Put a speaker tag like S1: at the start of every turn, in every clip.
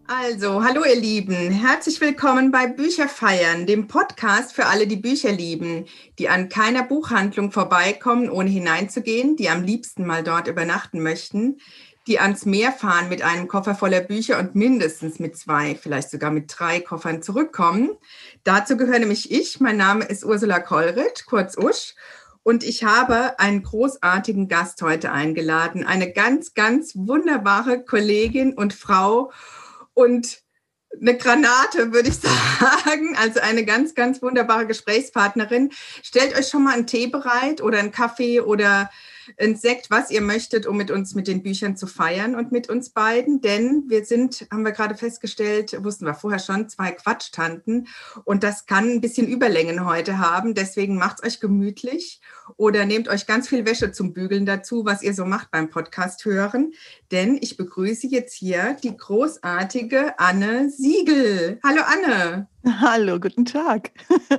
S1: Also, hallo ihr Lieben, herzlich willkommen bei Bücherfeiern, dem Podcast für alle, die Bücher lieben, die an keiner Buchhandlung vorbeikommen, ohne hineinzugehen, die am liebsten mal dort übernachten möchten, die ans Meer fahren mit einem Koffer voller Bücher und mindestens mit 2, vielleicht sogar mit 3 Koffern zurückkommen. Dazu gehöre nämlich ich, mein Name ist Ursula Kollrich, kurz Usch. Und ich habe einen großartigen Gast heute eingeladen, eine ganz, ganz wunderbare Kollegin und Frau und eine Granate, würde ich sagen. Also eine ganz, ganz wunderbare Gesprächspartnerin. Stellt euch schon mal einen Tee bereit oder einen Kaffee oder ein Sekt, was ihr möchtet, um mit uns mit den Büchern zu feiern und mit uns beiden. Denn wir sind, haben wir gerade festgestellt, wussten wir vorher schon, 2 Quatschtanten. Und das kann ein bisschen Überlängen heute haben. Deswegen macht's euch gemütlich oder nehmt euch ganz viel Wäsche zum Bügeln dazu, was ihr so macht beim Podcast hören. Denn ich begrüße jetzt hier die großartige Anne Siegel. Hallo Anne.
S2: Hallo, guten Tag.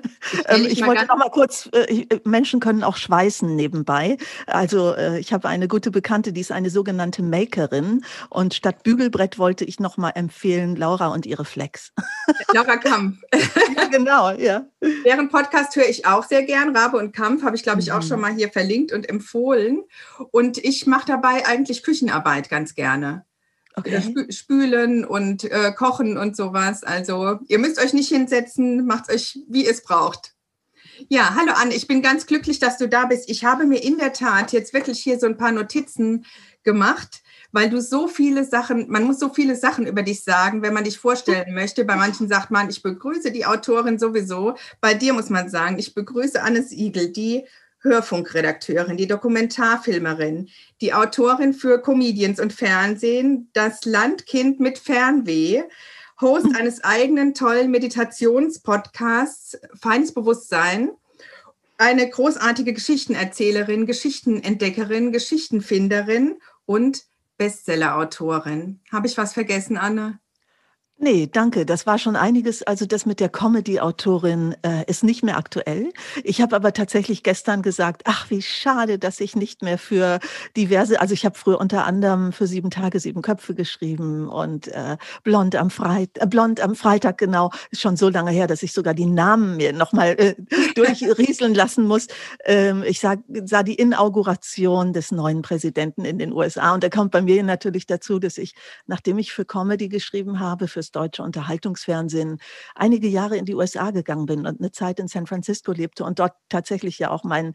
S2: Ich wollte noch mal kurz, Menschen können auch schweißen nebenbei. Also ich habe eine gute Bekannte, die ist eine sogenannte Makerin. Und statt Bügelbrett wollte ich noch mal empfehlen, Laura und ihre Flex.
S1: Laura Kampf.
S2: Ja, genau, ja.
S1: Deren Podcast höre ich auch sehr gern. Rabe und Kampf habe ich, glaube ich, auch schon mal hier verlinkt und empfohlen. Und ich mache dabei eigentlich Küchenarbeit ganz gerne. Okay. Spülen und kochen und sowas. Also ihr müsst euch nicht hinsetzen, macht euch, wie ihr es braucht. Ja, hallo Anne, ich bin ganz glücklich, dass du da bist. Ich habe mir in der Tat jetzt wirklich hier so ein paar Notizen gemacht, weil du so viele Sachen, man muss so viele Sachen über dich sagen, wenn man dich vorstellen möchte. Bei manchen sagt man, ich begrüße die Autorin sowieso. Bei dir muss man sagen, ich begrüße Anne Siegel, die Hörfunkredakteurin, die Dokumentarfilmerin, die Autorin für Comedians und Fernsehen, das Landkind mit Fernweh, Host eines eigenen tollen Meditationspodcasts, Feines Bewusstsein, eine großartige Geschichtenerzählerin, Geschichtenentdeckerin, Geschichtenfinderin und Bestsellerautorin. Habe ich was vergessen, Anne?
S2: Nee, danke. Das war schon einiges. Also das mit der Comedy-Autorin ist nicht mehr aktuell. Ich habe aber tatsächlich gestern gesagt, ach, wie schade, dass ich nicht mehr für diverse, also ich habe früher unter anderem für 7 Tage, 7 Köpfe geschrieben und Blond am Freitag, genau, ist schon so lange her, dass ich sogar die Namen mir nochmal durchrieseln lassen muss. Ich sah die Inauguration des neuen Präsidenten in den USA und da kommt bei mir natürlich dazu, dass ich, nachdem ich für Comedy geschrieben habe, fürs deutsche Unterhaltungsfernsehen, einige Jahre in die USA gegangen bin und eine Zeit in San Francisco lebte und dort tatsächlich ja auch mein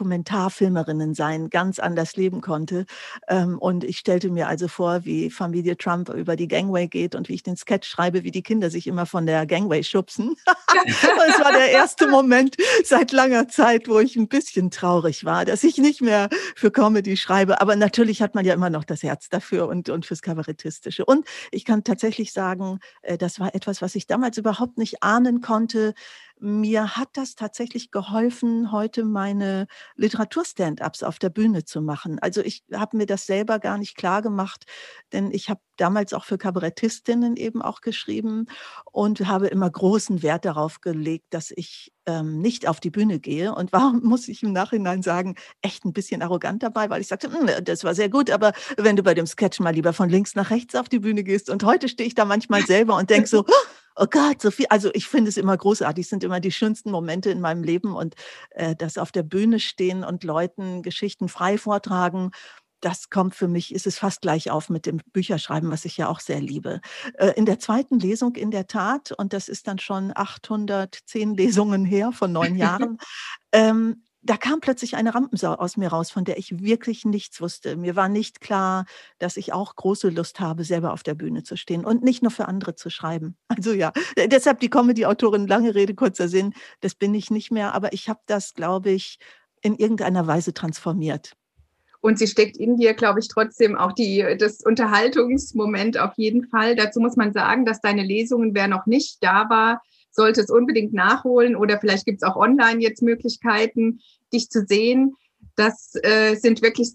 S2: Dokumentarfilmerinnen-Sein ganz anders leben konnte. Und ich stellte mir also vor, wie Familie Trump über die Gangway geht und wie ich den Sketch schreibe, wie die Kinder sich immer von der Gangway schubsen. Das war der erste Moment seit langer Zeit, wo ich ein bisschen traurig war, dass ich nicht mehr für Comedy schreibe. Aber natürlich hat man ja immer noch das Herz dafür und fürs Kabarettistische. Und ich kann tatsächlich sagen, das war etwas, was ich damals überhaupt nicht ahnen konnte. Mir hat das tatsächlich geholfen, heute meine Literatur-Stand-ups auf der Bühne zu machen. Also ich habe mir das selber gar nicht klar gemacht, denn ich habe damals auch für Kabarettistinnen eben auch geschrieben und habe immer großen Wert darauf gelegt, dass ich nicht auf die Bühne gehe. Und warum muss ich im Nachhinein sagen, echt ein bisschen arrogant dabei, weil ich sagte, das war sehr gut, aber wenn du bei dem Sketch mal lieber von links nach rechts auf die Bühne gehst. Und heute stehe ich da manchmal selber und denke so, oh Gott, so viel. Also ich finde es immer großartig, es sind immer die schönsten Momente in meinem Leben und das auf der Bühne stehen und Leuten Geschichten frei vortragen, das kommt für mich, ist es fast gleich auf mit dem Bücherschreiben, was ich ja auch sehr liebe. In der zweiten Lesung in der Tat, und das ist dann schon 810 Lesungen her von 9 Jahren, da kam plötzlich eine Rampensau aus mir raus, von der ich wirklich nichts wusste. Mir war nicht klar, dass ich auch große Lust habe, selber auf der Bühne zu stehen und nicht nur für andere zu schreiben. Also ja, deshalb die Comedy-Autorin, lange Rede, kurzer Sinn, das bin ich nicht mehr, aber ich habe das, glaube ich, in irgendeiner Weise transformiert.
S1: Und sie steckt in dir, glaube ich, trotzdem auch das Unterhaltungsmoment auf jeden Fall. Dazu muss man sagen, dass deine Lesungen, wer noch nicht da war, sollte es unbedingt nachholen oder vielleicht gibt es auch online jetzt Möglichkeiten, dich zu sehen. Das sind wirklich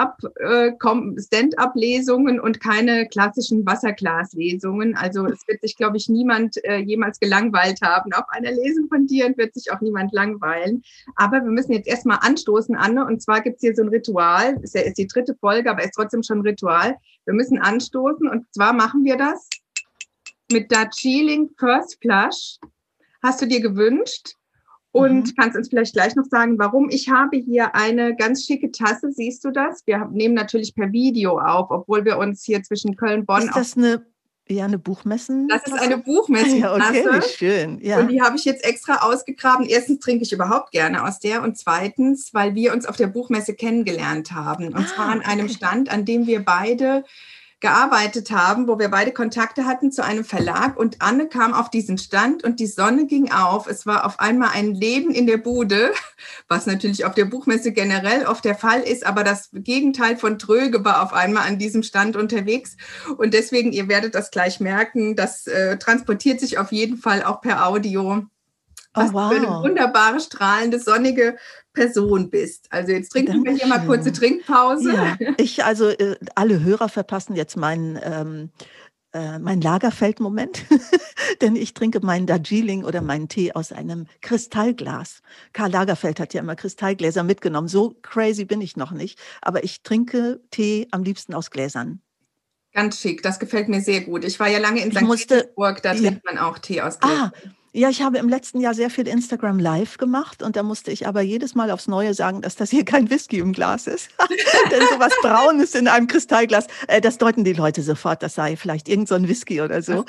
S1: Stand-up-Lesungen und keine klassischen Wasserglas-Lesungen. Also es wird sich, glaube ich, niemand jemals gelangweilt haben auf einer Lesung von dir und wird sich auch niemand langweilen. Aber wir müssen jetzt erstmal anstoßen, Anne. Und zwar gibt es hier so ein Ritual. Ist ja die 3. Folge, aber ist trotzdem schon ein Ritual. Wir müssen anstoßen und zwar machen wir das mit Darjeeling First Flush. Hast du dir gewünscht? Und kannst uns vielleicht gleich noch sagen, warum. Ich habe hier eine ganz schicke Tasse, siehst du das? Wir nehmen natürlich per Video auf, obwohl wir uns hier zwischen Köln und Bonn...
S2: Ist das eine Buchmessentasse?
S1: Das ist eine Buchmessentasse.
S2: Ja, okay, wie schön. Ja.
S1: Und die habe ich jetzt extra ausgegraben. Erstens trinke ich überhaupt gerne aus der und zweitens, weil wir uns auf der Buchmesse kennengelernt haben. Und zwar an einem Stand, an dem wir beide gearbeitet haben, wo wir beide Kontakte hatten zu einem Verlag und Anne kam auf diesen Stand und die Sonne ging auf. Es war auf einmal ein Leben in der Bude, was natürlich auf der Buchmesse generell oft der Fall ist, aber das Gegenteil von tröge war auf einmal an diesem Stand unterwegs und deswegen, ihr werdet das gleich merken, das transportiert sich auf jeden Fall auch per Audio. Was du für eine wunderbare, strahlende, sonnige Person bist. Also jetzt trinken wir hier mal kurze Trinkpause.
S2: Ja, alle Hörer verpassen jetzt mein Lagerfeld-Moment, denn ich trinke meinen Darjeeling oder meinen Tee aus einem Kristallglas. Karl Lagerfeld hat ja immer Kristallgläser mitgenommen. So crazy bin ich noch nicht, aber ich trinke Tee am liebsten aus Gläsern.
S1: Ganz schick, das gefällt mir sehr gut. Ich war ja lange in St. Petersburg, da trinkt man auch Tee aus Gläsern.
S2: Ja, ich habe im letzten Jahr sehr viel Instagram Live gemacht und da musste ich aber jedes Mal aufs Neue sagen, dass das hier kein Whisky im Glas ist. Denn sowas Braunes in einem Kristallglas, das deuten die Leute sofort, das sei vielleicht irgend so ein Whisky oder so.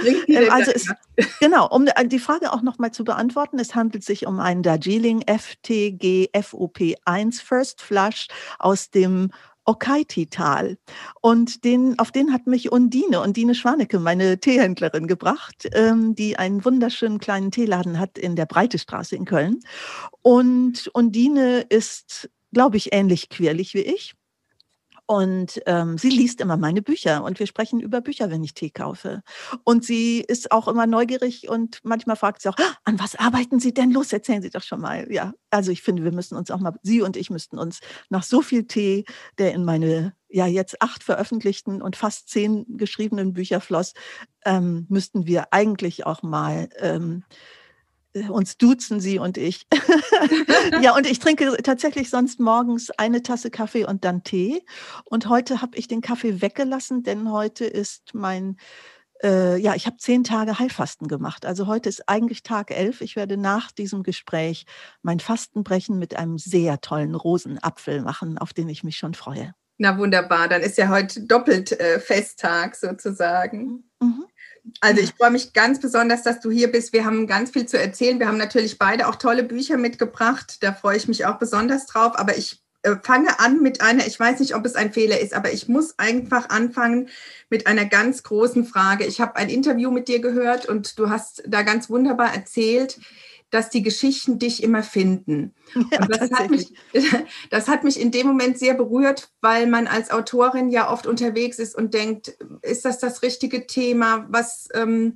S2: Genau, um die Frage auch nochmal zu beantworten, es handelt sich um einen Darjeeling FTG FOP 1 First Flush aus dem Okaiti-Tal. Und auf den hat mich Undine Schwanecke, meine Teehändlerin, gebracht, die einen wunderschönen kleinen Teeladen hat in der Breitestraße in Köln. Und Undine ist, glaube ich, ähnlich quirlig wie ich. Und sie liest immer meine Bücher und wir sprechen über Bücher, wenn ich Tee kaufe. Und sie ist auch immer neugierig und manchmal fragt sie auch, an was arbeiten Sie denn? Los, erzählen Sie doch schon mal. Ja, also ich finde, wir müssen uns auch mal, Sie und ich müssten uns nach so viel Tee, der in meine jetzt 8 veröffentlichten und fast 10 geschriebenen Bücher floss, müssten wir eigentlich auch mal uns duzen, Sie und ich. Ja, und ich trinke tatsächlich sonst morgens eine Tasse Kaffee und dann Tee. Und heute habe ich den Kaffee weggelassen, denn heute ist ich habe 10 Tage Heilfasten gemacht. Also heute ist eigentlich Tag 11. Ich werde nach diesem Gespräch mein Fastenbrechen mit einem sehr tollen Rosenapfel machen, auf den ich mich schon freue.
S1: Na wunderbar, dann ist ja heute doppelt Festtag sozusagen. Mhm. Also ich freue mich ganz besonders, dass du hier bist. Wir haben ganz viel zu erzählen. Wir haben natürlich beide auch tolle Bücher mitgebracht. Da freue ich mich auch besonders drauf. Aber ich fange an mit einer, ich weiß nicht, ob es ein Fehler ist, aber ich muss einfach anfangen mit einer ganz großen Frage. Ich habe ein Interview mit dir gehört und du hast da ganz wunderbar erzählt, dass die Geschichten dich immer finden.
S2: Ja,
S1: und das hat mich in dem Moment sehr berührt, weil man als Autorin ja oft unterwegs ist und denkt, ist das richtige Thema? Was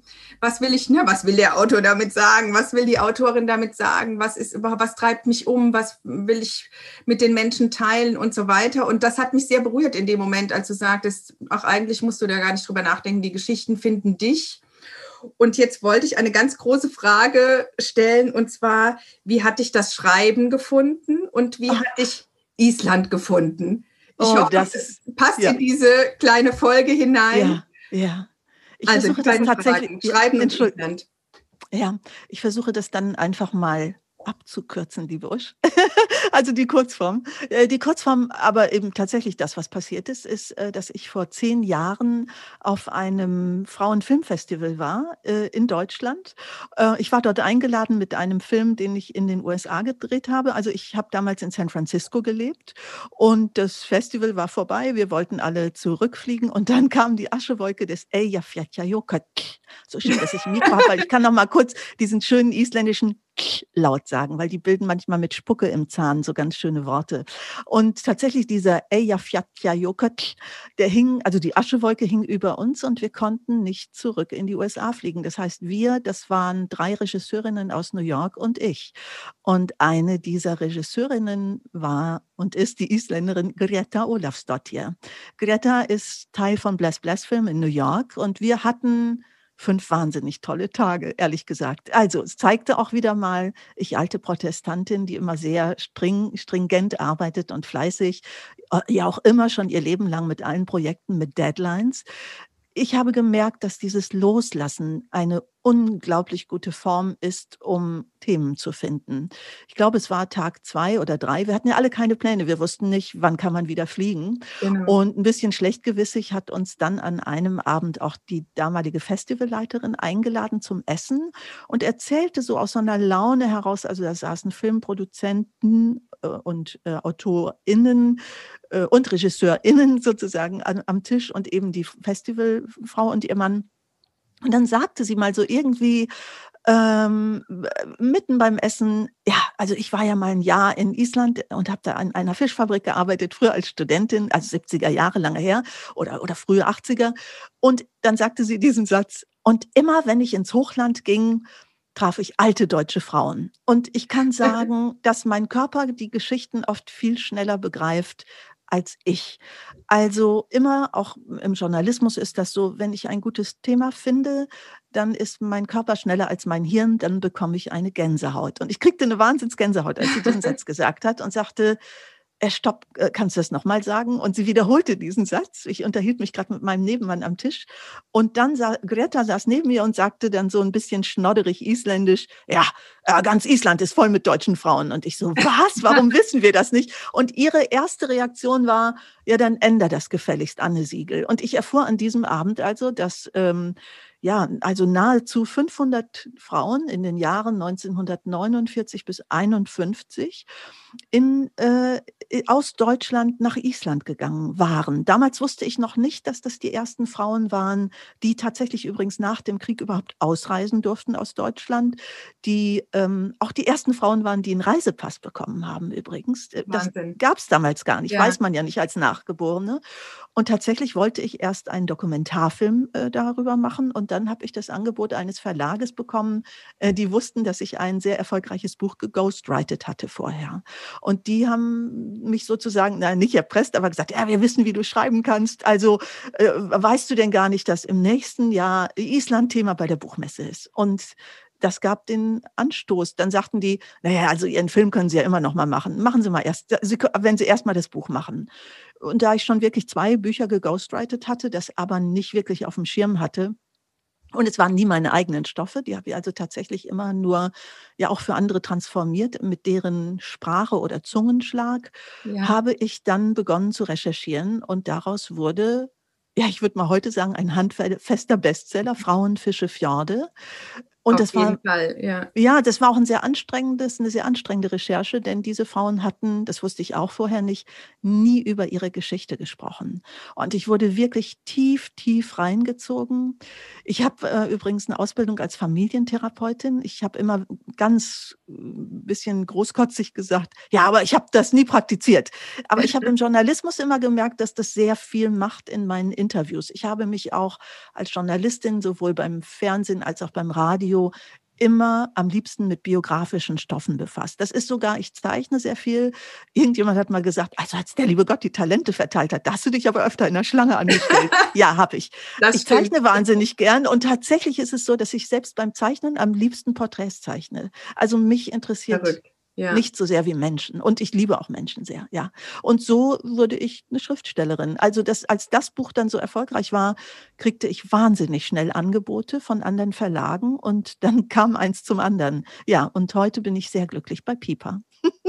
S1: will der Autor damit sagen? Was will die Autorin damit sagen? Was treibt mich um? Was will ich mit den Menschen teilen und so weiter? Und das hat mich sehr berührt in dem Moment, als du sagtest, ach, eigentlich musst du da gar nicht drüber nachdenken, die Geschichten finden dich. Und jetzt wollte ich eine ganz große Frage stellen, und zwar, wie hat dich das Schreiben gefunden und wie hat dich Island gefunden? Ich hoffe, das passt in diese kleine Folge hinein.
S2: Ja. Ich
S1: also
S2: versuche das tatsächlich.
S1: Schreiben und Island.
S2: Ja, ich versuche das dann einfach mal abzukürzen, die Busch. Also die Kurzform. Die Kurzform, aber eben tatsächlich das, was passiert ist, dass ich vor 10 Jahren auf einem Frauenfilmfestival war in Deutschland. Ich war dort eingeladen mit einem Film, den ich in den USA gedreht habe. Also ich habe damals in San Francisco gelebt und das Festival war vorbei. Wir wollten alle zurückfliegen und dann kam die Aschewolke des Eyjafjallajökull. So schön, dass ich ein Mikro habe, weil ich kann noch mal kurz diesen schönen isländischen laut sagen, weil die bilden manchmal mit Spucke im Zahn so ganz schöne Worte. Und tatsächlich dieser Eyjafjallajökull, also die Aschewolke hing über uns und wir konnten nicht zurück in die USA fliegen. Das heißt, das waren 3 Regisseurinnen aus New York und ich. Und eine dieser Regisseurinnen war und ist die Isländerin Greta Ólafsdóttir. Greta ist Teil von Bless Bless Film in New York und wir hatten 5 wahnsinnig tolle Tage, ehrlich gesagt. Also es zeigte auch wieder mal, ich alte Protestantin, die immer sehr stringent arbeitet und fleißig, ja auch immer schon ihr Leben lang mit allen Projekten mit Deadlines. ich habe gemerkt, dass dieses Loslassen eine unglaublich gute Form ist, um Themen zu finden. Ich glaube, es war Tag 2 oder 3. Wir hatten ja alle keine Pläne. Wir wussten nicht, wann kann man wieder fliegen.
S1: Genau.
S2: Und ein bisschen schlechtgewissig hat uns dann an einem Abend auch die damalige Festivalleiterin eingeladen zum Essen und erzählte so aus so einer Laune heraus, also da saßen Filmproduzenten und AutorInnen und RegisseurInnen sozusagen am Tisch und eben die Festivalfrau und ihr Mann. Und dann sagte sie mal so irgendwie ähm, mitten beim Essen, ja, also ich war ja mal ein Jahr in Island und habe da an einer Fischfabrik gearbeitet, früher als Studentin, also 70er Jahre, lange her, oder frühe 80er. Und dann sagte sie diesen Satz, und immer wenn ich ins Hochland ging, traf ich alte deutsche Frauen. Und ich kann sagen, dass mein Körper die Geschichten oft viel schneller begreift als ich. Also immer, auch im Journalismus ist das so, wenn ich ein gutes Thema finde, dann ist mein Körper schneller als mein Hirn, dann bekomme ich eine Gänsehaut. Und ich kriegte eine Wahnsinnsgänsehaut, als sie diesen Satz gesagt hat und sagte, stopp, kannst du das noch mal sagen? Und sie wiederholte diesen Satz. Ich unterhielt mich gerade mit meinem Nebenmann am Tisch. Und dann Greta saß neben mir und sagte dann so ein bisschen schnodderig isländisch, ja, ganz Island ist voll mit deutschen Frauen. Und ich so, was? Warum wissen wir das nicht? Und ihre erste Reaktion war, ja, dann änder das gefälligst, Anne Siegel. Und ich erfuhr an diesem Abend also, dass ja, also nahezu 500 Frauen in den Jahren 1949 bis 51 aus Deutschland nach Island gegangen waren. Damals wusste ich noch nicht, dass das die ersten Frauen waren, die tatsächlich übrigens nach dem Krieg überhaupt ausreisen durften aus Deutschland, die auch die ersten Frauen waren, die einen Reisepass bekommen haben übrigens. Das
S1: Wahnsinn.
S2: gab es damals gar nicht,
S1: Ja.
S2: weiß man ja nicht als Nachgeborene. Und tatsächlich wollte ich erst einen Dokumentarfilm darüber machen und dann habe ich das Angebot eines Verlages bekommen. Die wussten, dass ich ein sehr erfolgreiches Buch geghostwritet hatte vorher. Und die haben mich sozusagen, nein, nicht erpresst, aber gesagt, ja, wir wissen, wie du schreiben kannst. Also weißt du denn gar nicht, dass im nächsten Jahr Island Thema bei der Buchmesse ist? Und das gab den Anstoß. Dann sagten die, naja, also Ihren Film können Sie ja immer noch mal machen. Machen Sie mal erst, wenn Sie erst mal das Buch machen. Und da ich schon wirklich 2 Bücher geghostwritet hatte, das aber nicht wirklich auf dem Schirm hatte, und es waren nie meine eigenen Stoffe, die habe ich also tatsächlich immer nur ja auch für andere transformiert mit deren Sprache oder Zungenschlag,
S1: Ja.
S2: habe ich dann begonnen zu recherchieren und daraus wurde, ja, ich würde mal heute sagen, ein handfester Bestseller, Frauen, Fische, Fjorde. Und
S1: Auf
S2: das
S1: jeden
S2: war
S1: Fall, ja.
S2: ja, das war auch 'n sehr anstrengendes 'ne sehr anstrengende Recherche, denn diese Frauen hatten, das wusste ich auch vorher nicht, nie über ihre Geschichte gesprochen. Und ich wurde wirklich tief, tief reingezogen. Ich habe, übrigens 'ne Ausbildung als Familientherapeutin. Ich habe immer ganz bisschen großkotzig gesagt: „Ja, aber ich habe das nie praktiziert." Aber ich habe im Journalismus immer gemerkt, dass das sehr viel macht in meinen Interviews. Ich habe mich auch als Journalistin sowohl beim Fernsehen als auch beim Radio immer am liebsten mit biografischen Stoffen befasst. Das ist sogar, ich zeichne sehr viel. Irgendjemand hat mal gesagt: „Also, als der liebe Gott die Talente verteilt hat, da hast du dich aber öfter in der Schlange angestellt." Ja, habe ich.
S1: Das
S2: Ich
S1: stimmt.
S2: zeichne wahnsinnig gern und tatsächlich ist es so, dass ich selbst beim Zeichnen am liebsten Porträts zeichne. Also, mich interessiert
S1: Verrückt. Ja.
S2: nicht so sehr wie Menschen und ich liebe auch Menschen sehr, ja. Und so wurde ich 'ne Schriftstellerin. Also, als das Buch dann so erfolgreich war, kriegte ich wahnsinnig schnell Angebote von anderen Verlagen und dann kam eins zum anderen. Ja, und heute bin ich sehr glücklich bei Piper.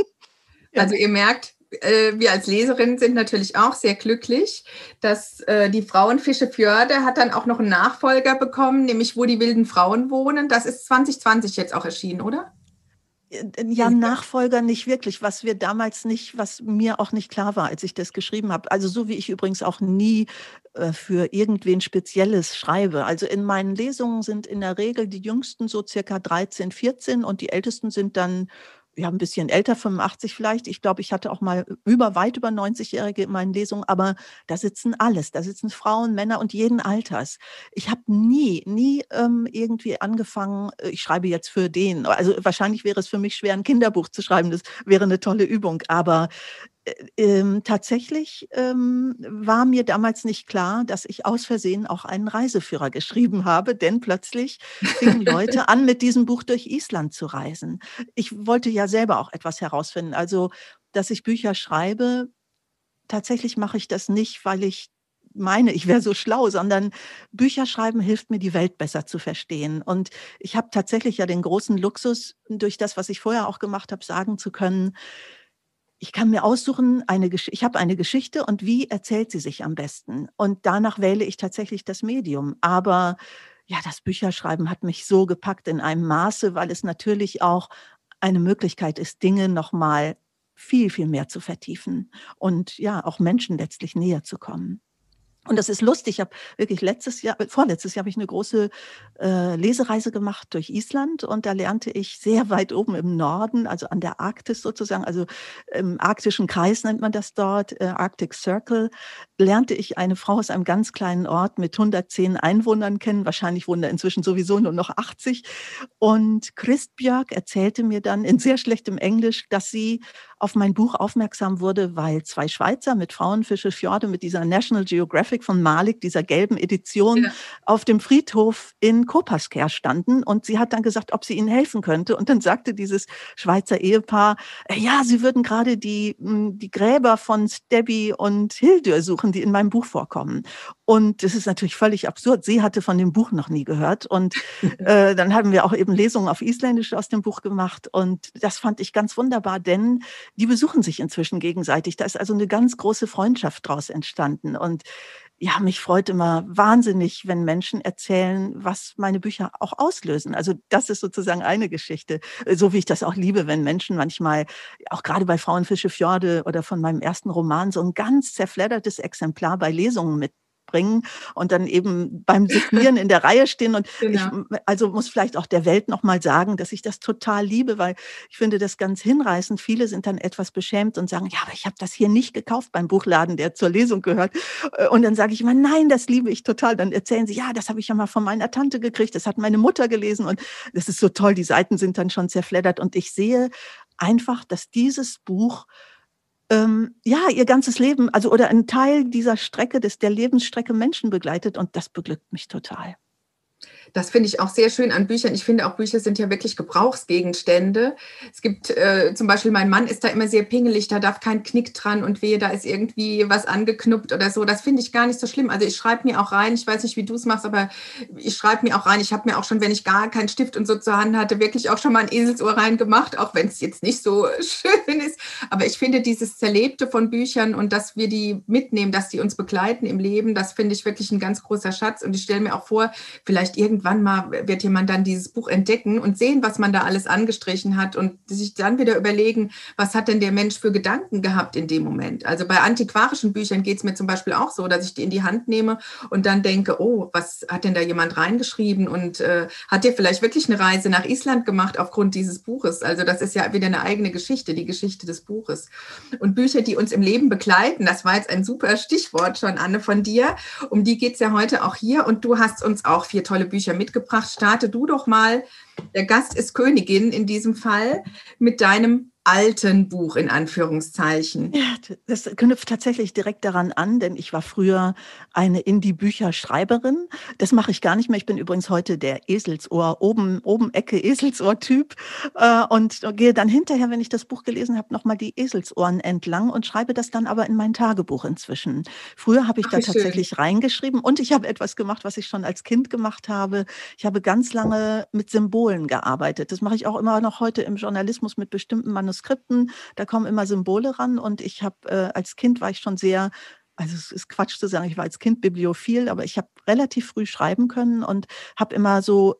S2: Ja.
S1: Also ihr merkt, wir als Leserin sind natürlich auch sehr glücklich, dass die Frauenfische Fjorde hat dann auch noch einen Nachfolger bekommen, nämlich Wo die wilden Frauen wohnen. Das ist 2020 jetzt auch erschienen, oder?
S2: Ja, Nachfolger nicht wirklich, was mir auch nicht klar war, als ich das geschrieben habe. Also, so wie ich übrigens auch nie, für irgendwen Spezielles schreibe. Also, in meinen Lesungen sind in der Regel die Jüngsten so circa 13, 14 und die Ältesten sind dann, ja, ein bisschen älter, 85 vielleicht. Ich glaube, ich hatte auch mal weit über 90-Jährige in meinen Lesungen, aber da sitzen alles. Da sitzen Frauen, Männer und jeden Alters. Ich habe nie, irgendwie angefangen, ich schreibe jetzt für den. Also, wahrscheinlich wäre es für mich schwer, ein Kinderbuch zu schreiben. Das wäre eine tolle Übung. Aber, tatsächlich, war mir damals nicht klar, dass ich aus Versehen auch einen Reiseführer geschrieben habe, denn plötzlich fingen Leute an, mit diesem Buch durch Island zu reisen. Ich wollte ja selber auch etwas herausfinden. Also, dass ich Bücher schreibe, tatsächlich mache ich das nicht, weil ich meine, ich wäre so schlau, sondern Bücher schreiben hilft mir, die Welt besser zu verstehen. Und ich habe tatsächlich ja den großen Luxus, durch das, was ich vorher auch gemacht habe, sagen zu können, ich kann mir aussuchen, ich habe eine Geschichte und wie erzählt sie sich am besten? Und danach wähle ich tatsächlich das Medium. Aber ja, das Bücherschreiben hat mich so gepackt in einem Maße, weil es natürlich auch eine Möglichkeit ist, Dinge noch mal viel, viel mehr zu vertiefen und ja, auch Menschen letztlich näher zu kommen. Und das ist lustig. Ich habe wirklich vorletztes Jahr habe ich eine große, Lesereise gemacht durch Island und da lernte ich sehr weit oben im Norden, also an der Arktis sozusagen, also im arktischen Kreis nennt man das dort, Arctic Circle, lernte ich eine Frau aus einem ganz kleinen Ort mit 110 Einwohnern kennen. Wahrscheinlich wohnen da inzwischen sowieso nur noch 80. Und Kristbjörg erzählte mir dann in sehr schlechtem Englisch, dass sie auf mein Buch aufmerksam wurde, weil 2 Schweizer mit Frauenfische Fjorde mit dieser National Geographic von Malik, dieser gelben Edition,
S1: Ja.
S2: auf dem Friedhof in Kopasker standen. Und sie hat dann gesagt, ob sie ihnen helfen könnte. Und dann sagte dieses Schweizer Ehepaar, ja, sie würden gerade die Gräber von Stebbi und Hildur suchen, die in meinem Buch vorkommen. Und das ist natürlich völlig absurd. Sie hatte von dem Buch noch nie gehört. Und dann haben wir auch eben Lesungen auf Isländisch aus dem Buch gemacht. Und das fand ich ganz wunderbar, denn die besuchen sich inzwischen gegenseitig. Da ist also eine ganz große Freundschaft draus entstanden. Und ja, mich freut immer wahnsinnig, wenn Menschen erzählen, was meine Bücher auch auslösen. Also das ist sozusagen eine Geschichte. So wie ich das auch liebe, wenn Menschen manchmal, auch gerade bei Frauenfische Fjorde oder von meinem ersten Roman, so ein ganz zerfleddertes Exemplar bei Lesungen mitbringen und dann eben beim Signieren in der Reihe stehen. Und ich
S1: Genau.
S2: also muss vielleicht auch der Welt noch mal sagen, dass ich das total liebe, weil ich finde das ganz hinreißend. Viele sind dann etwas beschämt und sagen, ja, aber ich habe das hier nicht gekauft beim Buchladen, der zur Lesung gehört. Und dann sage ich immer, nein, das liebe ich total. Dann erzählen sie, ja, das habe ich ja mal von meiner Tante gekriegt, das hat meine Mutter gelesen und das ist so toll. Die Seiten sind dann schon zerfleddert und ich sehe einfach, dass dieses Buch ja, ihr ganzes Leben, also oder einen Teil dieser Strecke, der Lebensstrecke Menschen begleitet und das beglückt mich total.
S1: Das finde ich auch sehr schön an Büchern. Ich finde auch, Bücher sind ja wirklich Gebrauchsgegenstände. Es gibt zum Beispiel, mein Mann ist da immer sehr pingelig, da darf kein Knick dran und wehe, da ist irgendwie was angeknuppt oder so. Das finde ich gar nicht so schlimm. Also ich schreibe mir auch rein, ich weiß nicht, wie du es machst, aber ich schreibe mir auch rein. Ich habe mir auch schon, wenn ich gar keinen Stift und so zur Hand hatte, wirklich auch schon mal ein Eselsohr reingemacht, auch wenn es jetzt nicht so schön ist. Aber ich finde dieses Zerlebte von Büchern und dass wir die mitnehmen, dass die uns begleiten im Leben, das finde ich wirklich ein ganz großer Schatz. Und ich stelle mir auch vor, vielleicht irgendwann mal wird jemand dann dieses Buch entdecken und sehen, was man da alles angestrichen hat und sich dann wieder überlegen, was hat denn der Mensch für Gedanken gehabt in dem Moment. Also bei antiquarischen Büchern geht es mir zum Beispiel auch so, dass ich die in die Hand nehme und dann denke, oh, was hat denn da jemand reingeschrieben und hat der vielleicht wirklich eine Reise nach Island gemacht aufgrund dieses Buches. Also das ist ja wieder eine eigene Geschichte, die Geschichte des Buches. Und Bücher, die uns im Leben begleiten, das war jetzt ein super Stichwort schon, Anne, von dir. Um die geht es ja heute auch hier und du hast uns auch 4 tolle Bücher mitgebracht. Starte du doch mal, der Gast ist Königin in diesem Fall, mit deinem alten Buch in Anführungszeichen.
S2: Ja, das knüpft tatsächlich direkt daran an, denn ich war früher eine Indie-Bücher-Schreiberin. Das mache ich gar nicht mehr. Ich bin übrigens heute der Eselsohr, oben Ecke Eselsohr-Typ und gehe dann hinterher, wenn ich das Buch gelesen habe, noch mal die Eselsohren entlang und schreibe das dann aber in mein Tagebuch inzwischen. Früher habe ich
S1: Ach,
S2: da
S1: wie schön.
S2: tatsächlich reingeschrieben und ich habe etwas gemacht, was ich schon als Kind gemacht habe. Ich habe ganz lange mit Symbolen gearbeitet. Das mache ich auch immer noch heute im Journalismus mit bestimmten Manuskripten. Da kommen immer Symbole ran und ich habe als Kind war ich schon sehr, also es ist Quatsch zu sagen, ich war als Kind bibliophil, aber ich habe relativ früh schreiben können und habe immer so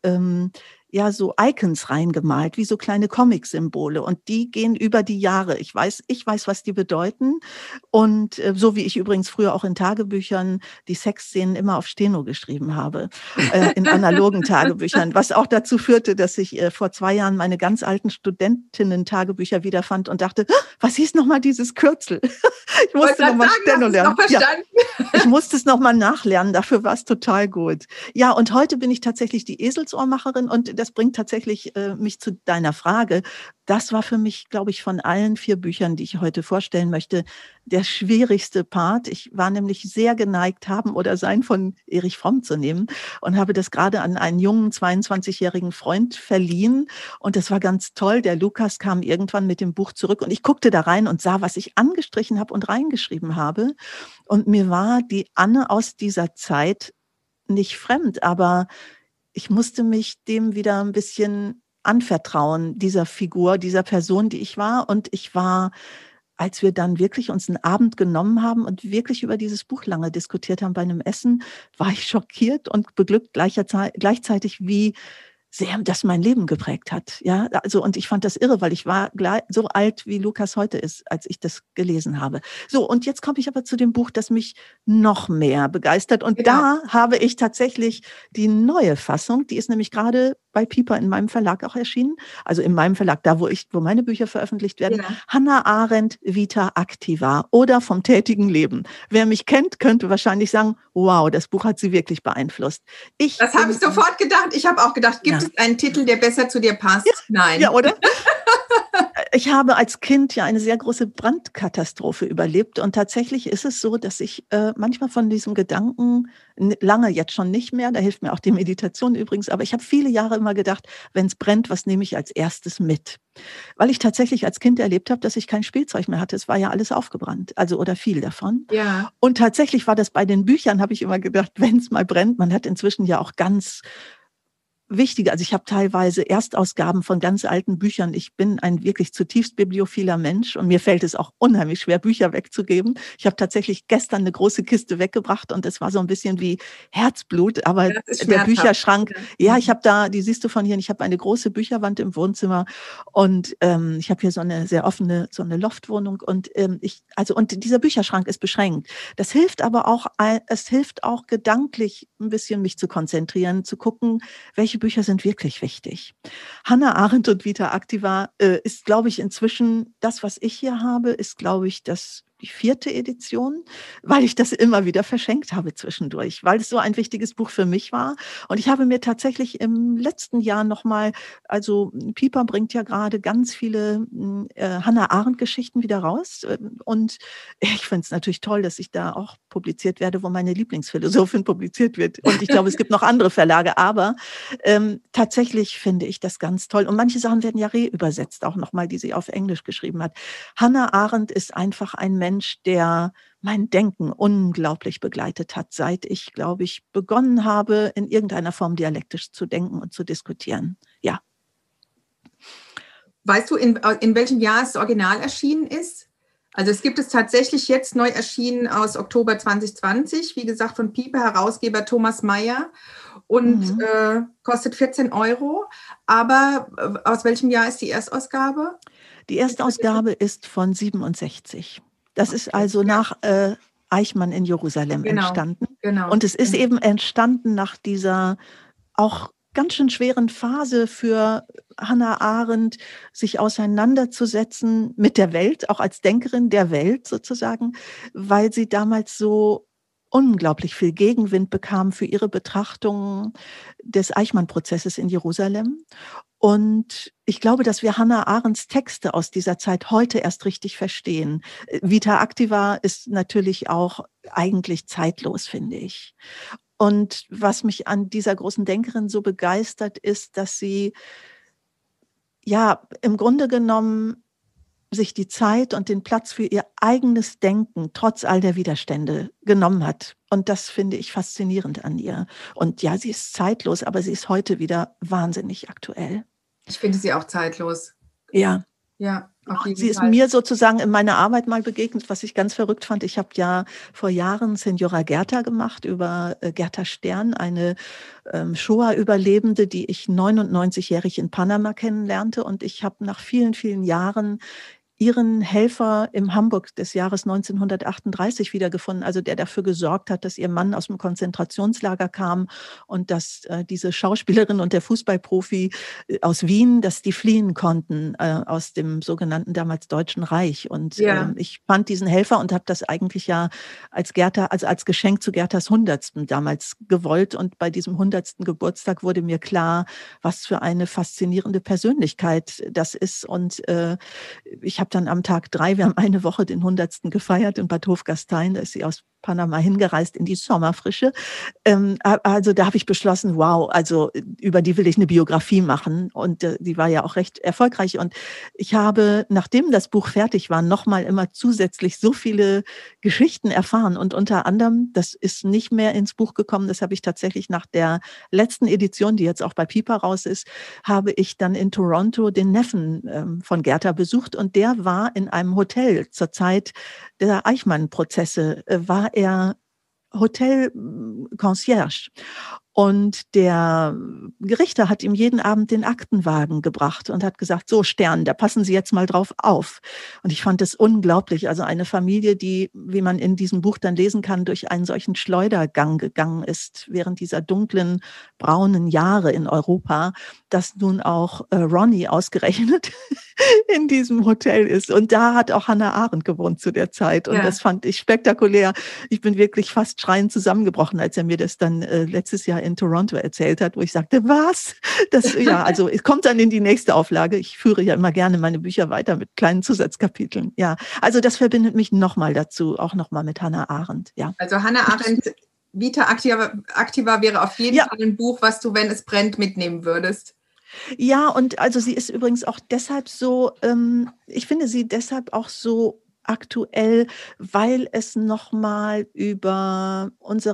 S2: ja, so Icons reingemalt, wie so kleine Comic-Symbole und die gehen über die Jahre. Ich weiß, was die bedeuten und so wie ich übrigens früher auch in Tagebüchern die Sexszenen immer auf Steno geschrieben habe, in analogen Tagebüchern, was auch dazu führte, dass ich vor 2 Jahren meine ganz alten Studentinnen-Tagebücher wiederfand und dachte: "Ah, was hieß noch mal dieses Kürzel?" Ich
S1: Ich wollte
S2: musste noch
S1: gerade
S2: mal
S1: sagen, du
S2: Steno
S1: hast es noch
S2: lernen. Ja,
S1: verstanden.
S2: ich musste es noch mal nachlernen, dafür war es total gut. Ja, und heute bin ich tatsächlich die Eselsohrmacherin und das bringt tatsächlich mich zu deiner Frage. Das war für mich, glaube ich, von allen 4 Büchern, die ich heute vorstellen möchte, der schwierigste Part. Ich war nämlich sehr geneigt, Haben oder Sein von Erich Fromm zu nehmen und habe das gerade an einen jungen 22-jährigen Freund verliehen. Und das war ganz toll. Der Lukas kam irgendwann mit dem Buch zurück und ich guckte da rein und sah, was ich angestrichen habe und reingeschrieben habe. Und mir war die Anne aus dieser Zeit nicht fremd, aber ich musste mich dem wieder ein bisschen anvertrauen, dieser Figur, dieser Person, die ich war. Und ich war, als wir dann wirklich uns einen Abend genommen haben und wirklich über dieses Buch lange diskutiert haben bei einem Essen, war ich schockiert und beglückt gleichzeitig, wie sehr das mein Leben geprägt hat. Ja, also, und ich fand das irre, weil ich war so alt, wie Lukas heute ist, als ich das gelesen habe. So, und jetzt komme ich aber zu dem Buch, das mich noch mehr begeistert. Und
S1: Genau.
S2: da habe ich tatsächlich die neue Fassung, die ist nämlich gerade bei Piper in meinem Verlag auch erschienen. Also in meinem Verlag, da wo meine Bücher veröffentlicht werden.
S1: Ja.
S2: Hannah Arendt, Vita Activa oder Vom tätigen Leben. Wer mich kennt, könnte wahrscheinlich sagen, wow, das Buch hat sie wirklich beeinflusst.
S1: Das habe ich sofort gedacht. Ich habe auch gedacht, gibt es einen Titel, der besser zu dir passt?
S2: Ja,
S1: Nein.
S2: ja, oder? Ich habe als Kind ja eine sehr große Brandkatastrophe überlebt und tatsächlich ist es so, dass ich manchmal von diesem Gedanken, lange jetzt schon nicht mehr, da hilft mir auch die Meditation übrigens, aber ich habe viele Jahre immer gedacht, wenn es brennt, was nehme ich als erstes mit? Weil ich tatsächlich als Kind erlebt habe, dass ich kein Spielzeug mehr hatte. Es war ja alles aufgebrannt, also oder viel davon.
S1: Ja.
S2: Und tatsächlich war das bei den Büchern, habe ich immer gedacht, wenn es mal brennt, man hat inzwischen ja auch ganz wichtige, also ich habe teilweise Erstausgaben von ganz alten Büchern. Ich bin ein wirklich zutiefst bibliophiler Mensch und mir fällt es auch unheimlich schwer, Bücher wegzugeben. Ich habe tatsächlich gestern eine große Kiste weggebracht und es war so ein bisschen wie Herzblut, aber
S1: Ja, das ist
S2: der
S1: schmerzhaft.
S2: Bücherschrank, ja, ich habe da, die siehst du von hier, ich habe eine große Bücherwand im Wohnzimmer und ich habe hier so eine sehr offene, so eine Loftwohnung und und dieser Bücherschrank ist beschränkt. Das hilft aber auch, es hilft auch gedanklich ein bisschen mich zu konzentrieren, zu gucken, welche Bücher sind wirklich wichtig. Hannah Arendt und Vita Activa ist, glaube ich, inzwischen das, was ich hier habe, ist, glaube ich, die 4. Edition, weil ich das immer wieder verschenkt habe zwischendurch, weil es so ein wichtiges Buch für mich war. Und ich habe mir tatsächlich im letzten Jahr nochmal, also Piper bringt ja gerade ganz viele Hannah Arendt-Geschichten wieder raus. Und ich finde es natürlich toll, dass ich da auch publiziert werde, wo meine Lieblingsphilosophin publiziert wird. Und ich glaube, es gibt noch andere Verlage, aber tatsächlich finde ich das ganz toll. Und manche Sachen werden ja reübersetzt, auch nochmal, die sie auf Englisch geschrieben hat. Hannah Arendt ist einfach ein Mensch, der mein Denken unglaublich begleitet hat, seit ich, glaube ich, begonnen habe, in irgendeiner Form dialektisch zu denken und zu diskutieren. Ja.
S1: Weißt du, in welchem Jahr das Original erschienen ist? Also es gibt es tatsächlich jetzt neu erschienen aus Oktober 2020, wie gesagt von Piper, Herausgeber Thomas Mayer und kostet 14 €. Aber aus welchem Jahr ist die Erstausgabe?
S2: Die Erstausgabe ist von 67. Das ist also nach Eichmann in Jerusalem entstanden.
S1: Genau.
S2: Und es ist eben entstanden nach dieser auch ganz schön schweren Phase für Hannah Arendt, sich auseinanderzusetzen mit der Welt, auch als Denkerin der Welt sozusagen, weil sie damals so unglaublich viel Gegenwind bekam für ihre Betrachtungen des Eichmann-Prozesses in Jerusalem. Und ich glaube, dass wir Hannah Arendts Texte aus dieser Zeit heute erst richtig verstehen. Vita Activa ist natürlich auch eigentlich zeitlos, finde ich. Und was mich an dieser großen Denkerin so begeistert, ist, dass sie ja im Grunde genommen sich die Zeit und den Platz für ihr eigenes Denken trotz all der Widerstände genommen hat. Und das finde ich faszinierend an ihr. Und ja, sie ist zeitlos, aber sie ist heute wieder wahnsinnig aktuell.
S1: Ich finde sie auch zeitlos.
S2: Ja.
S1: Ja, auf jeden
S2: Sie ist
S1: Fall.
S2: mir sozusagen in meiner Arbeit mal begegnet, was ich ganz verrückt fand. Ich habe ja vor Jahren Senora Gerta gemacht über Gerta Stern, eine Shoah-Überlebende, die ich 99-jährig in Panama kennenlernte. Und ich habe nach vielen, vielen Jahren ihren Helfer im Hamburg des Jahres 1938 wiedergefunden, also der dafür gesorgt hat, dass ihr Mann aus dem Konzentrationslager kam und dass diese Schauspielerin und der Fußballprofi aus Wien, dass die fliehen konnten aus dem sogenannten damals Deutschen Reich. Und
S1: Ja.
S2: ich fand diesen Helfer und habe das eigentlich ja als Gerta, also als Geschenk zu Gertas 100. damals gewollt. Und bei diesem 100. Geburtstag wurde mir klar, was für eine faszinierende Persönlichkeit das ist. Und ich habe dann am Tag 3, wir haben eine Woche den 100. gefeiert in Bad Hofgastein, da ist sie aus Panama hingereist in die Sommerfrische. Also da habe ich beschlossen, wow, also über die will ich eine Biografie machen. Und die war ja auch recht erfolgreich. Und ich habe, nachdem das Buch fertig war, nochmal immer zusätzlich so viele Geschichten erfahren. Und unter anderem, das ist nicht mehr ins Buch gekommen, das habe ich tatsächlich nach der letzten Edition, die jetzt auch bei Piper raus ist, habe ich dann in Toronto den Neffen von Gerta besucht. Und der war in einem Hotel zur Zeit der Eichmann-Prozesse, war er Hotel-Concierge. Und der Richter hat ihm jeden Abend den Aktenwagen gebracht und hat gesagt, so Stern, da passen Sie jetzt mal drauf auf. Und ich fand das unglaublich. Also eine Familie, die, wie man in diesem Buch dann lesen kann, durch einen solchen Schleudergang gegangen ist während dieser dunklen, braunen Jahre in Europa, dass nun auch Ronnie ausgerechnet in diesem Hotel ist. Und da hat auch Hannah Arendt gewohnt zu der Zeit. Und das fand ich spektakulär. Ich bin wirklich fast schreiend zusammengebrochen, als er mir das dann letztes Jahr in Toronto erzählt hat, wo ich sagte, was? Das, ja, also es kommt dann in die nächste Auflage. Ich führe ja immer gerne meine Bücher weiter mit kleinen Zusatzkapiteln. Ja, also das verbindet mich nochmal dazu, auch nochmal mit Hannah Arendt. Ja.
S1: Also Hannah Arendt, Vita Activa wäre auf jeden Fall ein Buch, was du, wenn es brennt, mitnehmen würdest.
S2: Ja, und also sie ist übrigens auch deshalb so, ich finde sie deshalb auch so aktuell, weil es nochmal über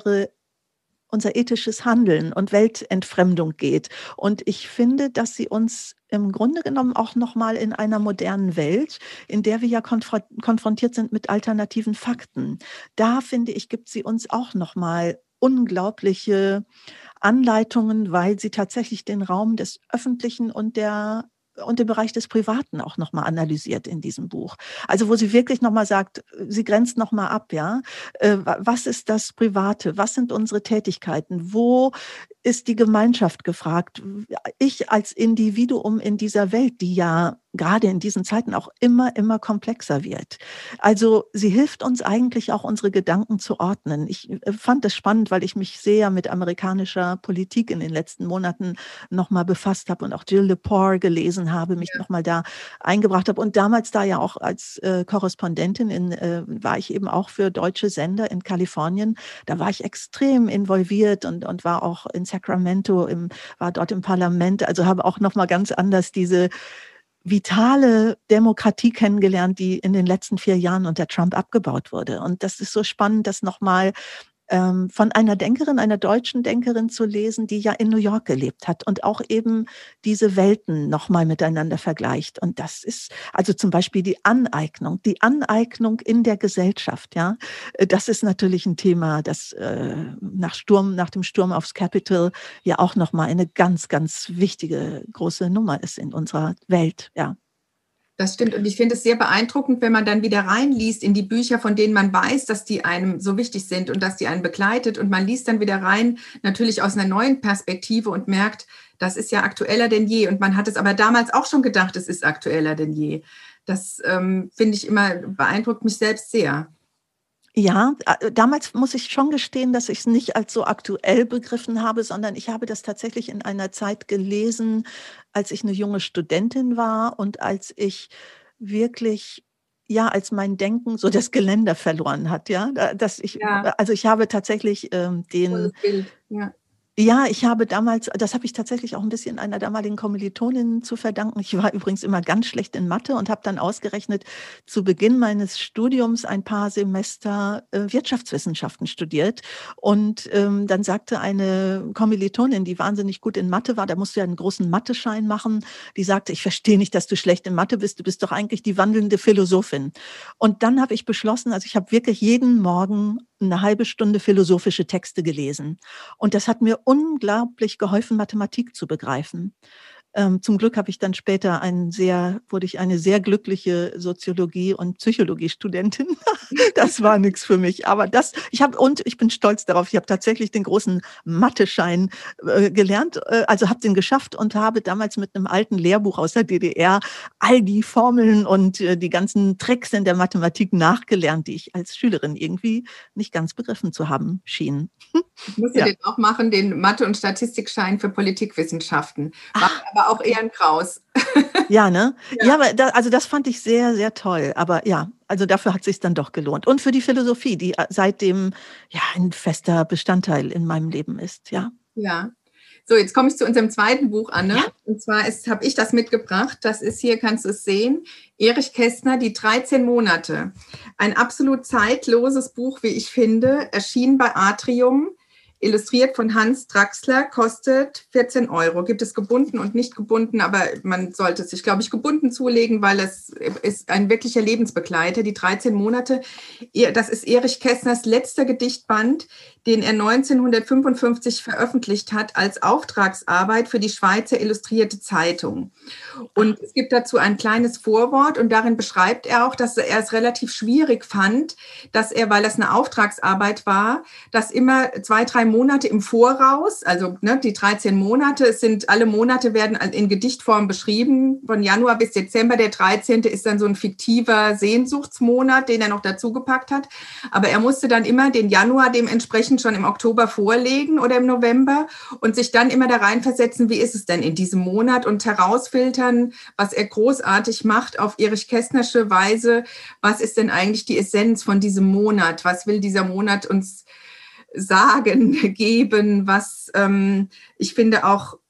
S2: unser ethisches Handeln und Weltentfremdung geht. Und ich finde, dass sie uns im Grunde genommen auch nochmal in einer modernen Welt, in der wir ja konfrontiert sind mit alternativen Fakten, da finde ich, gibt sie uns auch nochmal unglaubliche Anleitungen, weil sie tatsächlich den Raum des Öffentlichen und den Bereich des Privaten auch nochmal analysiert in diesem Buch. Also wo sie wirklich nochmal sagt, sie grenzt nochmal ab, ja. Was ist das Private? Was sind unsere Tätigkeiten? Wo ist die Gemeinschaft gefragt? Ich als Individuum in dieser Welt, die ja gerade in diesen Zeiten auch immer komplexer wird. Also sie hilft uns eigentlich auch, unsere Gedanken zu ordnen. Ich fand das spannend, weil ich mich sehr mit amerikanischer Politik in den letzten Monaten nochmal befasst habe und auch Jill Lepore gelesen habe, mich nochmal da eingebracht habe. Und damals da ja auch als Korrespondentin war ich eben auch für deutsche Sender in Kalifornien. Da war ich extrem involviert und war auch in Sacramento, war dort im Parlament. Also habe auch nochmal ganz anders diese vitale Demokratie kennengelernt, die in den letzten 4 Jahren unter Trump abgebaut wurde. Und das ist so spannend, das nochmal von einer Denkerin, einer deutschen Denkerin zu lesen, die ja in New York gelebt hat und auch eben diese Welten nochmal miteinander vergleicht. Und das ist also zum Beispiel die Aneignung in der Gesellschaft. Ja, das ist natürlich ein Thema, das nach dem Sturm aufs Capitol ja auch nochmal eine ganz, ganz wichtige große Nummer ist in unserer Welt. Ja.
S1: Das stimmt. Und ich finde es sehr beeindruckend, wenn man dann wieder reinliest in die Bücher, von denen man weiß, dass die einem so wichtig sind und dass die einen begleitet. Und man liest dann wieder rein, natürlich aus einer neuen Perspektive und merkt, das ist ja aktueller denn je. Und man hat es aber damals auch schon gedacht, es ist aktueller denn je. Das finde ich immer, beeindruckt mich selbst sehr.
S2: Ja, damals muss ich schon gestehen, dass ich es nicht als so aktuell begriffen habe, sondern ich habe das tatsächlich in einer Zeit gelesen, als ich eine junge Studentin war und als ich wirklich, ja, als mein Denken so das Geländer verloren hat, ja, also ich habe tatsächlich
S1: Tolles Bild, ja.
S2: Ja, ich habe damals, das habe ich tatsächlich auch ein bisschen einer damaligen Kommilitonin zu verdanken. Ich war übrigens immer ganz schlecht in Mathe und habe dann ausgerechnet zu Beginn meines Studiums ein paar Semester Wirtschaftswissenschaften studiert. Und dann sagte eine Kommilitonin, die wahnsinnig gut in Mathe war, da musst du ja einen großen Matheschein machen, die sagte, ich verstehe nicht, dass du schlecht in Mathe bist, du bist doch eigentlich die wandelnde Philosophin. Und dann habe ich beschlossen, also ich habe wirklich jeden Morgen eine halbe Stunde philosophische Texte gelesen. Und das hat mir unglaublich geholfen, Mathematik zu begreifen. Zum Glück habe ich dann später wurde ich eine sehr glückliche Soziologie- und Psychologiestudentin. Das war nichts für mich. Aber ich bin stolz darauf, ich habe tatsächlich den großen Mathe-Schein gelernt, also habe den geschafft und habe damals mit einem alten Lehrbuch aus der DDR all die Formeln und die ganzen Tricks in der Mathematik nachgelernt, die ich als Schülerin irgendwie nicht ganz begriffen zu haben schien.
S1: Ich musste
S2: Ja.
S1: den auch machen, den Mathe- und Statistikschein für Politikwissenschaften. War
S2: Ah,
S1: aber auch eher
S2: okay.
S1: ein Graus.
S2: Ja, ne? Ja,
S1: Ja.
S2: aber also das fand ich sehr, sehr toll. Aber ja, also dafür hat sich's dann doch gelohnt. Und für die Philosophie, die seitdem ja ein fester Bestandteil in meinem Leben ist, ja.
S1: Ja. So, jetzt komme ich zu unserem zweiten Buch,
S2: Ja.
S1: Anne. Und zwar habe ich das mitgebracht. Das ist hier, kannst du es sehen, Erich Kästner, die 13 Monate. Ein absolut zeitloses Buch, wie ich finde, erschienen bei Atrium, illustriert von Hans Draxler, kostet 14 Euro. Gibt es gebunden und nicht gebunden, aber man sollte es sich, glaube ich, gebunden zulegen, weil es ist ein wirklicher Lebensbegleiter, die 13 Monate. Das ist Erich Kästners letzter Gedichtband, den er 1955 veröffentlicht hat als Auftragsarbeit für die Schweizer Illustrierte Zeitung.
S2: Ah,
S1: Und es gibt dazu ein kleines Vorwort und darin beschreibt er auch, dass er es relativ schwierig fand, dass er, weil das eine Auftragsarbeit war, dass immer 2, 3 Monate im Voraus, also ne, die 13 Monate, alle Monate werden in Gedichtform beschrieben, von Januar bis Dezember. Der 13. ist dann so ein fiktiver Sehnsuchtsmonat, den er noch dazu gepackt hat. Aber er musste dann immer den Januar dementsprechend schon im Oktober vorlegen oder im November und sich dann immer da reinversetzen, wie ist es denn in diesem Monat und herausfiltern, was er großartig macht auf Erich Kästnersche Weise. Was ist denn eigentlich die Essenz von diesem Monat? Was will dieser Monat uns sagen, geben, was ich finde auch,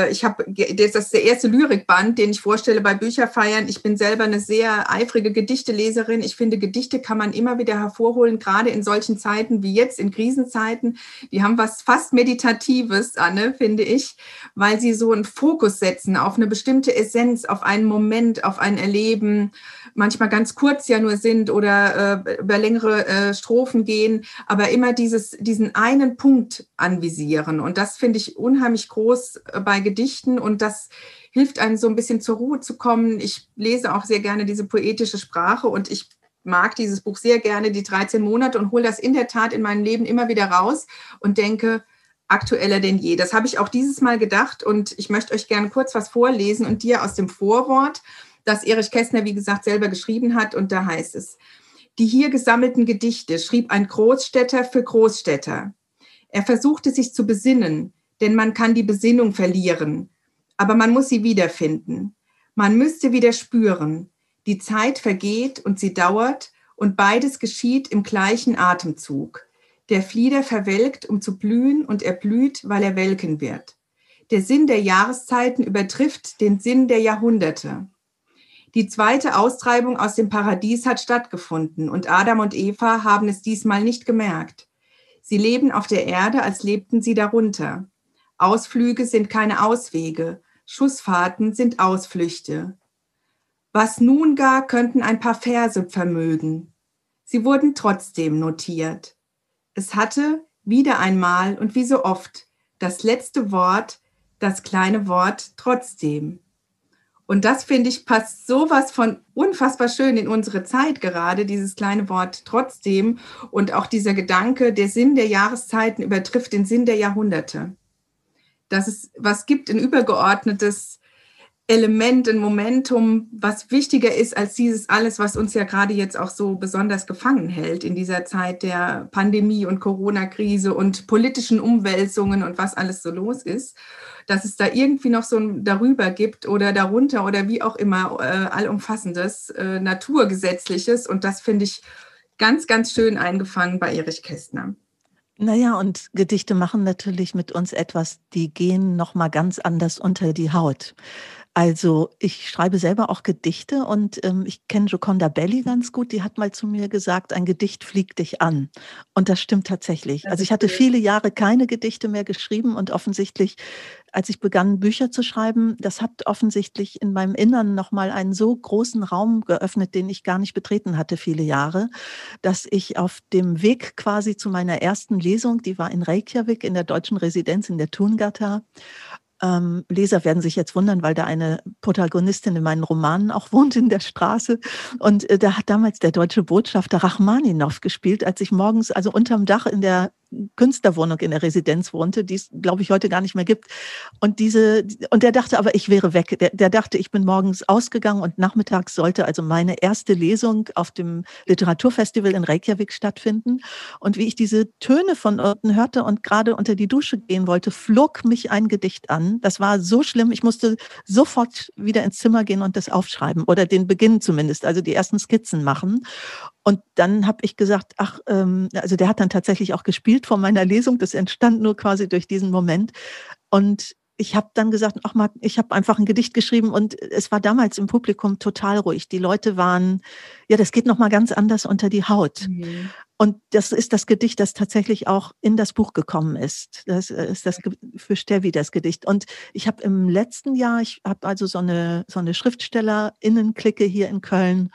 S1: das ist der erste Lyrikband, den ich vorstelle bei Bücherfeiern. Ich bin selber eine sehr eifrige Gedichteleserin. Ich finde, Gedichte kann man immer wieder hervorholen, gerade in solchen Zeiten wie jetzt, in Krisenzeiten. Die haben was fast Meditatives, Anne, finde ich, weil sie so einen Fokus setzen auf eine bestimmte Essenz, auf einen Moment, auf ein Erleben, manchmal ganz kurz ja nur sind oder über längere Strophen gehen, aber immer diesen einen Punkt anvisieren. Und das finde ich unheimlich groß bei Gedichten und das hilft einem so ein bisschen zur Ruhe zu kommen. Ich lese auch sehr gerne diese poetische Sprache und ich mag dieses Buch sehr gerne, die 13 Monate, und hole das in der Tat in meinem Leben immer wieder raus und denke, aktueller denn je. Das habe ich auch dieses Mal gedacht und ich möchte euch gerne kurz was vorlesen und dir aus dem Vorwort, das Erich Kästner, wie gesagt, selber geschrieben hat. Und da heißt es: Die hier gesammelten Gedichte schrieb ein Großstädter für Großstädter. Er versuchte sich zu besinnen, denn man kann die Besinnung verlieren, aber man muss sie wiederfinden. Man müsste wieder spüren. Die Zeit vergeht und sie dauert und beides geschieht im gleichen Atemzug. Der Flieder verwelkt, um zu blühen, und er blüht, weil er welken wird. Der Sinn der Jahreszeiten übertrifft den Sinn der Jahrhunderte. Die zweite Austreibung aus dem Paradies hat stattgefunden und Adam und Eva haben es diesmal nicht gemerkt. Sie leben auf der Erde, als lebten sie darunter. Ausflüge sind keine Auswege, Schussfahrten sind Ausflüchte. Was nun gar könnten ein paar Verse vermögen. Sie wurden trotzdem notiert. Es hatte wieder einmal und wie so oft das letzte Wort, das kleine Wort trotzdem. Und das, finde ich, passt sowas von unfassbar schön in unsere Zeit gerade, dieses kleine Wort trotzdem. Und auch dieser Gedanke, der Sinn der Jahreszeiten übertrifft den Sinn der Jahrhunderte. Dass es was gibt, ein übergeordnetes Element, ein Momentum, was wichtiger ist als dieses alles, was uns ja gerade jetzt auch so besonders gefangen hält in dieser Zeit der Pandemie und Corona-Krise und politischen Umwälzungen und was alles so los ist, dass es da irgendwie noch so ein darüber gibt oder darunter oder wie auch immer allumfassendes, naturgesetzliches, und das finde ich ganz, ganz schön eingefangen bei Erich Kästner.
S2: Na ja, und Gedichte machen natürlich mit uns etwas, die gehen noch mal ganz anders unter die Haut. Also, ich schreibe selber auch Gedichte und, ich kenne Gioconda Belli ganz gut. Die hat mal zu mir gesagt: „Ein Gedicht fliegt dich an.“ Und das stimmt tatsächlich.
S1: Das
S2: Also,
S1: ist
S2: ich hatte
S1: schön.
S2: viele Jahre keine Gedichte mehr geschrieben und offensichtlich, als ich begann, Bücher zu schreiben, das hat offensichtlich in meinem Inneren noch mal einen so großen Raum geöffnet, den ich gar nicht betreten hatte viele Jahre, dass ich auf dem Weg quasi zu meiner ersten Lesung, die war in Reykjavik in der deutschen Residenz in der Tungata, Leser werden sich jetzt wundern, weil da eine Protagonistin in meinen Romanen auch wohnt in der Straße. Und da hat damals der deutsche Botschafter Rachmaninow gespielt, als ich morgens, also unterm Dach in der Künstlerwohnung in der Residenz wohnte, die es, glaube ich, heute gar nicht mehr gibt. Und der dachte aber, ich wäre weg. Der dachte, ich bin morgens ausgegangen und nachmittags sollte also meine erste Lesung auf dem Literaturfestival in Reykjavik stattfinden. Und wie ich diese Töne von unten hörte und gerade unter die Dusche gehen wollte, flog mich ein Gedicht an. Das war so schlimm, ich musste sofort wieder ins Zimmer gehen und das aufschreiben oder den Beginn zumindest, also die ersten Skizzen machen. Und dann habe ich gesagt, also der hat dann tatsächlich auch gespielt vor meiner Lesung. Das entstand nur quasi durch diesen Moment. Und ich habe dann gesagt, ich habe einfach ein Gedicht geschrieben und es war damals im Publikum total ruhig. Die Leute waren, ja, das geht nochmal ganz anders unter die Haut. Mhm. Und das ist das Gedicht, das tatsächlich auch in das Buch gekommen ist. Das ist das für Steffi, das Gedicht. Und ich habe im letzten Jahr, ich habe also so eine SchriftstellerInnen-Clique hier in Köln.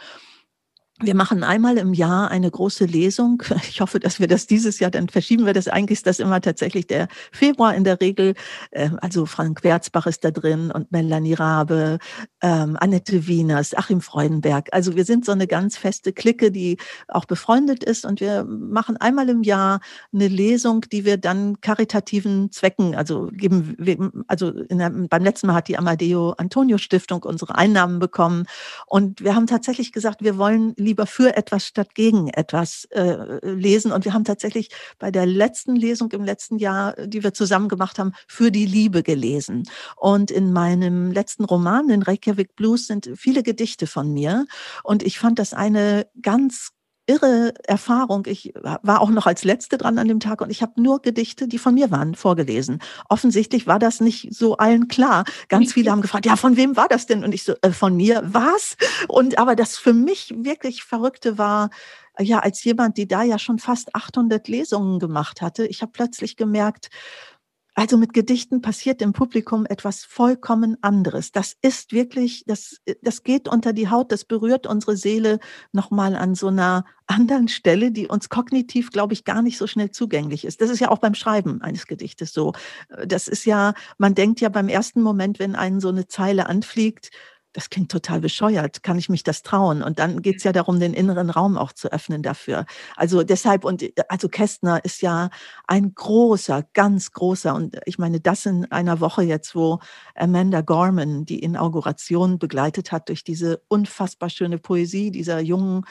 S2: Wir machen einmal im Jahr eine große Lesung. Ich hoffe, dass wir das dieses Jahr, dann verschieben wir das. Eigentlich ist das immer tatsächlich der Februar in der Regel. Also Frank Wärzbach ist da drin und Melanie Rabe, Annette Wieners, Achim Freudenberg. Also wir sind so eine ganz feste Clique, die auch befreundet ist. Und wir machen einmal im Jahr eine Lesung, die wir dann karitativen Zwecken, also geben. Also beim letzten Mal hat die Amadeo Antonio Stiftung unsere Einnahmen bekommen. Und wir haben tatsächlich gesagt, wir wollen lieber für etwas statt gegen etwas lesen. Und wir haben tatsächlich bei der letzten Lesung im letzten Jahr, die wir zusammen gemacht haben, für die Liebe gelesen. Und in meinem letzten Roman, in Reykjavik Blues, sind viele Gedichte von mir. Und ich fand das eine ganz irre Erfahrung. Ich war auch noch als Letzte dran an dem Tag und ich habe nur Gedichte, die von mir waren, vorgelesen. Offensichtlich war das nicht so allen klar. Ganz viele haben gefragt, ja, von wem war das denn? Und ich so, von mir, was? Und aber das für mich wirklich Verrückte war, ja, als jemand, die da ja schon fast 800 Lesungen gemacht hatte, ich habe plötzlich gemerkt, also mit Gedichten passiert im Publikum etwas vollkommen anderes. Das ist wirklich, das geht unter die Haut, das berührt unsere Seele nochmal an so einer anderen Stelle, die uns kognitiv, glaube ich, gar nicht so schnell zugänglich ist. Das ist ja auch beim Schreiben eines Gedichtes so. Das ist ja, man denkt ja beim ersten Moment, wenn einen so eine Zeile anfliegt, das klingt total bescheuert, kann ich mich das trauen? Und dann geht's ja darum, den inneren Raum auch zu öffnen dafür. Also deshalb, also Kästner ist ja ein großer, ganz großer, und ich meine, das in einer Woche jetzt, wo Amanda Gorman die Inauguration begleitet hat durch diese unfassbar schöne Poesie dieser jungen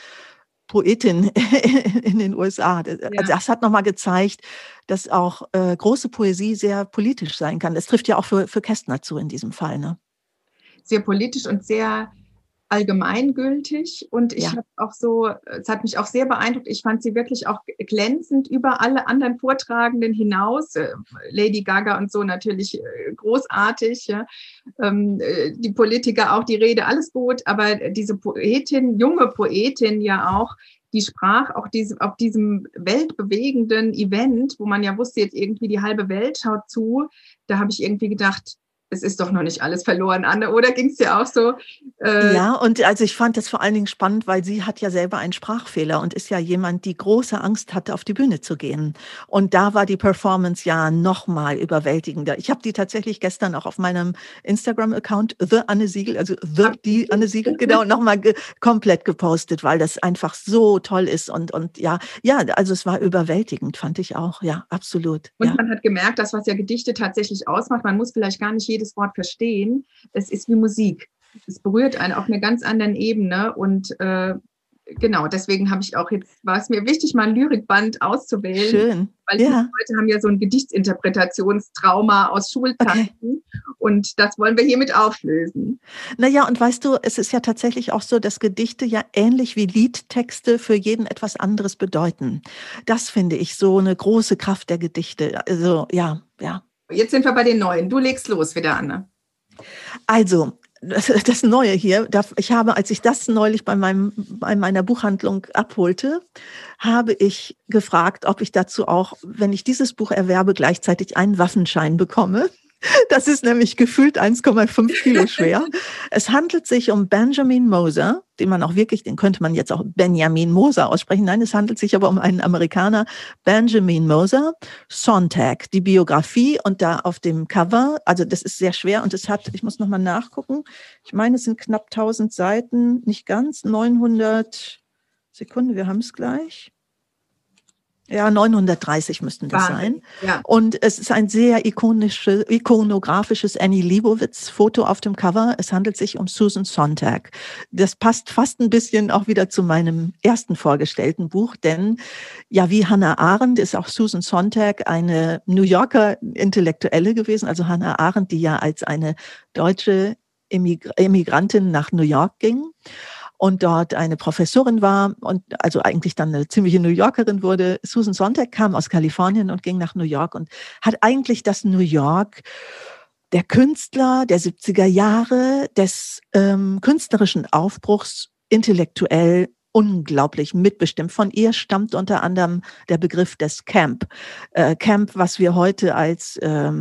S2: Poetin in den USA. Also das hat nochmal gezeigt, dass auch große Poesie sehr politisch sein kann. Das trifft ja auch für Kästner zu in diesem Fall, ne?
S1: Sehr politisch und sehr allgemeingültig. Und ich habe auch so, es hat mich auch sehr beeindruckt. Ich fand sie wirklich auch glänzend über alle anderen Vortragenden hinaus. Lady Gaga und so natürlich großartig. Ja. Die Politiker auch, die Rede, alles gut. Aber diese Poetin, junge Poetin ja auch, die sprach auch auf diesem weltbewegenden Event, wo man ja wusste, jetzt irgendwie die halbe Welt schaut zu. Da habe ich irgendwie gedacht, es ist doch noch nicht alles verloren, Anne, oder ging es dir auch so?
S2: Ja, und also ich fand das vor allen Dingen spannend, weil sie hat ja selber einen Sprachfehler und ist ja jemand, die große Angst hatte, auf die Bühne zu gehen. Und da war die Performance ja noch mal überwältigender. Ich habe die tatsächlich gestern auch auf meinem Instagram-Account, The Anne Siegel, also die Anne Siegel, genau, noch mal komplett gepostet, weil das einfach so toll ist. Und ja, also es war überwältigend, fand ich auch. Ja, absolut.
S1: Und man hat gemerkt, das, was ja Gedichte tatsächlich ausmacht, man muss vielleicht gar nicht jedes Wort verstehen. Es ist wie Musik. Es berührt einen auf einer ganz anderen Ebene. Und genau, deswegen war es mir wichtig, mal ein Lyrikband auszuwählen.
S2: Schön.
S1: Weil viele Leute haben ja so ein Gedichtsinterpretationstrauma aus Schulzeiten. Okay. Und das wollen wir hiermit auflösen.
S2: Naja, und weißt du, es ist ja tatsächlich auch so, dass Gedichte ja ähnlich wie Liedtexte für jeden etwas anderes bedeuten. Das finde ich so eine große Kraft der Gedichte. Also, ja.
S1: Jetzt sind wir bei den Neuen. Du legst los wieder, Anne.
S2: Also, das Neue hier, als ich das neulich bei meiner Buchhandlung abholte, habe ich gefragt, ob ich dazu auch, wenn ich dieses Buch erwerbe, gleichzeitig einen Waffenschein bekomme. Das ist nämlich gefühlt 1,5 Kilo schwer. Es handelt sich um Benjamin Moser, den könnte man jetzt auch Benjamin Moser aussprechen. Nein, es handelt sich aber um einen Amerikaner, Benjamin Moser, Sontag, die Biografie, und da auf dem Cover, also das ist sehr schwer und ich muss nochmal nachgucken, ich meine, es sind knapp 1000 Seiten, nicht ganz, 900 Sekunden, wir haben es gleich. Ja, 930 müssten das sein.
S1: Ja.
S2: Und es ist ein sehr ikonografisches Annie Leibovitz-Foto auf dem Cover. Es handelt sich um Susan Sontag. Das passt fast ein bisschen auch wieder zu meinem ersten vorgestellten Buch, denn ja, wie Hannah Arendt ist auch Susan Sontag eine New Yorker Intellektuelle gewesen. Also Hannah Arendt, die ja als eine deutsche Emigrantin nach New York ging und dort eine Professorin war und also eigentlich dann eine ziemliche New Yorkerin wurde. Susan Sontag kam aus Kalifornien und ging nach New York und hat eigentlich das New York der Künstler der 70er Jahre, des künstlerischen Aufbruchs intellektuell unglaublich mitbestimmt. Von ihr stammt unter anderem der Begriff des Camp. Camp, was wir heute als,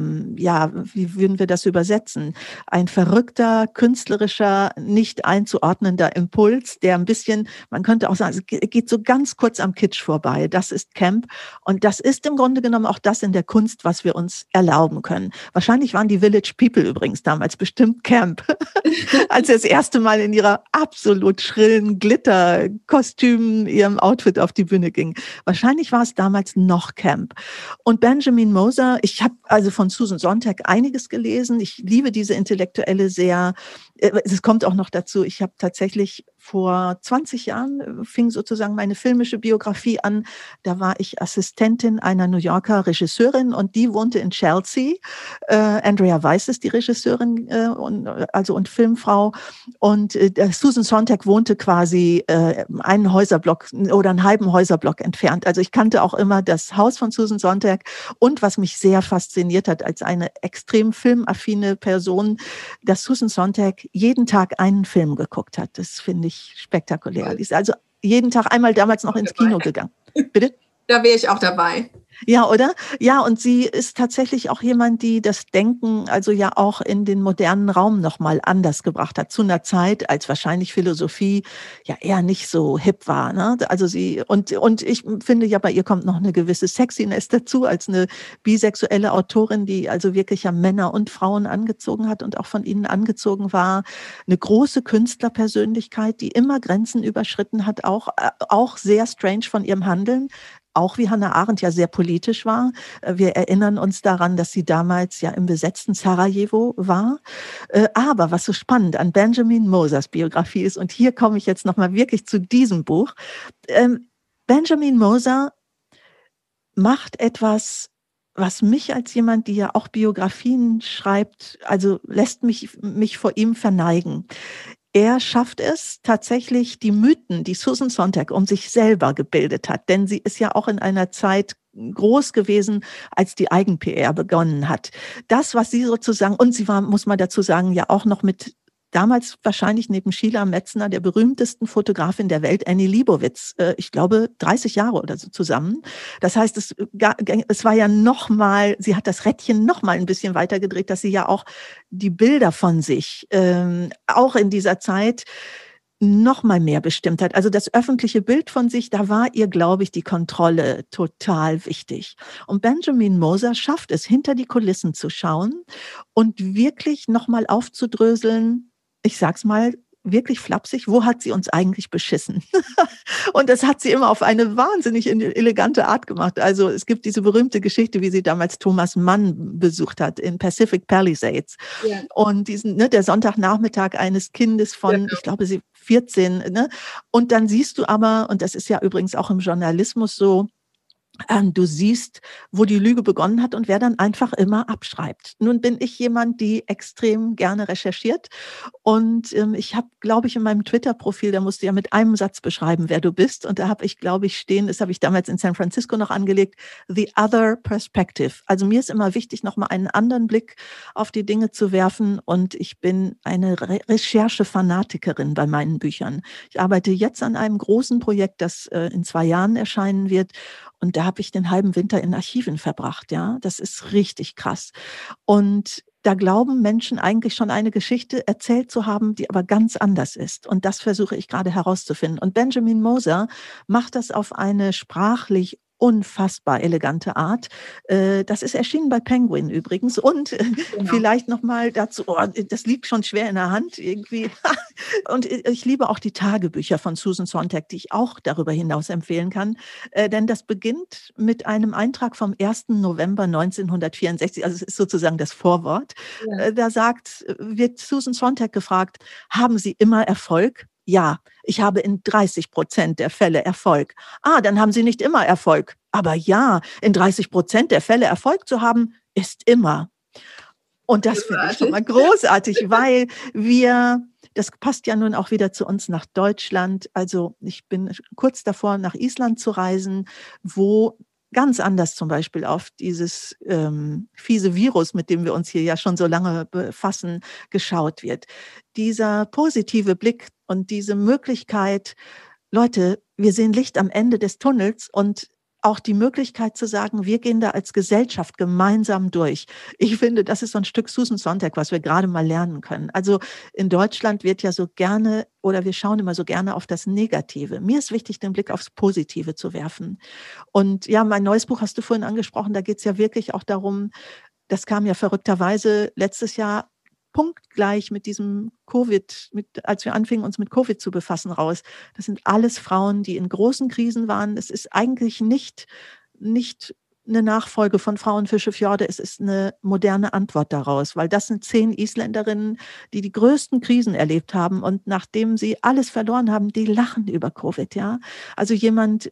S2: wie würden wir das übersetzen? Ein verrückter, künstlerischer, nicht einzuordnender Impuls, der ein bisschen, man könnte auch sagen, es geht so ganz kurz am Kitsch vorbei. Das ist Camp. Und das ist im Grunde genommen auch das in der Kunst, was wir uns erlauben können. Wahrscheinlich waren die Village People übrigens damals bestimmt Camp, als sie das erste Mal in ihrer absolut schrillen Glitterkostümen, ihrem Outfit auf die Bühne ging. Wahrscheinlich war es damals noch Camp. Und Benjamin Moser, ich habe also von Susan Sontag einiges gelesen. Ich liebe diese Intellektuelle sehr. Es kommt auch noch dazu, ich habe tatsächlich vor 20 Jahren fing sozusagen meine filmische Biografie an. Da war ich Assistentin einer New Yorker Regisseurin und die wohnte in Chelsea. Andrea Weiss ist die Regisseurin und Filmfrau. Und Susan Sontag wohnte quasi einen Häuserblock oder einen halben Häuserblock entfernt. Also ich kannte auch immer das Haus von Susan Sontag. Und was mich sehr fasziniert hat als eine extrem filmaffine Person, dass Susan Sontag jeden Tag einen Film geguckt hat. Das finde ich spektakulär. Die ist also jeden Tag einmal damals noch ins Kino gegangen. Bitte?
S1: Da wäre ich auch dabei.
S2: Ja, oder? Ja, und sie ist tatsächlich auch jemand, die das Denken also ja auch in den modernen Raum nochmal anders gebracht hat. Zu einer Zeit, als wahrscheinlich Philosophie ja eher nicht so hip war. Ne? Also und ich finde ja, bei ihr kommt noch eine gewisse Sexiness dazu, als eine bisexuelle Autorin, die also wirklich ja Männer und Frauen angezogen hat und auch von ihnen angezogen war. Eine große Künstlerpersönlichkeit, die immer Grenzen überschritten hat, auch sehr strange von ihrem Handeln. Auch wie Hannah Arendt ja sehr politisch war. Wir erinnern uns daran, dass sie damals ja im besetzten Sarajevo war. Aber was so spannend an Benjamin Mosers Biografie ist, und hier komme ich jetzt nochmal wirklich zu diesem Buch, Benjamin Moser macht etwas, was mich als jemand, die ja auch Biografien schreibt, also lässt mich vor ihm verneigen. Er schafft es tatsächlich, die Mythen, die Susan Sontag um sich selber gebildet hat, denn sie ist ja auch in einer Zeit groß gewesen, als die Eigen-PR begonnen hat. Das, was sie sozusagen, und sie war, muss man dazu sagen, ja auch noch mit damals wahrscheinlich neben Sheila Metzner, der berühmtesten Fotografin der Welt, Annie Leibovitz, ich glaube 30 Jahre oder so zusammen. Das heißt, es war ja nochmal, sie hat das Rädchen nochmal ein bisschen weiter gedreht, dass sie ja auch die Bilder von sich, auch in dieser Zeit, noch mal mehr bestimmt hat. Also das öffentliche Bild von sich, da war ihr, glaube ich, die Kontrolle total wichtig. Und Benjamin Moser schafft es, hinter die Kulissen zu schauen und wirklich noch mal aufzudröseln, ich sag's mal, wirklich flapsig, wo hat sie uns eigentlich beschissen? Und das hat sie immer auf eine wahnsinnig elegante Art gemacht. Also es gibt diese berühmte Geschichte, wie sie damals Thomas Mann besucht hat in Pacific Palisades. Ja. Und der Sonntagnachmittag eines Kindes von, ich glaube, sie 14. Ne? Und dann siehst du aber, und das ist ja übrigens auch im Journalismus so, du siehst, wo die Lüge begonnen hat und wer dann einfach immer abschreibt. Nun bin ich jemand, die extrem gerne recherchiert und ich habe, glaube ich, in meinem Twitter-Profil, da musst du ja mit einem Satz beschreiben, wer du bist, und da habe ich, glaube ich, stehen, das habe ich damals in San Francisco noch angelegt, the other perspective. Also mir ist immer wichtig, nochmal einen anderen Blick auf die Dinge zu werfen, und ich bin eine Recherche-Fanatikerin bei meinen Büchern. Ich arbeite jetzt an einem großen Projekt, das in 2 Jahren erscheinen wird. Und da habe ich den halben Winter in Archiven verbracht, ja. Das ist richtig krass. Und da glauben Menschen eigentlich schon eine Geschichte erzählt zu haben, die aber ganz anders ist. Und das versuche ich gerade herauszufinden. Und Benjamin Moser macht das auf eine sprachlich unfassbar elegante Art. Das ist erschienen bei Penguin übrigens. Und
S1: Genau.
S2: vielleicht nochmal dazu, das liegt schon schwer in der Hand irgendwie. Und ich liebe auch die Tagebücher von Susan Sontag, die ich auch darüber hinaus empfehlen kann. Denn das beginnt mit einem Eintrag vom 1. November 1964. Also es ist sozusagen das Vorwort.
S1: Ja.
S2: Da wird Susan Sontag gefragt, haben Sie immer Erfolg? Ja, ich habe in 30% der Fälle Erfolg. Ah, dann haben Sie nicht immer Erfolg. Aber ja, in 30% der Fälle Erfolg zu haben, ist immer. Und das finde ich schon mal großartig, weil das passt ja nun auch wieder zu uns nach Deutschland. Also ich bin kurz davor, nach Island zu reisen, wo ganz anders zum Beispiel auf dieses fiese Virus, mit dem wir uns hier ja schon so lange befassen, geschaut wird. Dieser positive Blick und diese Möglichkeit, Leute, wir sehen Licht am Ende des Tunnels und auch die Möglichkeit zu sagen, wir gehen da als Gesellschaft gemeinsam durch. Ich finde, das ist so ein Stück Susan Sontag, was wir gerade mal lernen können. Also in Deutschland wird ja so gerne oder wir schauen immer so gerne auf das Negative. Mir ist wichtig, den Blick aufs Positive zu werfen. Und ja, mein neues Buch hast du vorhin angesprochen, da geht es ja wirklich auch darum, das kam ja verrückterweise letztes Jahr punktgleich mit diesem Covid, als wir anfingen, uns mit Covid zu befassen, raus. Das sind alles Frauen, die in großen Krisen waren. Es ist eigentlich nicht eine Nachfolge von Frauenfische Fjorde, es ist eine moderne Antwort daraus, weil das sind 10 Isländerinnen, die die größten Krisen erlebt haben und nachdem sie alles verloren haben, die lachen über Covid, ja. Also jemand,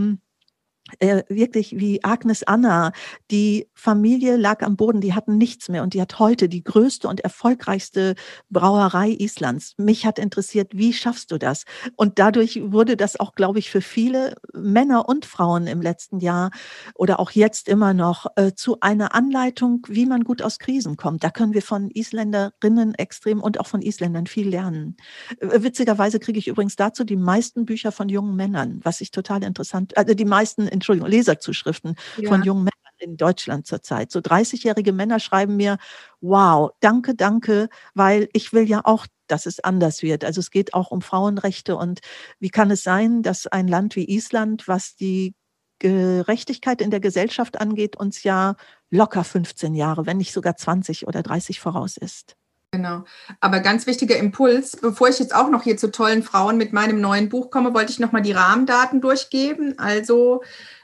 S2: wirklich wie Agnes Anna, die Familie lag am Boden, die hatten nichts mehr und die hat heute die größte und erfolgreichste Brauerei Islands. Mich hat interessiert, wie schaffst du das? Und dadurch wurde das auch, glaube ich, für viele Männer und Frauen im letzten Jahr oder auch jetzt immer noch zu einer Anleitung, wie man gut aus Krisen kommt. Da können wir von Isländerinnen extrem und auch von Isländern viel lernen. Witzigerweise kriege ich übrigens dazu die meisten Bücher von jungen Männern, was ich total interessant, also die meisten, Entschuldigung, Leserzuschriften von
S1: Ja.
S2: jungen Männern in Deutschland zurzeit. So 30-jährige Männer schreiben mir, wow, danke, danke, weil ich will ja auch, dass es anders wird. Also es geht auch um Frauenrechte und wie kann es sein, dass ein Land wie Island, was die Gerechtigkeit in der Gesellschaft angeht, uns ja locker 15 Jahre, wenn nicht sogar 20 oder 30 voraus ist.
S1: Genau. Aber ganz wichtiger Impuls, bevor ich jetzt auch noch hier zu tollen Frauen mit meinem neuen Buch komme, wollte ich nochmal die Rahmendaten durchgeben. Also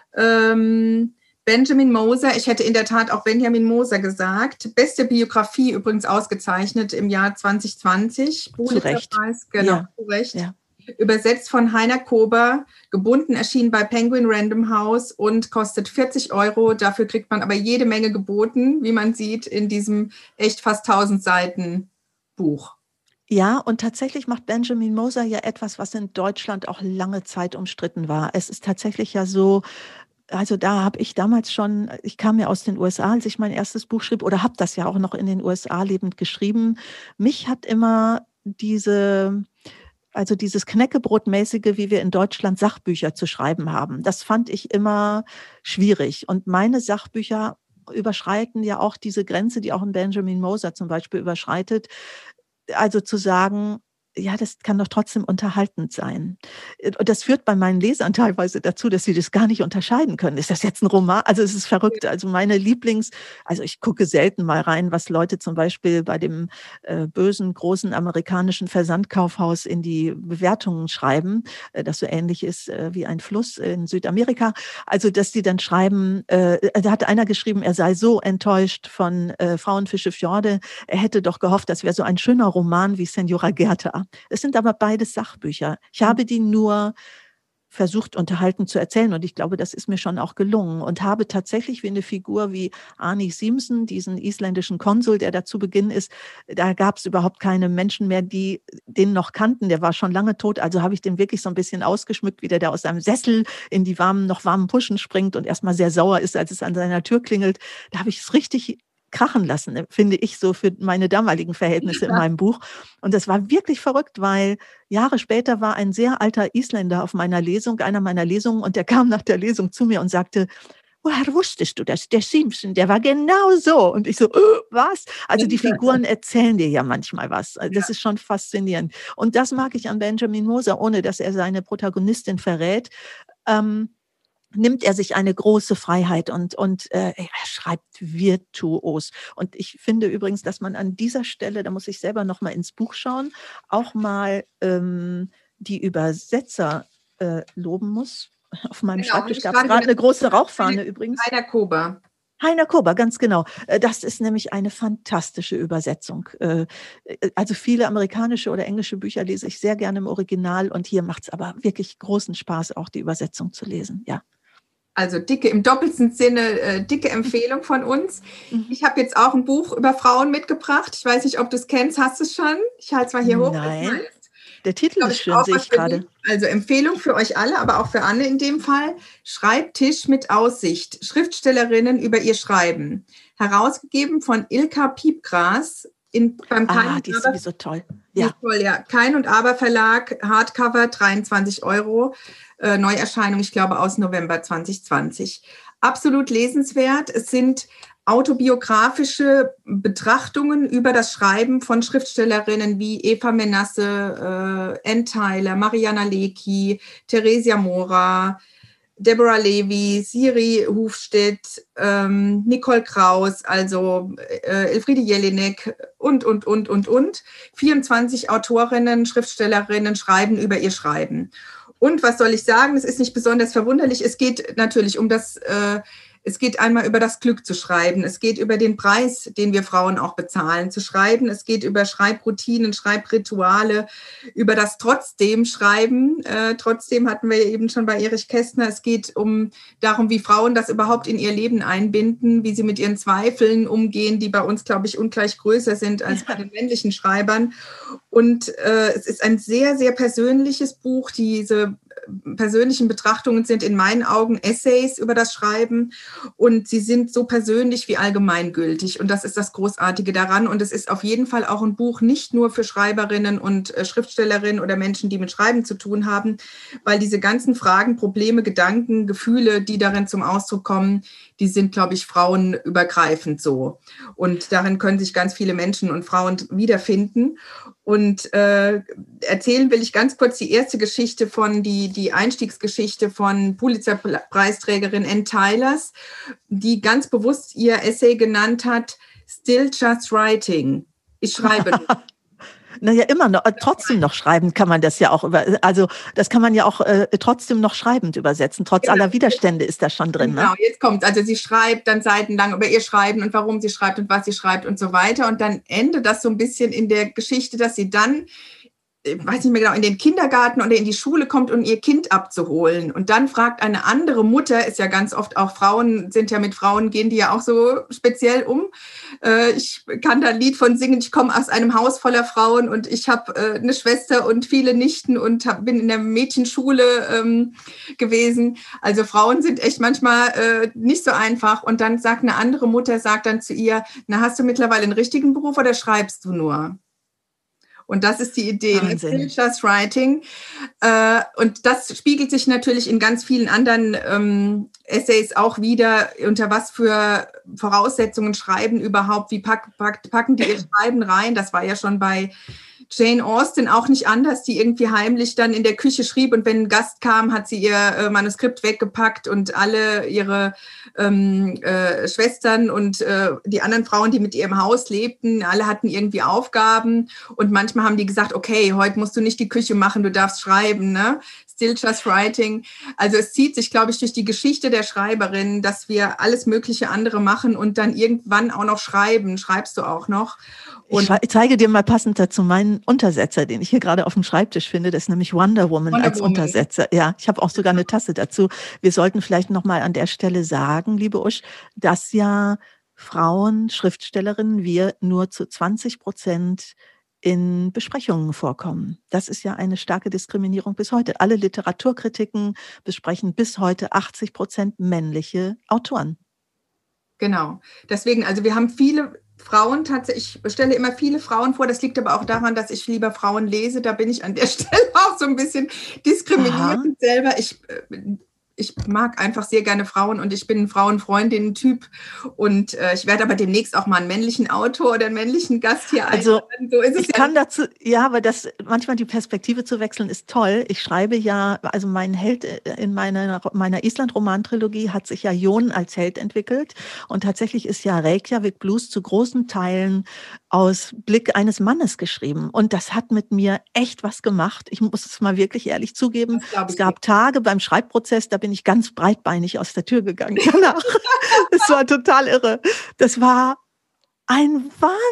S1: Benjamin Moser, ich hätte in der Tat auch Benjamin Moser gesagt, beste Biografie übrigens ausgezeichnet im Jahr 2020.
S2: Zu Recht.
S1: Pulitzerpreis, genau,
S2: Ja.
S1: zu Recht.
S2: Ja.
S1: Übersetzt von Heiner Kober, gebunden, erschienen bei Penguin Random House und kostet 40 Euro. Dafür kriegt man aber jede Menge geboten, wie man sieht, in diesem echt fast 1000 Seiten Buch.
S2: Ja, und tatsächlich macht Benjamin Moser ja etwas, was in Deutschland auch lange Zeit umstritten war. Es ist tatsächlich ja so, also da habe ich damals schon, ich kam ja aus den USA, als ich mein erstes Buch schrieb, oder habe das ja auch noch in den USA lebend geschrieben. Mich hat immer also dieses Knäckebrotmäßige, wie wir in Deutschland Sachbücher zu schreiben haben, das fand ich immer schwierig. Und meine Sachbücher überschreiten ja auch diese Grenze, die auch ein Benjamin Moser zum Beispiel überschreitet. Also zu sagen, ja, das kann doch trotzdem unterhaltend sein. Und das führt bei meinen Lesern teilweise dazu, dass sie das gar nicht unterscheiden können. Ist das jetzt ein Roman? Also es ist verrückt. Also also ich gucke selten mal rein, was Leute zum Beispiel bei dem bösen, großen amerikanischen Versandkaufhaus in die Bewertungen schreiben, das so ähnlich ist wie ein Fluss in Südamerika. Also dass die dann schreiben, da hat einer geschrieben, er sei so enttäuscht von Frauenfische Fjorde, er hätte doch gehofft, das wäre so ein schöner Roman wie Senora Gerta. Es sind aber beides Sachbücher. Ich habe die nur versucht, unterhaltend zu erzählen und ich glaube, das ist mir schon auch gelungen und habe tatsächlich wie eine Figur wie Arni Simpson, diesen isländischen Konsul, der da zu Beginn ist, da gab es überhaupt keine Menschen mehr, die den noch kannten, der war schon lange tot, also habe ich den wirklich so ein bisschen ausgeschmückt, wie der da aus seinem Sessel in die noch warmen Puschen springt und erstmal sehr sauer ist, als es an seiner Tür klingelt. Da habe ich es richtig krachen lassen, finde ich so für meine damaligen Verhältnisse in meinem Buch. Und das war wirklich verrückt, weil Jahre später war ein sehr alter Isländer auf einer meiner Lesungen und der kam nach der Lesung zu mir und sagte, woher wusstest du das? Der Simpson, der war genau so. Und ich so, was? Also die Figuren erzählen dir ja manchmal was. Das ist schon faszinierend. Und das mag ich an Benjamin Moser, ohne dass er seine Protagonistin verrät. Nimmt er sich eine große Freiheit und er schreibt virtuos. Und ich finde übrigens, dass man an dieser Stelle, da muss ich selber noch mal ins Buch schauen, auch mal die Übersetzer loben muss. Auf meinem Schreibtisch gab es gerade eine große Rauchfahne übrigens.
S1: Heiner Kober.
S2: Heiner Kober, ganz genau. Das ist nämlich eine fantastische Übersetzung. Also viele amerikanische oder englische Bücher lese ich sehr gerne im Original und hier macht es aber wirklich großen Spaß, auch die Übersetzung zu lesen. Ja.
S1: Also dicke, im doppelten Sinne, dicke Empfehlung von uns. Ich habe jetzt auch ein Buch über Frauen mitgebracht. Ich weiß nicht, ob du es kennst. Hast du es schon? Ich halte es mal hier hoch.
S2: Nein, der Titel ist schön, sehe ich gerade.
S1: Also Empfehlung für euch alle, aber auch für Anne in dem Fall. Schreibtisch mit Aussicht. Schriftstellerinnen über ihr Schreiben. Herausgegeben von Ilka Piepgras. Beim
S2: die ist sowieso toll.
S1: Ja. Toll, ja. Kein und Aber Verlag, Hardcover, 23 €. Neuerscheinung, ich glaube, aus November 2020. Absolut lesenswert. Es sind autobiografische Betrachtungen über das Schreiben von Schriftstellerinnen wie Eva Menasse, Ann Tyler, Mariana Leckie, Theresia Mora, Deborah Levy, Siri Hufstedt, Nicole Kraus, also Elfriede Jelinek und. 24 Autorinnen, Schriftstellerinnen schreiben über ihr Schreiben. Und was soll ich sagen, es ist nicht besonders verwunderlich, es geht natürlich es geht einmal über das Glück zu schreiben, es geht über den Preis, den wir Frauen auch bezahlen, zu schreiben, es geht über Schreibroutinen, Schreibrituale, über das Trotzdem Schreiben. Trotzdem hatten wir ja eben schon bei Erich Kästner, es geht darum, wie Frauen das überhaupt in ihr Leben einbinden, wie sie mit ihren Zweifeln umgehen, die bei uns, glaube ich, ungleich größer sind als bei den männlichen Schreibern. Und es ist ein sehr, sehr persönliches Buch. Diese persönlichen Betrachtungen sind in meinen Augen Essays über das Schreiben und sie sind so persönlich wie allgemeingültig und das ist das Großartige daran und es ist auf jeden Fall auch ein Buch nicht nur für Schreiberinnen und Schriftstellerinnen oder Menschen, die mit Schreiben zu tun haben, weil diese ganzen Fragen, Probleme, Gedanken, Gefühle, die darin zum Ausdruck kommen, die sind, glaube ich, frauenübergreifend so und darin können sich ganz viele Menschen und Frauen wiederfinden. Und erzählen will ich ganz kurz die erste Geschichte die Einstiegsgeschichte von Pulitzer-Preisträgerin Ann Tylers, die ganz bewusst ihr Essay genannt hat, Still Just Writing. Ich schreibe.
S2: Naja, immer noch, trotzdem noch schreiben kann man das ja auch also das kann man ja auch trotzdem noch schreibend übersetzen. Trotz aller Widerstände ist das schon drin.
S1: Genau,
S2: ne?
S1: Jetzt kommt also sie schreibt dann seitenlang über ihr Schreiben und warum sie schreibt und was sie schreibt und so weiter. Und dann endet das so ein bisschen in der Geschichte, dass sie dann weiß nicht mehr genau, in den Kindergarten oder in die Schule kommt, um ihr Kind abzuholen. Und dann fragt eine andere Mutter, ist ja ganz oft auch Frauen, sind ja mit Frauen, gehen die ja auch so speziell um. Ich kann da ein Lied von singen, ich komme aus einem Haus voller Frauen und ich habe eine Schwester und viele Nichten und bin in der Mädchenschule gewesen. Also Frauen sind echt manchmal nicht so einfach. Und dann sagt eine andere Mutter, sagt dann zu ihr, na, hast du mittlerweile einen richtigen Beruf oder schreibst du nur? Und das ist die Idee, Still Just Writing. Und das spiegelt sich natürlich in ganz vielen anderen Essays auch wieder, unter was für Voraussetzungen schreiben überhaupt, wie packen die ihr Schreiben rein. Das war ja schon bei Jane Austen auch nicht anders, die irgendwie heimlich dann in der Küche schrieb und wenn ein Gast kam, hat sie ihr Manuskript weggepackt und alle ihre Schwestern und die anderen Frauen, die mit ihr im Haus lebten, alle hatten irgendwie Aufgaben und manchmal haben die gesagt, okay, heute musst du nicht die Küche machen, du darfst schreiben, ne? Still Just Writing. Also es zieht sich, glaube ich, durch die Geschichte der Schreiberin, dass wir alles mögliche andere machen und dann irgendwann auch noch schreiben. Schreibst du auch noch?
S2: Und ich zeige dir mal passend dazu meinen Untersetzer, den ich hier gerade auf dem Schreibtisch finde. Das ist nämlich Wonder Woman als Untersetzer. Ja, ich habe auch sogar eine Tasse dazu. Wir sollten vielleicht noch mal an der Stelle sagen, liebe Usch, dass ja Frauen, Schriftstellerinnen, wir nur zu 20% in Besprechungen vorkommen. Das ist ja eine starke Diskriminierung bis heute. Alle Literaturkritiken besprechen bis heute 80% männliche Autoren.
S1: Genau. Deswegen, also wir haben viele Frauen tatsächlich, ich stelle immer viele Frauen vor, das liegt aber auch daran, dass ich lieber Frauen lese, da bin ich an der Stelle auch so ein bisschen diskriminierend selber. Ich ich mag einfach sehr gerne Frauen und ich bin ein Frauenfreundinnen-Typ und ich werde aber demnächst auch mal einen männlichen Autor oder einen männlichen Gast hier
S2: Also
S1: einladen. So ist es
S2: ich
S1: ja.
S2: kann dazu, ja, aber das manchmal die Perspektive zu wechseln ist toll. Ich schreibe ja, also mein Held in meiner Island-Roman-Trilogie hat sich ja Jon als Held entwickelt und tatsächlich ist ja Reykjavik Blues zu großen Teilen aus Blick eines Mannes geschrieben und das hat mit mir echt was gemacht. Ich muss es mal wirklich ehrlich zugeben.
S1: Das glaube
S2: Es
S1: ich dir.
S2: gab Tage beim Schreibprozess, da bin ich ganz breitbeinig aus der Tür gegangen danach. Es war total irre. Das war ein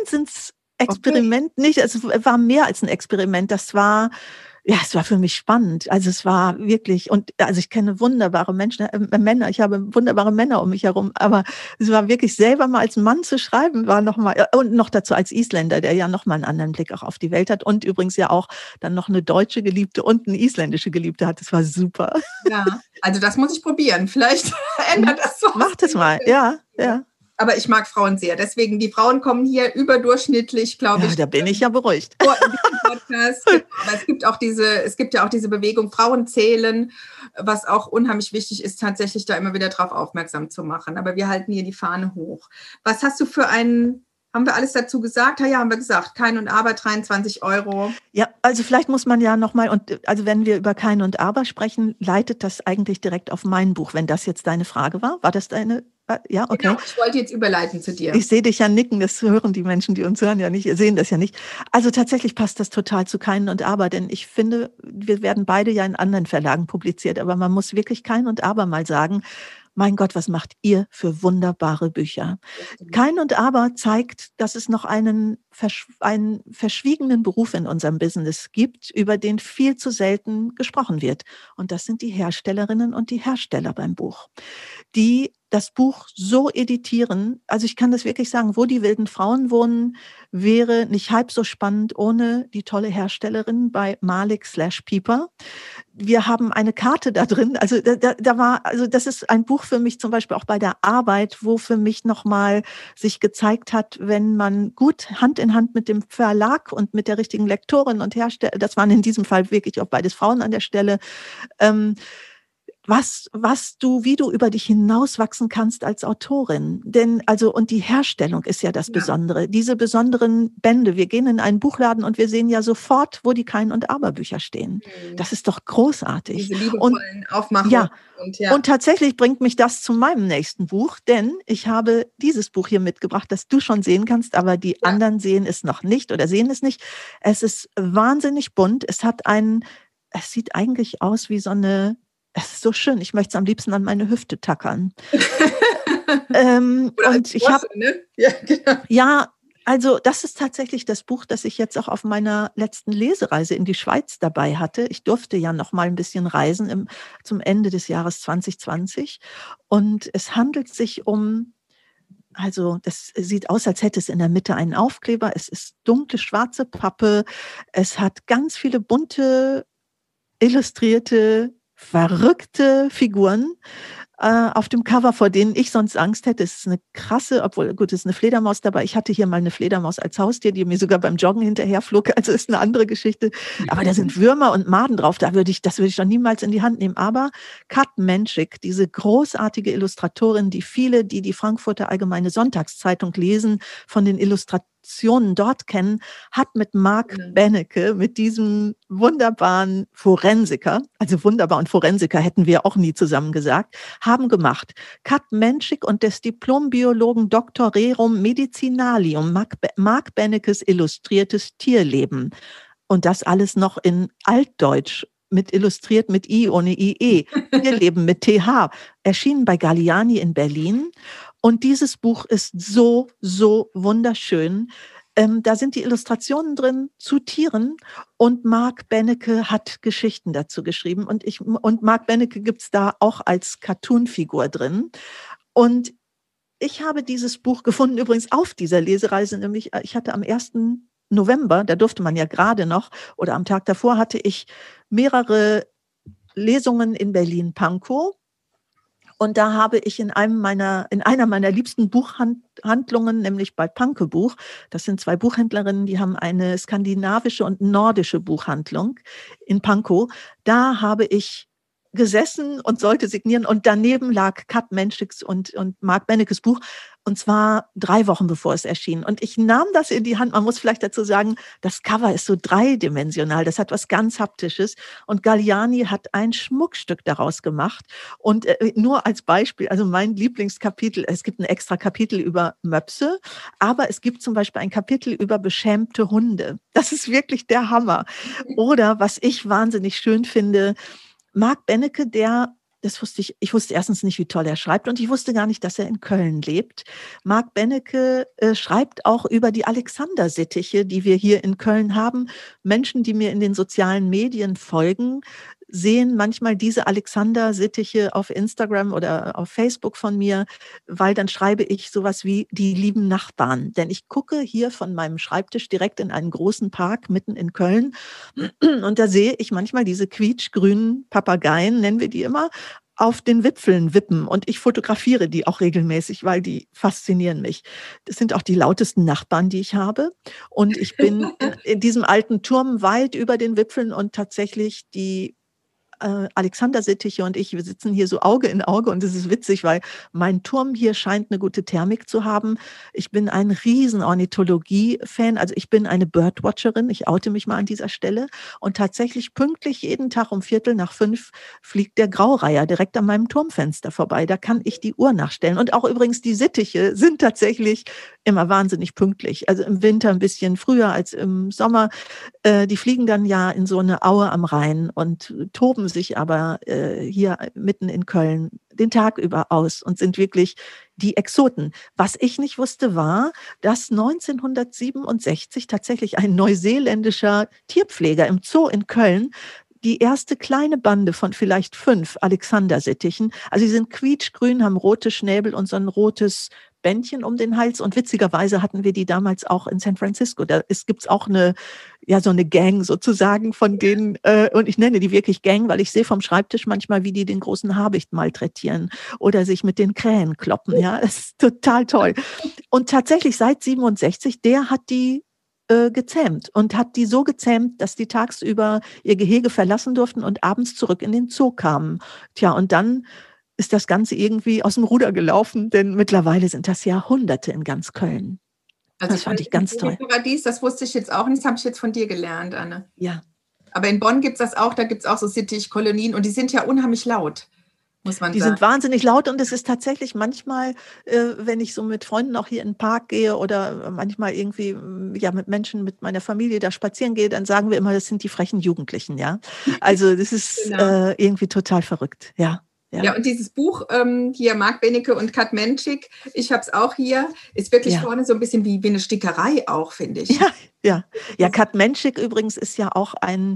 S1: Okay.
S2: Wahnsinnsexperiment, nicht, es war mehr als ein Experiment. Das war, ja, es war für mich spannend. Also es war wirklich, und also ich kenne wunderbare Menschen, Männer, ich habe wunderbare Männer um mich herum, aber es war wirklich selber mal als Mann zu schreiben, war nochmal, und noch dazu als Isländer, der ja nochmal einen anderen Blick auch auf die Welt hat und übrigens ja auch dann noch eine deutsche Geliebte und eine isländische Geliebte hat. Das war super.
S1: Ja, also das muss ich probieren. Vielleicht ändert das was.
S2: Macht es mal, ja, ja.
S1: Aber ich mag Frauen sehr. Deswegen, die Frauen kommen hier überdurchschnittlich, glaube
S2: Ja,
S1: ich,
S2: da bin ich ja beruhigt.
S1: vor in diesem Podcast. Genau. Aber es gibt ja auch diese Bewegung Frauen zählen, was auch unheimlich wichtig ist, tatsächlich da immer wieder drauf aufmerksam zu machen. Aber wir halten hier die Fahne hoch. Was hast du für einen, haben wir alles dazu gesagt? Ja, haben wir gesagt. Kein und Aber, 23 Euro.
S2: Ja, also vielleicht muss man ja nochmal, und also wenn wir über Kein und Aber sprechen, leitet das eigentlich direkt auf mein Buch, wenn das jetzt deine Frage war. War das deine? Ja, okay.
S1: Genau, ich wollte jetzt überleiten zu dir.
S2: Ich sehe dich ja nicken, das hören die Menschen, die uns hören ja nicht, sehen das ja nicht. Also tatsächlich passt das total zu Kein und Aber, denn ich finde, wir werden beide ja in anderen Verlagen publiziert, aber man muss wirklich Kein und Aber mal sagen, mein Gott, was macht ihr für wunderbare Bücher? Kein und Aber zeigt, dass es noch einen verschwiegenen Beruf in unserem Business gibt, über den viel zu selten gesprochen wird. Und das sind die Herstellerinnen und die Hersteller beim Buch, die das Buch so editieren. Also ich kann das wirklich sagen, wo die wilden Frauen wohnen, wäre nicht halb so spannend ohne die tolle Herstellerin bei Malik/Pieper. Wir haben eine Karte da drin. Also da war, also das ist ein Buch für mich zum Beispiel auch bei der Arbeit, wo für mich nochmal sich gezeigt hat, wenn man gut Hand in Hand mit dem Verlag und mit der richtigen Lektorin und Hersteller, das waren in diesem Fall wirklich auch beides Frauen an der Stelle, ähm, wie du über dich hinauswachsen kannst als Autorin. Denn, also, und die Herstellung ist ja das Besondere. Diese besonderen Bände. Wir gehen in einen Buchladen und wir sehen ja sofort, wo die Kein- und Aber-Bücher stehen. Das ist doch großartig.
S1: Diese
S2: Und
S1: liebevollen Aufmachungen.
S2: ja, und tatsächlich bringt mich das zu meinem nächsten Buch, denn ich habe dieses Buch hier mitgebracht, das du schon sehen kannst, aber die anderen sehen es noch nicht oder sehen es nicht. Es ist wahnsinnig bunt. Es sieht eigentlich aus wie so eine, es ist so schön, ich möchte es am liebsten an meine Hüfte tackern. Und ich habe,
S1: ne? Ja, genau.
S2: ja, also das ist tatsächlich das Buch, das ich jetzt auch auf meiner letzten Lesereise in die Schweiz dabei hatte. Ich durfte ja noch mal ein bisschen reisen zum Ende des Jahres 2020. Und es handelt sich um, also das sieht aus, als hätte es in der Mitte einen Aufkleber. Es ist dunkle, schwarze Pappe. Es hat ganz viele bunte, illustrierte, verrückte Figuren auf dem Cover, vor denen ich sonst Angst hätte. Es ist eine krasse, obwohl, gut, es ist eine Fledermaus dabei. Ich hatte hier mal eine Fledermaus als Haustier, die mir sogar beim Joggen hinterherflog. Also ist eine andere Geschichte. Aber da sind Würmer und Maden drauf. Das würde ich doch niemals in die Hand nehmen. Aber Kat Menschik, diese großartige Illustratorin, die viele, die die Frankfurter Allgemeine Sonntagszeitung lesen, von den Illustrationen dort kennen, hat mit Mark Benecke, mit diesem wunderbaren Forensiker, also wunderbar und Forensiker hätten wir auch nie zusammen gesagt, haben gemacht. Kat Menschik und des Diplombiologen Dr. Rerum Medicinalium, Mark Benekes illustriertes Tierleben. Und das alles noch in Altdeutsch, illustriert mit I ohne IE. Tierleben mit TH. Erschienen bei Galliani in Berlin. Und dieses Buch ist so, so wunderschön. Da sind die Illustrationen drin zu Tieren und Mark Benecke hat Geschichten dazu geschrieben und Mark Benecke gibt es da auch als Cartoonfigur drin. Und ich habe dieses Buch gefunden, übrigens auf dieser Lesereise, nämlich ich hatte am 1. November, da durfte man ja gerade noch, oder am Tag davor hatte ich mehrere Lesungen in Berlin-Pankow. Und da habe ich in einer meiner liebsten Buchhandlungen, nämlich bei Panke Buch, das sind 2 Buchhändlerinnen, die haben eine skandinavische und nordische Buchhandlung in Pankow, da habe ich gesessen und sollte signieren und daneben lag Kat Menschiks und Mark Benekes Buch und zwar 3 Wochen bevor es erschien. Und ich nahm das in die Hand. Man muss vielleicht dazu sagen, das Cover ist so dreidimensional. Das hat was ganz Haptisches. Und Galliani hat ein Schmuckstück daraus gemacht. Und nur als Beispiel, also mein Lieblingskapitel, es gibt ein extra Kapitel über Möpse, aber es gibt zum Beispiel ein Kapitel über beschämte Hunde. Das ist wirklich der Hammer. Oder was ich wahnsinnig schön finde, Mark Benecke, ich wusste erstens nicht, wie toll er schreibt und ich wusste gar nicht, dass er in Köln lebt. Mark Benecke schreibt auch über die Alexander-Sittiche, die wir hier in Köln haben. Menschen, die mir in den sozialen Medien folgen, sehen manchmal diese Alexander-Sittiche auf Instagram oder auf Facebook von mir, weil dann schreibe ich sowas wie die lieben Nachbarn. Denn ich gucke hier von meinem Schreibtisch direkt in einen großen Park mitten in Köln und da sehe ich manchmal diese quietschgrünen Papageien, nennen wir die immer, auf den Wipfeln wippen und ich fotografiere die auch regelmäßig, weil die faszinieren mich. Das sind auch die lautesten Nachbarn, die ich habe. Und ich bin in diesem alten Turm weit über den Wipfeln und tatsächlich die Alexander-Sittiche und ich, wir sitzen hier so Auge in Auge und es ist witzig, weil mein Turm hier scheint eine gute Thermik zu haben. Ich bin ein riesen Ornithologie-Fan, also ich bin eine Birdwatcherin, ich oute mich mal an dieser Stelle und tatsächlich pünktlich jeden Tag um 4:45 fliegt der Graureiher direkt an meinem Turmfenster vorbei. Da kann ich die Uhr nachstellen und auch übrigens die Sittiche sind tatsächlich immer wahnsinnig pünktlich. Also im Winter ein bisschen früher als im Sommer. Die fliegen dann ja in so eine Aue am Rhein und toben sich aber hier mitten in Köln den Tag über aus und sind wirklich die Exoten. Was ich nicht wusste, war, dass 1967 tatsächlich ein neuseeländischer Tierpfleger im Zoo in Köln die erste kleine Bande von vielleicht 5 Alexander-Sittichen, also sie sind quietschgrün, haben rote Schnäbel und so ein rotes Bändchen um den Hals und witzigerweise hatten wir die damals auch in San Francisco. Da gibt's auch so eine Gang sozusagen von denen, und ich nenne die wirklich Gang, weil ich sehe vom Schreibtisch manchmal, wie die den großen Habicht malträtieren oder sich mit den Krähen kloppen. Ja, das ist total toll. Und tatsächlich seit 67, der hat die gezähmt und hat die so gezähmt, dass die tagsüber ihr Gehege verlassen durften und abends zurück in den Zoo kamen. Tja, und dann ist das Ganze irgendwie aus dem Ruder gelaufen, denn mittlerweile sind das ja Hunderte in ganz Köln.
S1: Also
S2: Das fand ich ganz toll.
S1: Paradies, das wusste ich jetzt auch nicht, das habe ich jetzt von dir gelernt, Anne.
S2: Ja.
S1: Aber in Bonn gibt es das auch, da gibt es auch so Sittich-Kolonien und die sind ja unheimlich laut, muss man
S2: Die
S1: sagen.
S2: sind wahnsinnig laut und es ist tatsächlich manchmal, wenn ich so mit Freunden auch hier in den Park gehe oder manchmal irgendwie ja mit Menschen, mit meiner Familie da spazieren gehe, dann sagen wir immer, das sind die frechen Jugendlichen, ja. Also das ist
S1: Genau.
S2: irgendwie total verrückt, ja.
S1: Ja,
S2: Ja,
S1: und dieses Buch hier, Mark Benecke und Kat Menschik, ich habe es auch hier, ist wirklich
S2: ja.
S1: vorne so ein bisschen wie eine Stickerei auch, finde ich.
S2: Ja, ja. Ja, Kat Menschik übrigens ist ja auch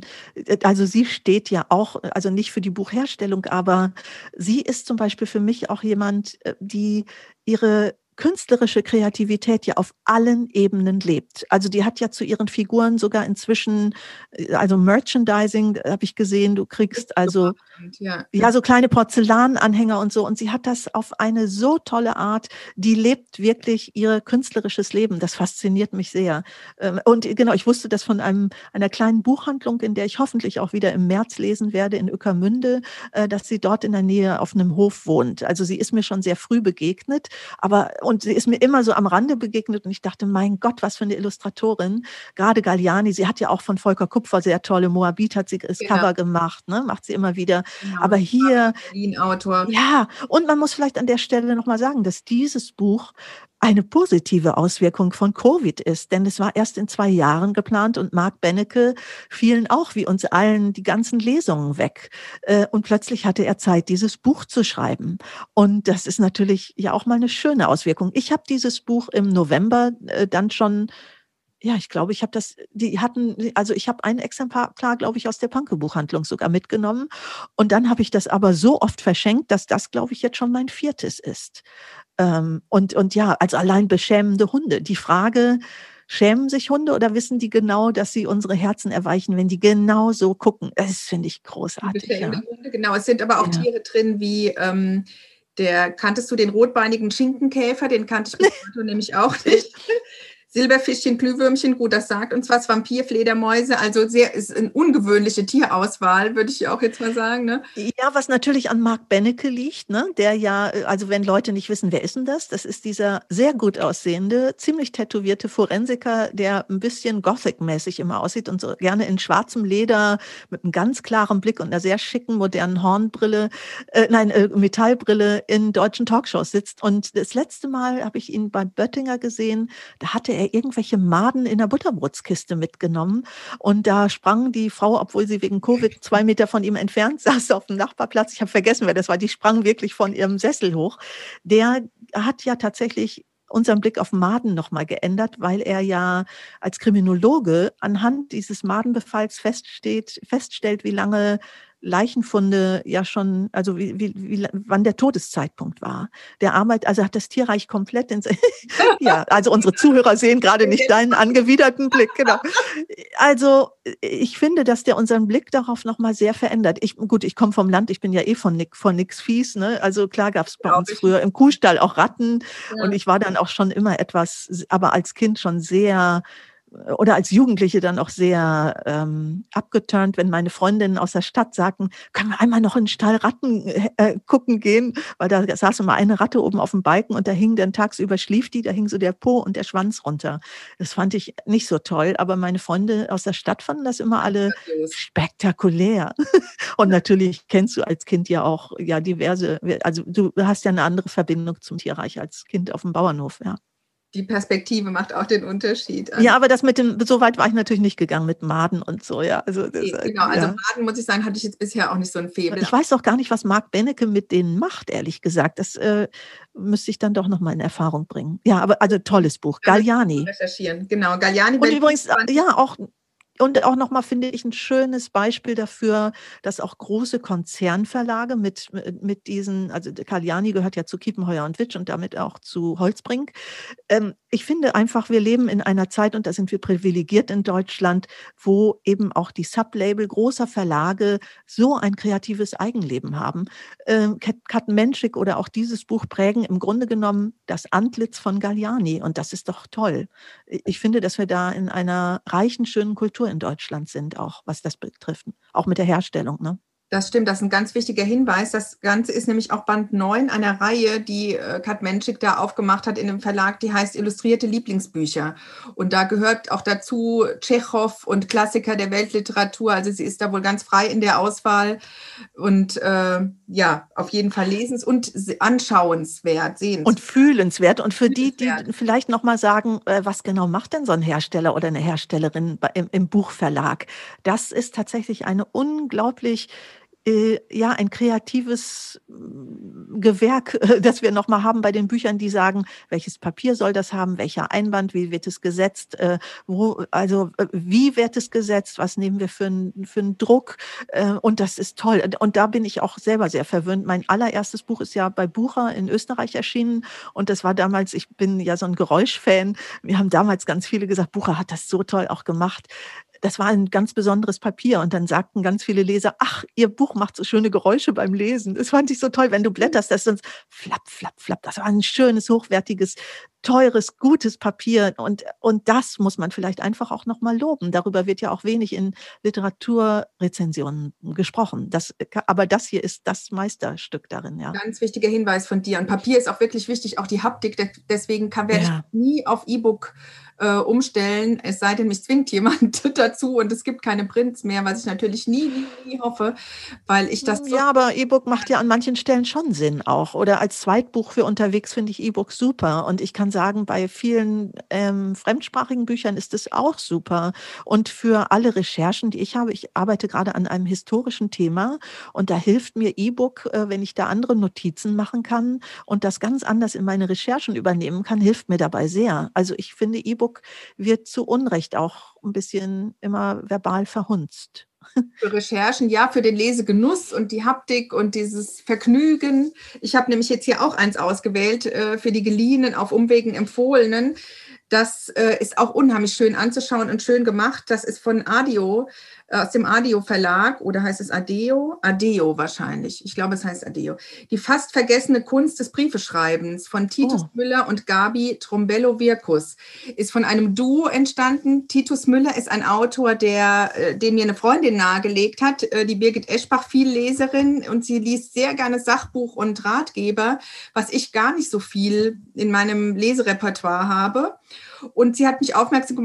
S2: also sie steht ja auch, also nicht für die Buchherstellung, aber sie ist zum Beispiel für mich auch jemand, die ihre künstlerische Kreativität ja auf allen Ebenen lebt. Also die hat ja zu ihren Figuren sogar inzwischen, also Merchandising, habe ich gesehen, du kriegst also
S1: Ja.
S2: ja, so kleine Porzellananhänger und so. Und sie hat das auf eine so tolle Art, die lebt wirklich ihr künstlerisches Leben. Das fasziniert mich sehr. Und genau, ich wusste das von einer kleinen Buchhandlung, in der ich hoffentlich auch wieder im März lesen werde, in Ueckermünde, dass sie dort in der Nähe auf einem Hof wohnt. Also sie ist mir schon sehr früh begegnet, und sie ist mir immer so am Rande begegnet und ich dachte, mein Gott, was für eine Illustratorin. Gerade Galliani, sie hat ja auch von Volker Kupfer sehr tolle Moabit, hat sie das
S1: Genau.
S2: Cover gemacht, ne? Macht sie immer wieder.
S1: Genau.
S2: Aber hier,
S1: Berlin-Autor.
S2: ja, und man muss vielleicht an der Stelle nochmal sagen, dass dieses Buch eine positive Auswirkung von Covid ist, denn es war erst in 2 Jahren geplant und Mark Benecke fielen auch wie uns allen die ganzen Lesungen weg. Und plötzlich hatte er Zeit, dieses Buch zu schreiben. Und das ist natürlich ja auch mal eine schöne Auswirkung. Ich habe dieses Buch im November dann schon ja, ich glaube, ich habe ich habe ein Exemplar, glaube ich, aus der Panke-Buchhandlung sogar mitgenommen. Und dann habe ich das aber so oft verschenkt, dass das, glaube ich, jetzt schon mein 4. ist. Und ja, also allein beschämende Hunde. Die Frage, schämen sich Hunde oder wissen die genau, dass sie unsere Herzen erweichen, wenn die genau so gucken? Das finde ich großartig, ja.
S1: Hunde, genau. Es sind aber auch
S2: Ja.
S1: Tiere drin wie kanntest du den rotbeinigen Schinkenkäfer? Den kannte ich bis heute nämlich auch nicht. Silberfischchen, Glühwürmchen, gut, das sagt uns was, Vampirfledermäuse, also ist eine ungewöhnliche Tierauswahl, würde ich auch jetzt mal sagen. Ne?
S2: Ja, was natürlich an Mark Benecke liegt, ne? Der ja, also wenn Leute nicht wissen, wer ist denn das? Das ist dieser sehr gut aussehende, ziemlich tätowierte Forensiker, der ein bisschen Gothic-mäßig immer aussieht und so gerne in schwarzem Leder mit einem ganz klaren Blick und einer sehr schicken, modernen Hornbrille, Metallbrille in deutschen Talkshows sitzt. Und das letzte Mal habe ich ihn bei Böttinger gesehen, da hatte er irgendwelche Maden in der Butterbrotskiste mitgenommen. Und da sprang die Frau, obwohl sie wegen Covid 2 Meter von ihm entfernt saß, auf dem Nachbarplatz. Ich habe vergessen, wer das war. Die sprang wirklich von ihrem Sessel hoch. Der hat ja tatsächlich unseren Blick auf Maden nochmal geändert, weil er ja als Kriminologe anhand dieses Madenbefalls feststellt, wie lange Leichenfunde ja schon, also wann der Todeszeitpunkt war. Der arbeitet, also hat das Tierreich komplett ja, also unsere Zuhörer sehen gerade nicht deinen angewiderten Blick, genau. Also ich finde, dass der unseren Blick darauf nochmal sehr verändert. Ich komme vom Land, ich bin ja von nix fies, ne? Also klar gab es bei uns früher im Kuhstall auch Ratten und ich war dann auch schon immer etwas, aber als Kind schon sehr oder als Jugendliche dann auch sehr abgeturnt, wenn meine Freundinnen aus der Stadt sagten, können wir einmal noch in den Stall Ratten gucken gehen, weil da saß immer eine Ratte oben auf dem Balken und da hing dann tagsüber, schlief die, da hing so der Po und der Schwanz runter. Das fand ich nicht so toll, aber meine Freunde aus der Stadt fanden das immer alle spektakulär. Und natürlich kennst du als Kind ja auch ja diverse, also du hast ja eine andere Verbindung zum Tierreich als Kind auf dem Bauernhof, ja.
S1: Die Perspektive macht auch den Unterschied.
S2: Ja, aber das so weit war ich natürlich nicht gegangen mit Maden und so, ja. Also das,
S1: genau, also Maden, muss ich sagen, hatte ich jetzt bisher auch nicht so ein Faible.
S2: Ich weiß auch gar nicht, was Mark Benecke mit denen macht, ehrlich gesagt. Das müsste ich dann doch noch mal in Erfahrung bringen. Ja, aber also tolles Buch. Galliani.
S1: Recherchieren, genau. Galliani.
S2: Und übrigens, ja, auch nochmal finde ich ein schönes Beispiel dafür, dass auch große Konzernverlage mit diesen, also Galliani gehört ja zu Kiepenheuer und Witsch und damit auch zu Holtzbrinck. Ich finde einfach, wir leben in einer Zeit, und da sind wir privilegiert in Deutschland, wo eben auch die Sublabel großer Verlage so ein kreatives Eigenleben haben. Kat Menschik oder auch dieses Buch prägen im Grunde genommen das Antlitz von Galliani und das ist doch toll. Ich finde, dass wir da in einer reichen, schönen Kultur in Deutschland sind, auch was das betrifft, auch mit der Herstellung, ne?
S1: Das stimmt, das ist ein ganz wichtiger Hinweis. Das Ganze ist nämlich auch Band 9 einer Reihe, die Kat Menschik da aufgemacht hat in dem Verlag, die heißt Illustrierte Lieblingsbücher. Und da gehört auch dazu Tschechow und Klassiker der Weltliteratur. Also sie ist da wohl ganz frei in der Auswahl. Und ja, auf jeden Fall lesens- und anschauenswert, sehenswert.
S2: Und fühlenswert. Und für die vielleicht nochmal sagen, was genau macht denn so ein Hersteller oder eine Herstellerin im Buchverlag? Das ist tatsächlich eine unglaublich ja, ein kreatives Gewerk, das wir nochmal haben bei den Büchern, die sagen, welches Papier soll das haben, welcher Einband, wie wird es gesetzt, wie wird es gesetzt, was nehmen wir für einen Druck, und das ist toll. Und da bin ich auch selber sehr verwöhnt. Mein allererstes Buch ist ja bei Bucher in Österreich erschienen und das war damals, ich bin ja so ein Geräuschfan, wir haben damals ganz viele gesagt, Bucher hat das so toll auch gemacht. Das war ein ganz besonderes Papier und dann sagten ganz viele Leser, ach, Ihr Buch macht so schöne Geräusche beim Lesen. Das fand ich so toll, wenn du blätterst, das ist sonst flapp, flapp, flapp. Das war ein schönes, hochwertiges, teures, gutes Papier und das muss man vielleicht einfach auch nochmal loben. Darüber wird ja auch wenig in Literaturrezensionen gesprochen. Aber das hier ist das Meisterstück darin, ja.
S1: Ganz wichtiger Hinweis von dir. Und Papier ist auch wirklich wichtig, auch die Haptik. Deswegen werde ich nie auf E-Book umstellen, es sei denn, mich zwingt jemand dazu und es gibt keine Prints mehr, was ich natürlich nie hoffe, weil ich das so...
S2: Ja, aber E-Book macht ja an manchen Stellen schon Sinn auch. Oder als Zweitbuch für unterwegs finde ich E-Book super. Und ich kann sagen, bei vielen fremdsprachigen Büchern ist es auch super. Und für alle Recherchen, die ich habe, ich arbeite gerade an einem historischen Thema und da hilft mir E-Book, wenn ich da andere Notizen machen kann und das ganz anders in meine Recherchen übernehmen kann, hilft mir dabei sehr. Also ich finde, E-Book wird zu Unrecht auch ein bisschen immer verbal verhunzt.
S1: Für Recherchen, ja, für den Lesegenuss und die Haptik und dieses Vergnügen. Ich habe nämlich jetzt hier auch eins ausgewählt, für die geliehenen, auf Umwegen empfohlenen. Das ist auch unheimlich schön anzuschauen und schön gemacht. Das ist von Adeo, aus dem Adeo Verlag, oder heißt es Adeo? Adeo wahrscheinlich. Ich glaube, es heißt Adeo. Die fast vergessene Kunst des Briefeschreibens von Titus
S2: Oh,
S1: Müller und Gabi Trombello-Virkus ist von einem Duo entstanden. Titus Müller ist ein Autor, den mir eine Freundin nahegelegt hat, die Birgit Eschbach, viel Leserin, und sie liest sehr gerne Sachbuch und Ratgeber, was ich gar nicht so viel in meinem Leserepertoire habe. Und sie hat mich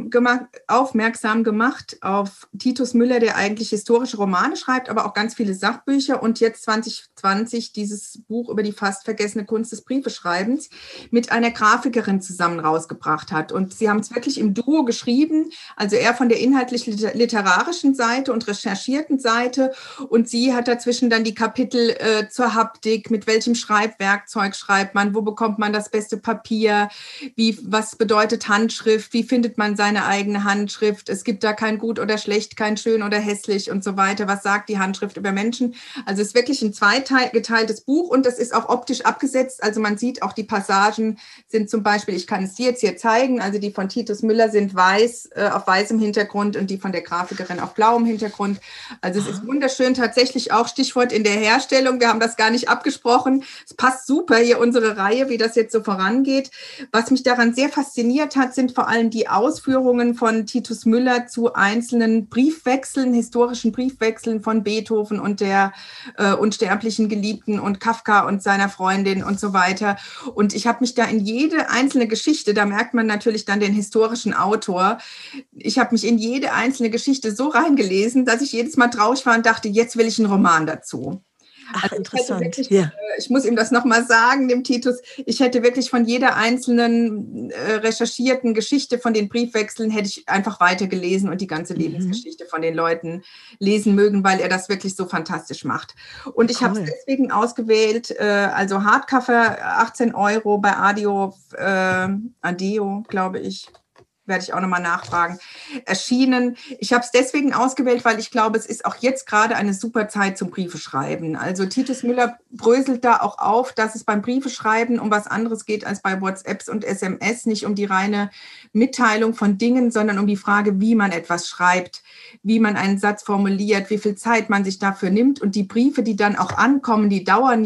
S1: aufmerksam gemacht auf Titus Müller, der eigentlich historische Romane schreibt, aber auch ganz viele Sachbücher, und jetzt 2020 dieses Buch über die fast vergessene Kunst des Briefeschreibens mit einer Grafikerin zusammen rausgebracht hat. Und sie haben es wirklich im Duo geschrieben, also er von der inhaltlich-literarischen Seite und recherchierten Seite, und sie hat dazwischen dann die Kapitel zur Haptik, mit welchem Schreibwerkzeug schreibt man, wo bekommt man das beste Papier, was bedeutet Handschrift, wie findet man seine eigene Handschrift, es gibt da kein gut oder schlecht, kein schön oder hässlich und so weiter, was sagt die Handschrift über Menschen. Also es ist wirklich ein zweigeteiltes Buch, und das ist auch optisch abgesetzt, also man sieht auch, die Passagen sind zum Beispiel, ich kann es dir jetzt hier zeigen, also die von Titus Müller sind weiß, auf weißem Hintergrund, und die von der Grafikerin auf blauem Hintergrund. Also es ist wunderschön, tatsächlich auch Stichwort in der Herstellung, wir haben das gar nicht abgesprochen, es passt super hier unsere Reihe, wie das jetzt so vorangeht. Was mich daran sehr fasziniert hat, sind vor allem die Ausführungen von Titus Müller zu einzelnen Briefwechseln, historischen Briefwechseln von Beethoven und der unsterblichen Geliebten und Kafka und seiner Freundin und so weiter. Und ich habe mich da in jede einzelne Geschichte, da merkt man natürlich dann den historischen Autor, ich habe mich in jede einzelne Geschichte so reingelesen, dass ich jedes Mal traurig war und dachte, jetzt will ich einen Roman dazu.
S2: ach,
S1: Also
S2: interessant. Ja.
S1: ich muss ihm das nochmal sagen, dem Titus, ich hätte wirklich von jeder einzelnen recherchierten Geschichte von den Briefwechseln, hätte ich einfach weitergelesen und die ganze Lebensgeschichte von den Leuten lesen mögen, weil er das wirklich so fantastisch macht. Und ich habe es
S2: Cool.
S1: deswegen ausgewählt, also Hardcover 18 Euro bei Adeo, glaube ich. Werde ich auch nochmal nachfragen, erschienen. Ich habe es deswegen ausgewählt, weil ich glaube, es ist auch jetzt gerade eine super Zeit zum Briefeschreiben. Also Titus Müller bröselt da auch auf, dass es beim Briefeschreiben um was anderes geht als bei WhatsApps und SMS, nicht um die reine Mitteilung von Dingen, sondern um die Frage, wie man etwas schreibt, wie man einen Satz formuliert, wie viel Zeit man sich dafür nimmt. Und die Briefe, die dann auch ankommen, die dauerten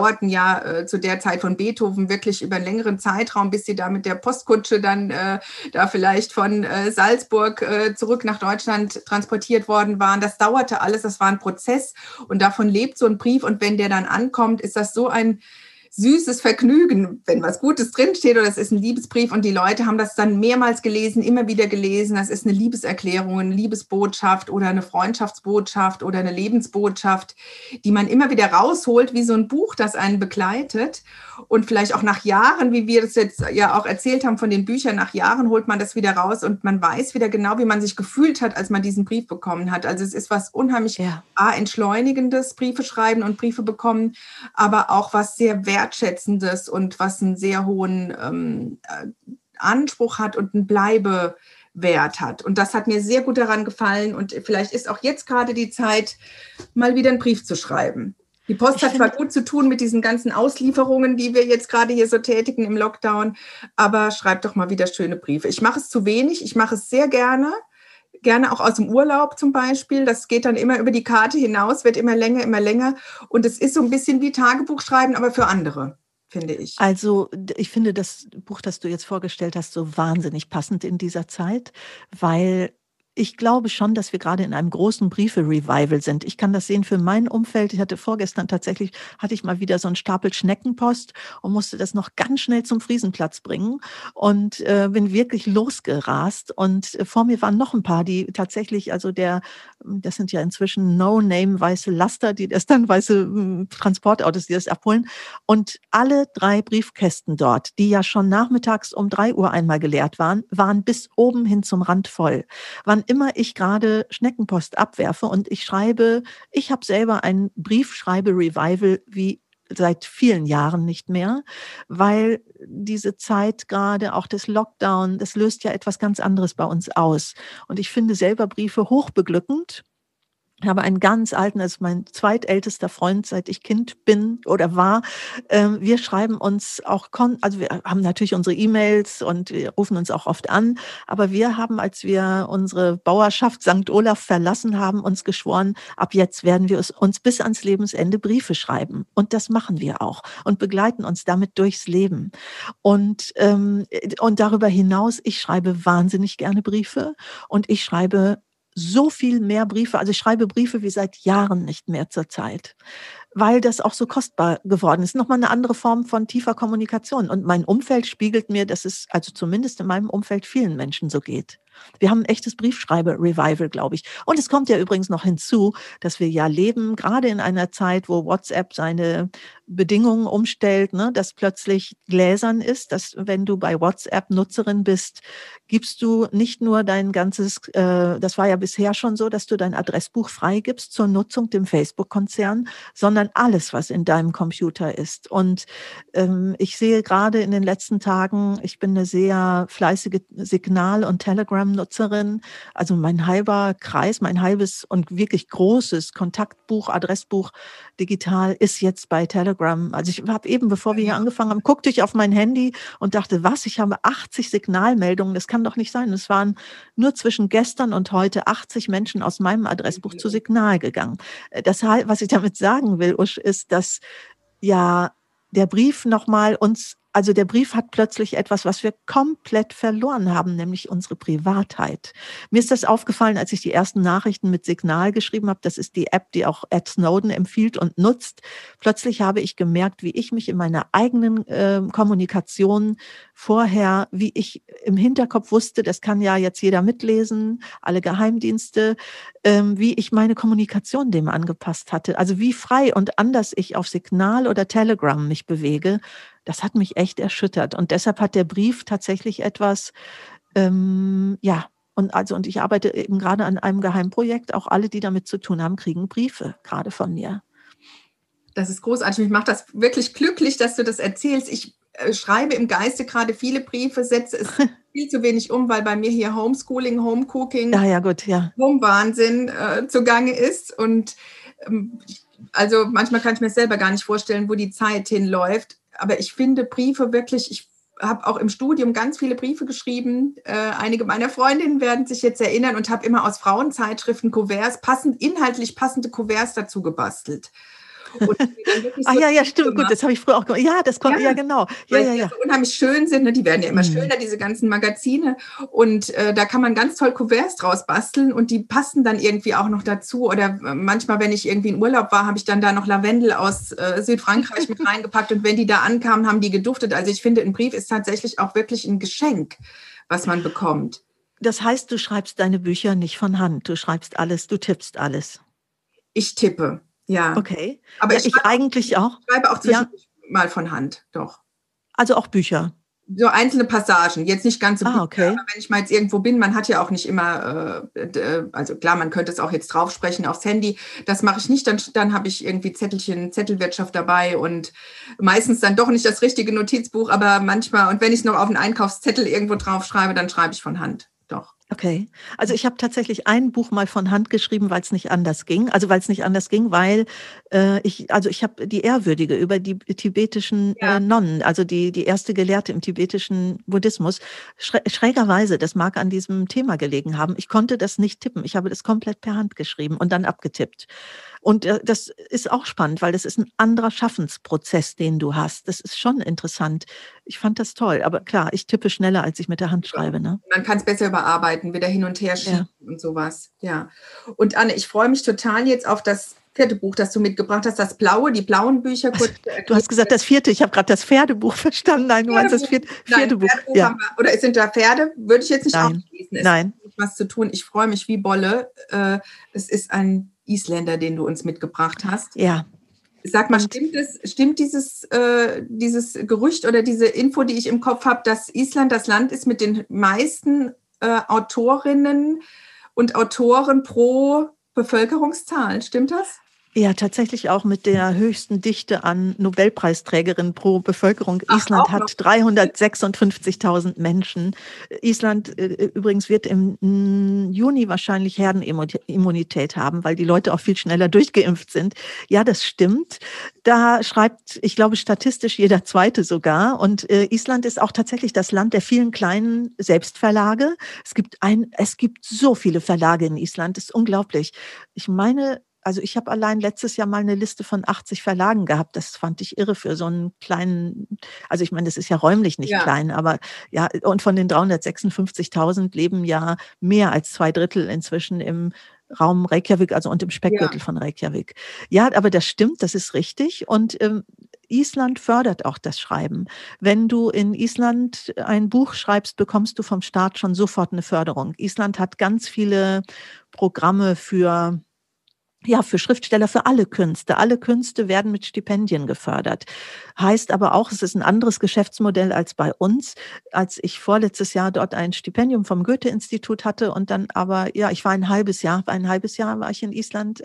S1: ja zu der Zeit von Beethoven wirklich über einen längeren Zeitraum, bis sie da mit der Postkutsche dann da vielleicht von Salzburg zurück nach Deutschland transportiert worden waren. Das dauerte alles, das war ein Prozess, und davon lebt so ein Brief, und wenn der dann ankommt, ist das so ein süßes Vergnügen, wenn was Gutes drinsteht oder es ist ein Liebesbrief und die Leute haben das dann mehrmals gelesen, immer wieder gelesen. Das ist eine Liebeserklärung, eine Liebesbotschaft oder eine Freundschaftsbotschaft oder eine Lebensbotschaft, die man immer wieder rausholt, wie so ein Buch, das einen begleitet. Und vielleicht auch nach Jahren, wie wir das jetzt ja auch erzählt haben von den Büchern, nach Jahren holt man das wieder raus und man weiß wieder genau, wie man sich gefühlt hat, als man diesen Brief bekommen hat. Also es ist was unheimlich entschleunigendes, Briefe schreiben und Briefe bekommen, aber auch was sehr wertschätzendes und was einen sehr hohen Anspruch hat und einen Bleibewert hat. Und das hat mir sehr gut daran gefallen. Und vielleicht ist auch jetzt gerade die Zeit, mal wieder einen Brief zu schreiben. Die Post hat zwar gut zu tun mit diesen ganzen Auslieferungen, die wir jetzt gerade hier so tätigen im Lockdown, aber schreibt doch mal wieder schöne Briefe. Ich mache es zu wenig, ich mache es sehr gerne auch aus dem Urlaub zum Beispiel. Das geht dann immer über die Karte hinaus, wird immer länger, immer länger. Und es ist so ein bisschen wie Tagebuch schreiben, aber für andere, finde ich.
S2: Also, ich finde das Buch, das du jetzt vorgestellt hast, so wahnsinnig passend in dieser Zeit, weil ich glaube schon, dass wir gerade in einem großen Briefe-Revival sind. Ich kann das sehen für mein Umfeld. Ich hatte vorgestern tatsächlich, hatte ich mal wieder so einen Stapel Schneckenpost und musste das noch ganz schnell zum Friesenplatz bringen und bin wirklich losgerast. Und vor mir waren noch ein paar, die tatsächlich, also das sind ja inzwischen No-Name weiße Laster, die das dann weiße Transportautos, die das abholen. Und alle 3 Briefkästen dort, die ja schon nachmittags um 3 Uhr einmal geleert waren, waren bis oben hin zum Rand voll. Wann immer ich gerade Schneckenpost abwerfe und ich habe selber ein Briefschreibe-Revival wie seit vielen Jahren nicht mehr, weil diese Zeit gerade auch des Lockdown, das löst ja etwas ganz anderes bei uns aus. Und ich finde selber Briefe hochbeglückend. Ich habe einen ganz alten, das ist mein zweitältester Freund, seit ich Kind bin oder war. Wir schreiben uns auch, also wir haben natürlich unsere E-Mails und wir rufen uns auch oft an, aber wir haben, als wir unsere Bauerschaft St. Olaf verlassen haben, uns geschworen, ab jetzt werden wir uns bis ans Lebensende Briefe schreiben. Und das machen wir auch und begleiten uns damit durchs Leben. Und darüber hinaus, ich schreibe wahnsinnig gerne Briefe und ich schreibe so viel mehr Briefe. Also ich schreibe Briefe wie seit Jahren nicht mehr zurzeit, weil das auch so kostbar geworden ist. Nochmal eine andere Form von tiefer Kommunikation. Und mein Umfeld spiegelt mir, dass es also zumindest in meinem Umfeld vielen Menschen so geht. Wir haben ein echtes Briefschreiber-Revival, glaube ich. Und es kommt ja übrigens noch hinzu, dass wir ja leben, gerade in einer Zeit, wo WhatsApp seine Bedingungen umstellt, ne, dass plötzlich gläsern ist, dass wenn du bei WhatsApp Nutzerin bist, gibst du nicht nur dein ganzes, das war ja bisher schon so, dass du dein Adressbuch freigibst zur Nutzung dem Facebook-Konzern, sondern alles, was in deinem Computer ist. Und ich sehe gerade in den letzten Tagen, ich bin eine sehr fleißige Signal- und Telegram-Nutzerin, also mein halber Kreis, mein halbes und wirklich großes Kontaktbuch, Adressbuch digital ist jetzt bei Telegram. Also ich habe eben, bevor wir hier angefangen haben, guckte ich auf mein Handy und dachte, was, ich habe 80 Signalmeldungen, das kann doch nicht sein. Es waren nur zwischen gestern und heute 80 Menschen aus meinem Adressbuch zu Signal gegangen. Das heißt, was ich damit sagen will, Usch, ist, dass ja der Brief nochmal uns, also der Brief hat plötzlich etwas, was wir komplett verloren haben, nämlich unsere Privatheit. Mir ist das aufgefallen, als ich die ersten Nachrichten mit Signal geschrieben habe. Das ist die App, die auch Ed Snowden empfiehlt und nutzt. Plötzlich habe ich gemerkt, wie ich mich in meiner eigenen Kommunikation vorher, wie ich im Hinterkopf wusste, das kann ja jetzt jeder mitlesen, alle Geheimdienste, wie ich meine Kommunikation dem angepasst hatte. Also wie frei und anders ich auf Signal oder Telegram mich bewege, das hat mich echt erschüttert. Und deshalb hat der Brief tatsächlich etwas, ja, und ich arbeite eben gerade an einem Geheimprojekt. Auch alle, die damit zu tun haben, kriegen Briefe, gerade von mir.
S1: Das ist großartig. Mich macht das wirklich glücklich, dass du das erzählst. Ich schreibe im Geiste gerade viele Briefe, setze es viel zu wenig um, weil bei mir hier Homeschooling, Homecooking,
S2: Ja, gut, ja.
S1: Home-Wahnsinn zugange ist. Und also manchmal kann ich mir selber gar nicht vorstellen, wo die Zeit hinläuft. Aber ich finde Briefe wirklich, ich habe auch im Studium ganz viele Briefe geschrieben. Einige meiner Freundinnen werden sich jetzt erinnern und habe immer aus Frauenzeitschriften Kuverts, inhaltlich passende Kuverts dazu gebastelt. Und
S2: ja, stimmt, gut, das habe ich früher auch gemacht. Ja, das kommt, ja, genau.
S1: Weil die so unheimlich schön sind, ne? Die werden ja immer schöner, diese ganzen Magazine. Und da kann man ganz toll Kuverts draus basteln und die passen dann irgendwie auch noch dazu. Oder manchmal, wenn ich irgendwie in Urlaub war, habe ich dann da noch Lavendel aus Südfrankreich mit reingepackt. Und wenn die da ankamen, haben die geduftet. Also ich finde, ein Brief ist tatsächlich auch wirklich ein Geschenk, was man bekommt.
S2: Das heißt, du schreibst deine Bücher nicht von Hand. Du schreibst alles, du tippst alles.
S1: Ich tippe. Ja.
S2: Okay.
S1: Aber
S2: ja, ich eigentlich auch.
S1: Ich schreibe auch zwischendurch mal von Hand, doch.
S2: Also auch Bücher.
S1: So einzelne Passagen, jetzt nicht ganze Bücher,
S2: okay.
S1: aber wenn ich mal jetzt irgendwo bin, man hat ja auch nicht immer, also klar, man könnte es auch jetzt draufsprechen aufs Handy, das mache ich nicht, dann habe ich irgendwie Zettelwirtschaft dabei und meistens dann doch nicht das richtige Notizbuch, aber manchmal, und wenn ich noch auf einen Einkaufszettel irgendwo draufschreibe, dann schreibe ich von Hand, doch.
S2: Okay. Also ich habe tatsächlich ein Buch mal von Hand geschrieben, weil es nicht anders ging. Also weil es nicht anders ging, weil ich habe die Ehrwürdige über die tibetischen Nonnen, also die erste Gelehrte im tibetischen Buddhismus, schrägerweise, das mag an diesem Thema gelegen haben, ich konnte das nicht tippen. Ich habe das komplett per Hand geschrieben und dann abgetippt. Und das ist auch spannend, weil das ist ein anderer Schaffensprozess, den du hast. Das ist schon interessant. Ich fand das toll. Aber klar, ich tippe schneller, als ich mit der Hand schreibe. Ne?
S1: Man kann es besser überarbeiten, wieder hin und her schieben und sowas. Ja. Und Anne, ich freue mich total jetzt auf das 4. Buch, das du mitgebracht hast, das blaue, die blauen Bücher.
S2: Du hast gesagt das 4. Ich habe gerade das Pferdebuch verstanden. Nein, du meinst das 4. Buch.
S1: Ja. Oder sind da Pferde? Würde ich jetzt nicht ausschließen.
S2: Nein.
S1: Es gibt was zu tun. Ich freue mich wie Bolle. Es ist ein Isländer, den du uns mitgebracht hast.
S2: Ja.
S1: Sag mal, stimmt dieses Gerücht oder diese Info, die ich im Kopf habe, dass Island das Land ist mit den meisten Autorinnen und Autoren pro Bevölkerungszahl? Stimmt das?
S2: Ja, tatsächlich auch mit der höchsten Dichte an Nobelpreisträgerinnen pro Bevölkerung.
S1: Ach,
S2: Island
S1: auch noch.
S2: hat 356.000 Menschen. Island übrigens wird im Juni wahrscheinlich Herdenimmunität haben, weil die Leute auch viel schneller durchgeimpft sind. Ja, das stimmt. Da schreibt, ich glaube, statistisch jeder Zweite sogar. Und Island ist auch tatsächlich das Land der vielen kleinen Selbstverlage. Es gibt so viele Verlage in Island. Das ist unglaublich. Ich meine, also ich habe allein letztes Jahr mal eine Liste von 80 Verlagen gehabt. Das fand ich irre für so einen kleinen, also ich meine, das ist ja räumlich nicht
S1: Ja,
S2: klein, aber ja, und von den 356.000 leben ja mehr als 2 Drittel inzwischen im Raum Reykjavik, also und im
S1: ja.
S2: Speckgürtel von Reykjavik. Ja, aber das stimmt, das ist richtig. Und Island fördert auch das Schreiben. Wenn du in Island ein Buch schreibst, bekommst du vom Staat schon sofort eine Förderung. Island hat ganz viele Programme für Schriftsteller, für alle Künste. Alle Künste werden mit Stipendien gefördert. Heißt aber auch, es ist ein anderes Geschäftsmodell als bei uns. Als ich vorletztes Jahr dort ein Stipendium vom Goethe-Institut hatte und dann aber, ja, ich war ein halbes Jahr war ich in Island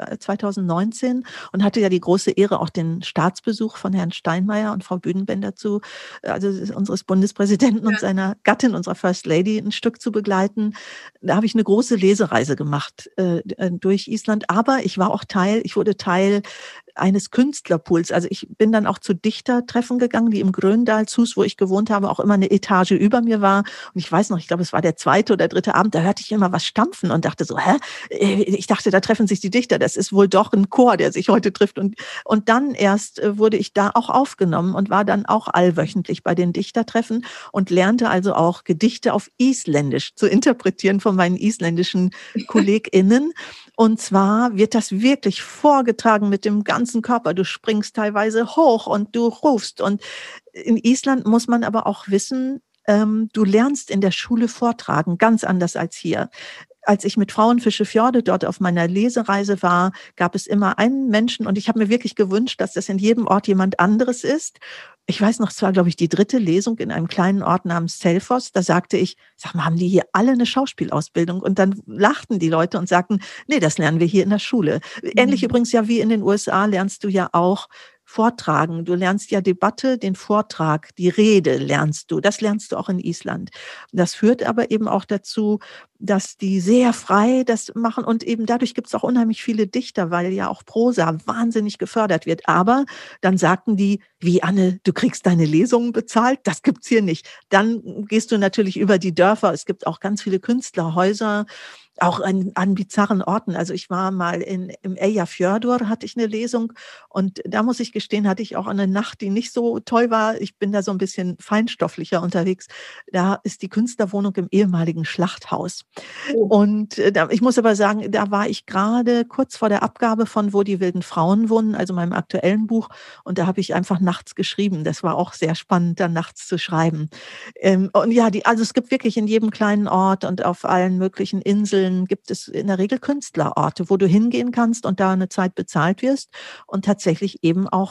S2: 2019 und hatte ja die große Ehre, auch den Staatsbesuch von Herrn Steinmeier und Frau Büdenbender also unseres Bundespräsidenten und seiner Gattin, unserer First Lady, ein Stück zu begleiten. Da habe ich eine große Lesereise gemacht durch Island, aber ich wurde Teil eines Künstlerpools. Also ich bin dann auch zu Dichtertreffen gegangen, die im Gröndalshus, wo ich gewohnt habe, auch immer eine Etage über mir war. Und ich weiß noch, ich glaube, es war der zweite oder dritte Abend, da hörte ich immer was stampfen und dachte so, hä? Ich dachte, da treffen sich die Dichter. Das ist wohl doch ein Chor, der sich heute trifft. Und dann erst wurde ich da auch aufgenommen und war dann auch allwöchentlich bei den Dichtertreffen und lernte also auch Gedichte auf Isländisch zu interpretieren von meinen isländischen KollegInnen. Und zwar wird das wirklich vorgetragen mit dem ganzen Körper. Du springst teilweise hoch und du rufst. Und in Island muss man aber auch wissen, du lernst in der Schule vortragen, ganz anders als hier. Als ich mit Frauenfische Fjorde dort auf meiner Lesereise war, gab es immer einen Menschen und ich habe mir wirklich gewünscht, dass das in jedem Ort jemand anderes ist. Ich weiß noch, es war, glaube ich, die 3. Lesung in einem kleinen Ort namens Selfoss. Da sagte ich, sag mal, haben die hier alle eine Schauspielausbildung? Und dann lachten die Leute und sagten, nee, das lernen wir hier in der Schule. Ähnlich
S1: Mhm.
S2: übrigens ja wie in den USA lernst du ja auch Vortragen. Du lernst ja Debatte, den Vortrag, die Rede lernst du. Das lernst du auch in Island. Das führt aber eben auch dazu, dass die sehr frei das machen und eben dadurch gibt es auch unheimlich viele Dichter, weil ja auch Prosa wahnsinnig gefördert wird. Aber dann sagten die, wie Anne, du kriegst deine Lesungen bezahlt? Das gibt's hier nicht. Dann gehst du natürlich über die Dörfer. Es gibt auch ganz viele Künstlerhäuser, auch an bizarren Orten. Also ich war mal im Eyjafjörður, hatte ich eine Lesung und da muss ich gestehen, hatte ich auch eine Nacht, die nicht so toll war. Ich bin da so ein bisschen feinstofflicher unterwegs. Da ist die Künstlerwohnung im ehemaligen Schlachthaus.
S1: Oh.
S2: Und ich muss aber sagen, da war ich gerade kurz vor der Abgabe von Wo die wilden Frauen wohnen, also meinem aktuellen Buch. Und da habe ich einfach nachts geschrieben. Das war auch sehr spannend, dann nachts zu schreiben. Und ja, also es gibt wirklich in jedem kleinen Ort und auf allen möglichen Inseln gibt es in der Regel Künstlerorte, wo du hingehen kannst und da eine Zeit bezahlt wirst und tatsächlich eben auch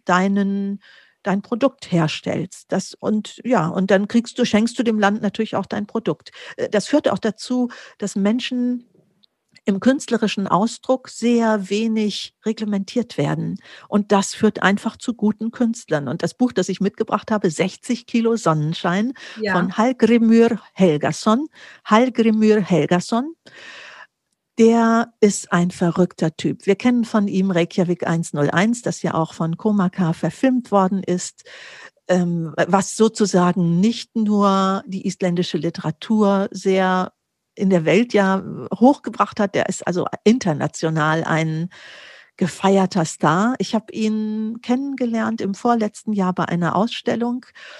S2: dein Produkt herstellst. Und ja, und dann schenkst du dem Land natürlich auch dein Produkt. Das führt auch dazu, dass Menschen im künstlerischen Ausdruck sehr wenig reglementiert werden. Und das führt einfach zu guten Künstlern. Und das Buch, das ich mitgebracht habe, 60 Kilo Sonnenschein
S1: Ja.
S2: von Hallgrímur Helgason, der ist ein verrückter Typ. Wir kennen von ihm Reykjavik 101, das ja auch von Komaka verfilmt worden ist, was sozusagen nicht nur die isländische Literatur sehr in der Welt ja hochgebracht hat, der ist also international ein gefeierter Star. Ich habe ihn kennengelernt im vorletzten Jahr bei einer Ausstellung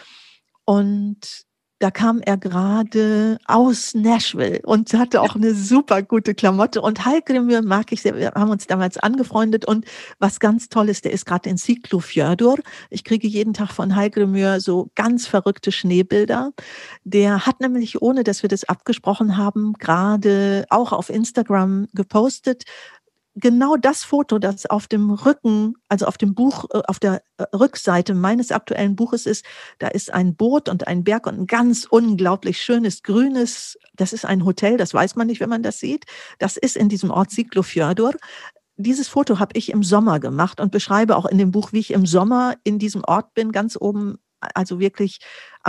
S2: und da kam er gerade aus Nashville und hatte auch eine super gute Klamotte. Und Hallgrímur mag ich sehr. Wir haben uns damals angefreundet. Und was ganz toll ist, der ist gerade in Siglufjörður. Ich kriege jeden Tag von Hallgrímur so ganz verrückte Schneebilder. Der hat nämlich, ohne dass wir das abgesprochen haben, gerade auch auf Instagram gepostet, genau das Foto, das auf dem Rücken, also auf dem Buch, auf der Rückseite meines aktuellen Buches ist, da ist ein Boot und ein Berg und ein ganz unglaublich schönes grünes, das ist ein Hotel, das weiß man nicht, wenn man das sieht. Das ist in diesem Ort Siglufjörður. dieses Foto habe ich im Sommer gemacht und beschreibe auch in dem Buch, wie ich im Sommer in diesem Ort bin, ganz oben, also wirklich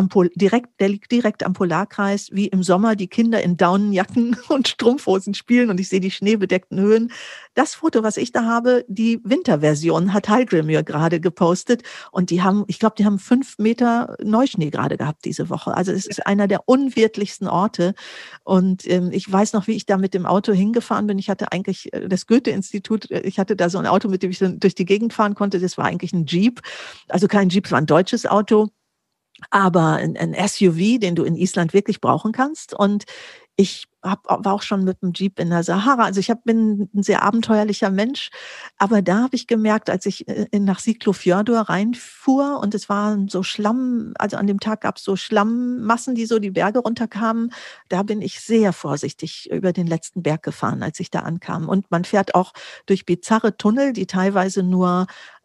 S2: der liegt direkt am Polarkreis, wie im Sommer die Kinder in Daunenjacken und Strumpfhosen spielen und ich sehe die schneebedeckten Höhen. Das Foto, was ich da habe, die Winterversion, hat Hallgrímur gerade gepostet und ich glaube, die haben 5 Meter Neuschnee gerade gehabt diese Woche. Also es ist einer der unwirtlichsten Orte und ich weiß noch, wie ich da mit dem Auto hingefahren bin. Ich hatte eigentlich das Goethe-Institut, ich hatte da so ein Auto, mit dem ich dann durch die Gegend fahren konnte. Das war eigentlich ein Jeep, also kein Jeep, es war ein deutsches Auto. Aber ein SUV, den du in Island wirklich brauchen kannst. Und ich war auch schon mit dem Jeep in der Sahara. Also bin ein sehr abenteuerlicher Mensch. Aber da habe ich gemerkt, als ich nach Siglufjörður reinfuhr und es waren so Schlamm, also an dem Tag gab es so Schlammmassen, die so die Berge runterkamen. Da bin ich sehr vorsichtig über den letzten Berg gefahren, als ich da ankam. Und man fährt auch durch bizarre Tunnel, die teilweise nur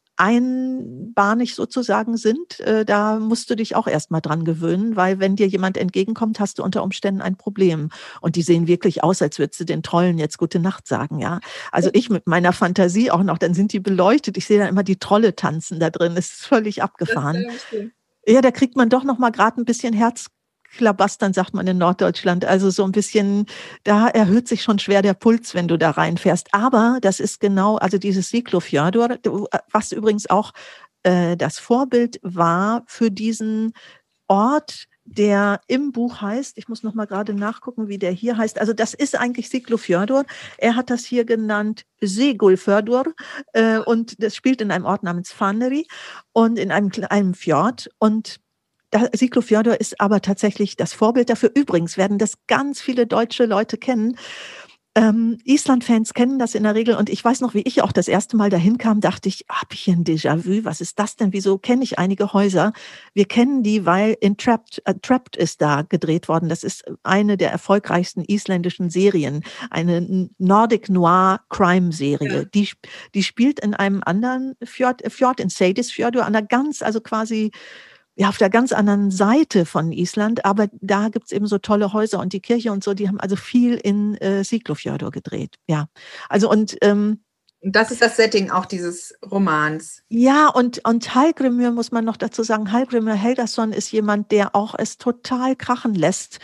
S2: einbahnig sozusagen sind, da musst du dich auch erst mal dran gewöhnen, weil wenn dir jemand entgegenkommt, hast du unter Umständen ein Problem. Und die sehen wirklich aus, als würdest du den Trollen jetzt gute Nacht sagen, ja. Also ich mit meiner Fantasie auch noch, dann sind die beleuchtet. Ich sehe dann immer die Trolle tanzen da drin. Es ist völlig abgefahren. Ja, da kriegt man doch noch mal gerade ein bisschen Herzklabastern, sagt man in Norddeutschland. Also so ein bisschen, da erhöht sich schon schwer der Puls, wenn du da reinfährst. Aber das ist genau, also dieses Siglufjörður, was übrigens auch das Vorbild war für diesen Ort, der im Buch heißt, ich muss noch mal gerade nachgucken, wie der hier heißt. Also das ist eigentlich Siglufjörður. Er hat das hier genannt Sigulfjörður und das spielt in einem Ort namens Fanneri und in einem Fjord und Siglufjörður ist aber tatsächlich das Vorbild dafür. Übrigens werden das ganz viele deutsche Leute kennen. Island-Fans kennen das in der Regel und ich weiß noch, wie ich auch das erste Mal dahin kam, dachte ich, habe ich hier ein Déjà-vu? Was ist das denn? Wieso kenne ich einige Häuser? Wir kennen die, weil in Trapped ist da gedreht worden. Das ist eine der erfolgreichsten isländischen Serien, eine Nordic Noir Crime-Serie. Ja. Die spielt in einem anderen Fjord in Seyðisfjörður, also quasi ja, auf der ganz anderen Seite von Island, aber da gibt's eben so tolle Häuser und die Kirche und so, die haben also viel in Siglufjörður gedreht. Ja, also und
S1: das ist das Setting auch dieses Romans.
S2: Ja, und Hallgrímur muss man noch dazu sagen, Hallgrímur Helgason ist jemand, der auch es total krachen lässt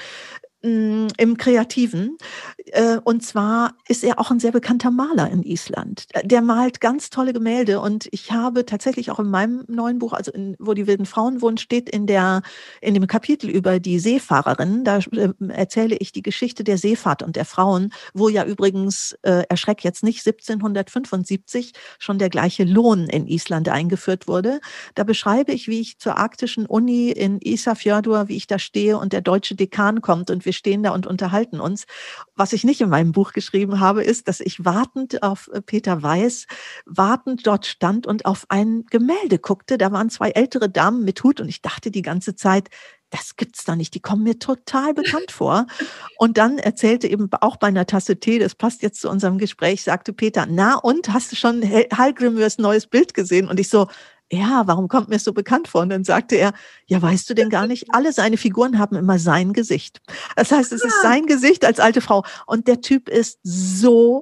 S2: im Kreativen. Und zwar ist er auch ein sehr bekannter Maler in Island. Der malt ganz tolle Gemälde und ich habe tatsächlich auch in meinem neuen Buch, also wo die wilden Frauen wohnen, steht in dem Kapitel über die Seefahrerin, da erzähle ich die Geschichte der Seefahrt und der Frauen, wo ja übrigens, erschreck jetzt nicht, 1775 schon der gleiche Lohn in Island eingeführt wurde. Da beschreibe ich, wie ich zur arktischen Uni in Ísafjörður, wie ich da stehe und der deutsche Dekan kommt und wir stehen da und unterhalten uns. Was ich nicht in meinem Buch geschrieben habe, ist, dass ich wartend auf Peter Weiß, dort stand und auf ein Gemälde guckte. Da waren 2 ältere Damen mit Hut und ich dachte die ganze Zeit, das gibt's da nicht, die kommen mir total bekannt vor. Und dann erzählte eben auch bei einer Tasse Tee, das passt jetzt zu unserem Gespräch, sagte Peter, na und, hast du schon Hallgrímurs neues Bild gesehen? Und ich so, ja, warum kommt mir so bekannt vor? Und dann sagte er, ja, weißt du denn gar nicht, alle seine Figuren haben immer sein Gesicht. Das heißt, es ist sein Gesicht als alte Frau. Und der Typ ist so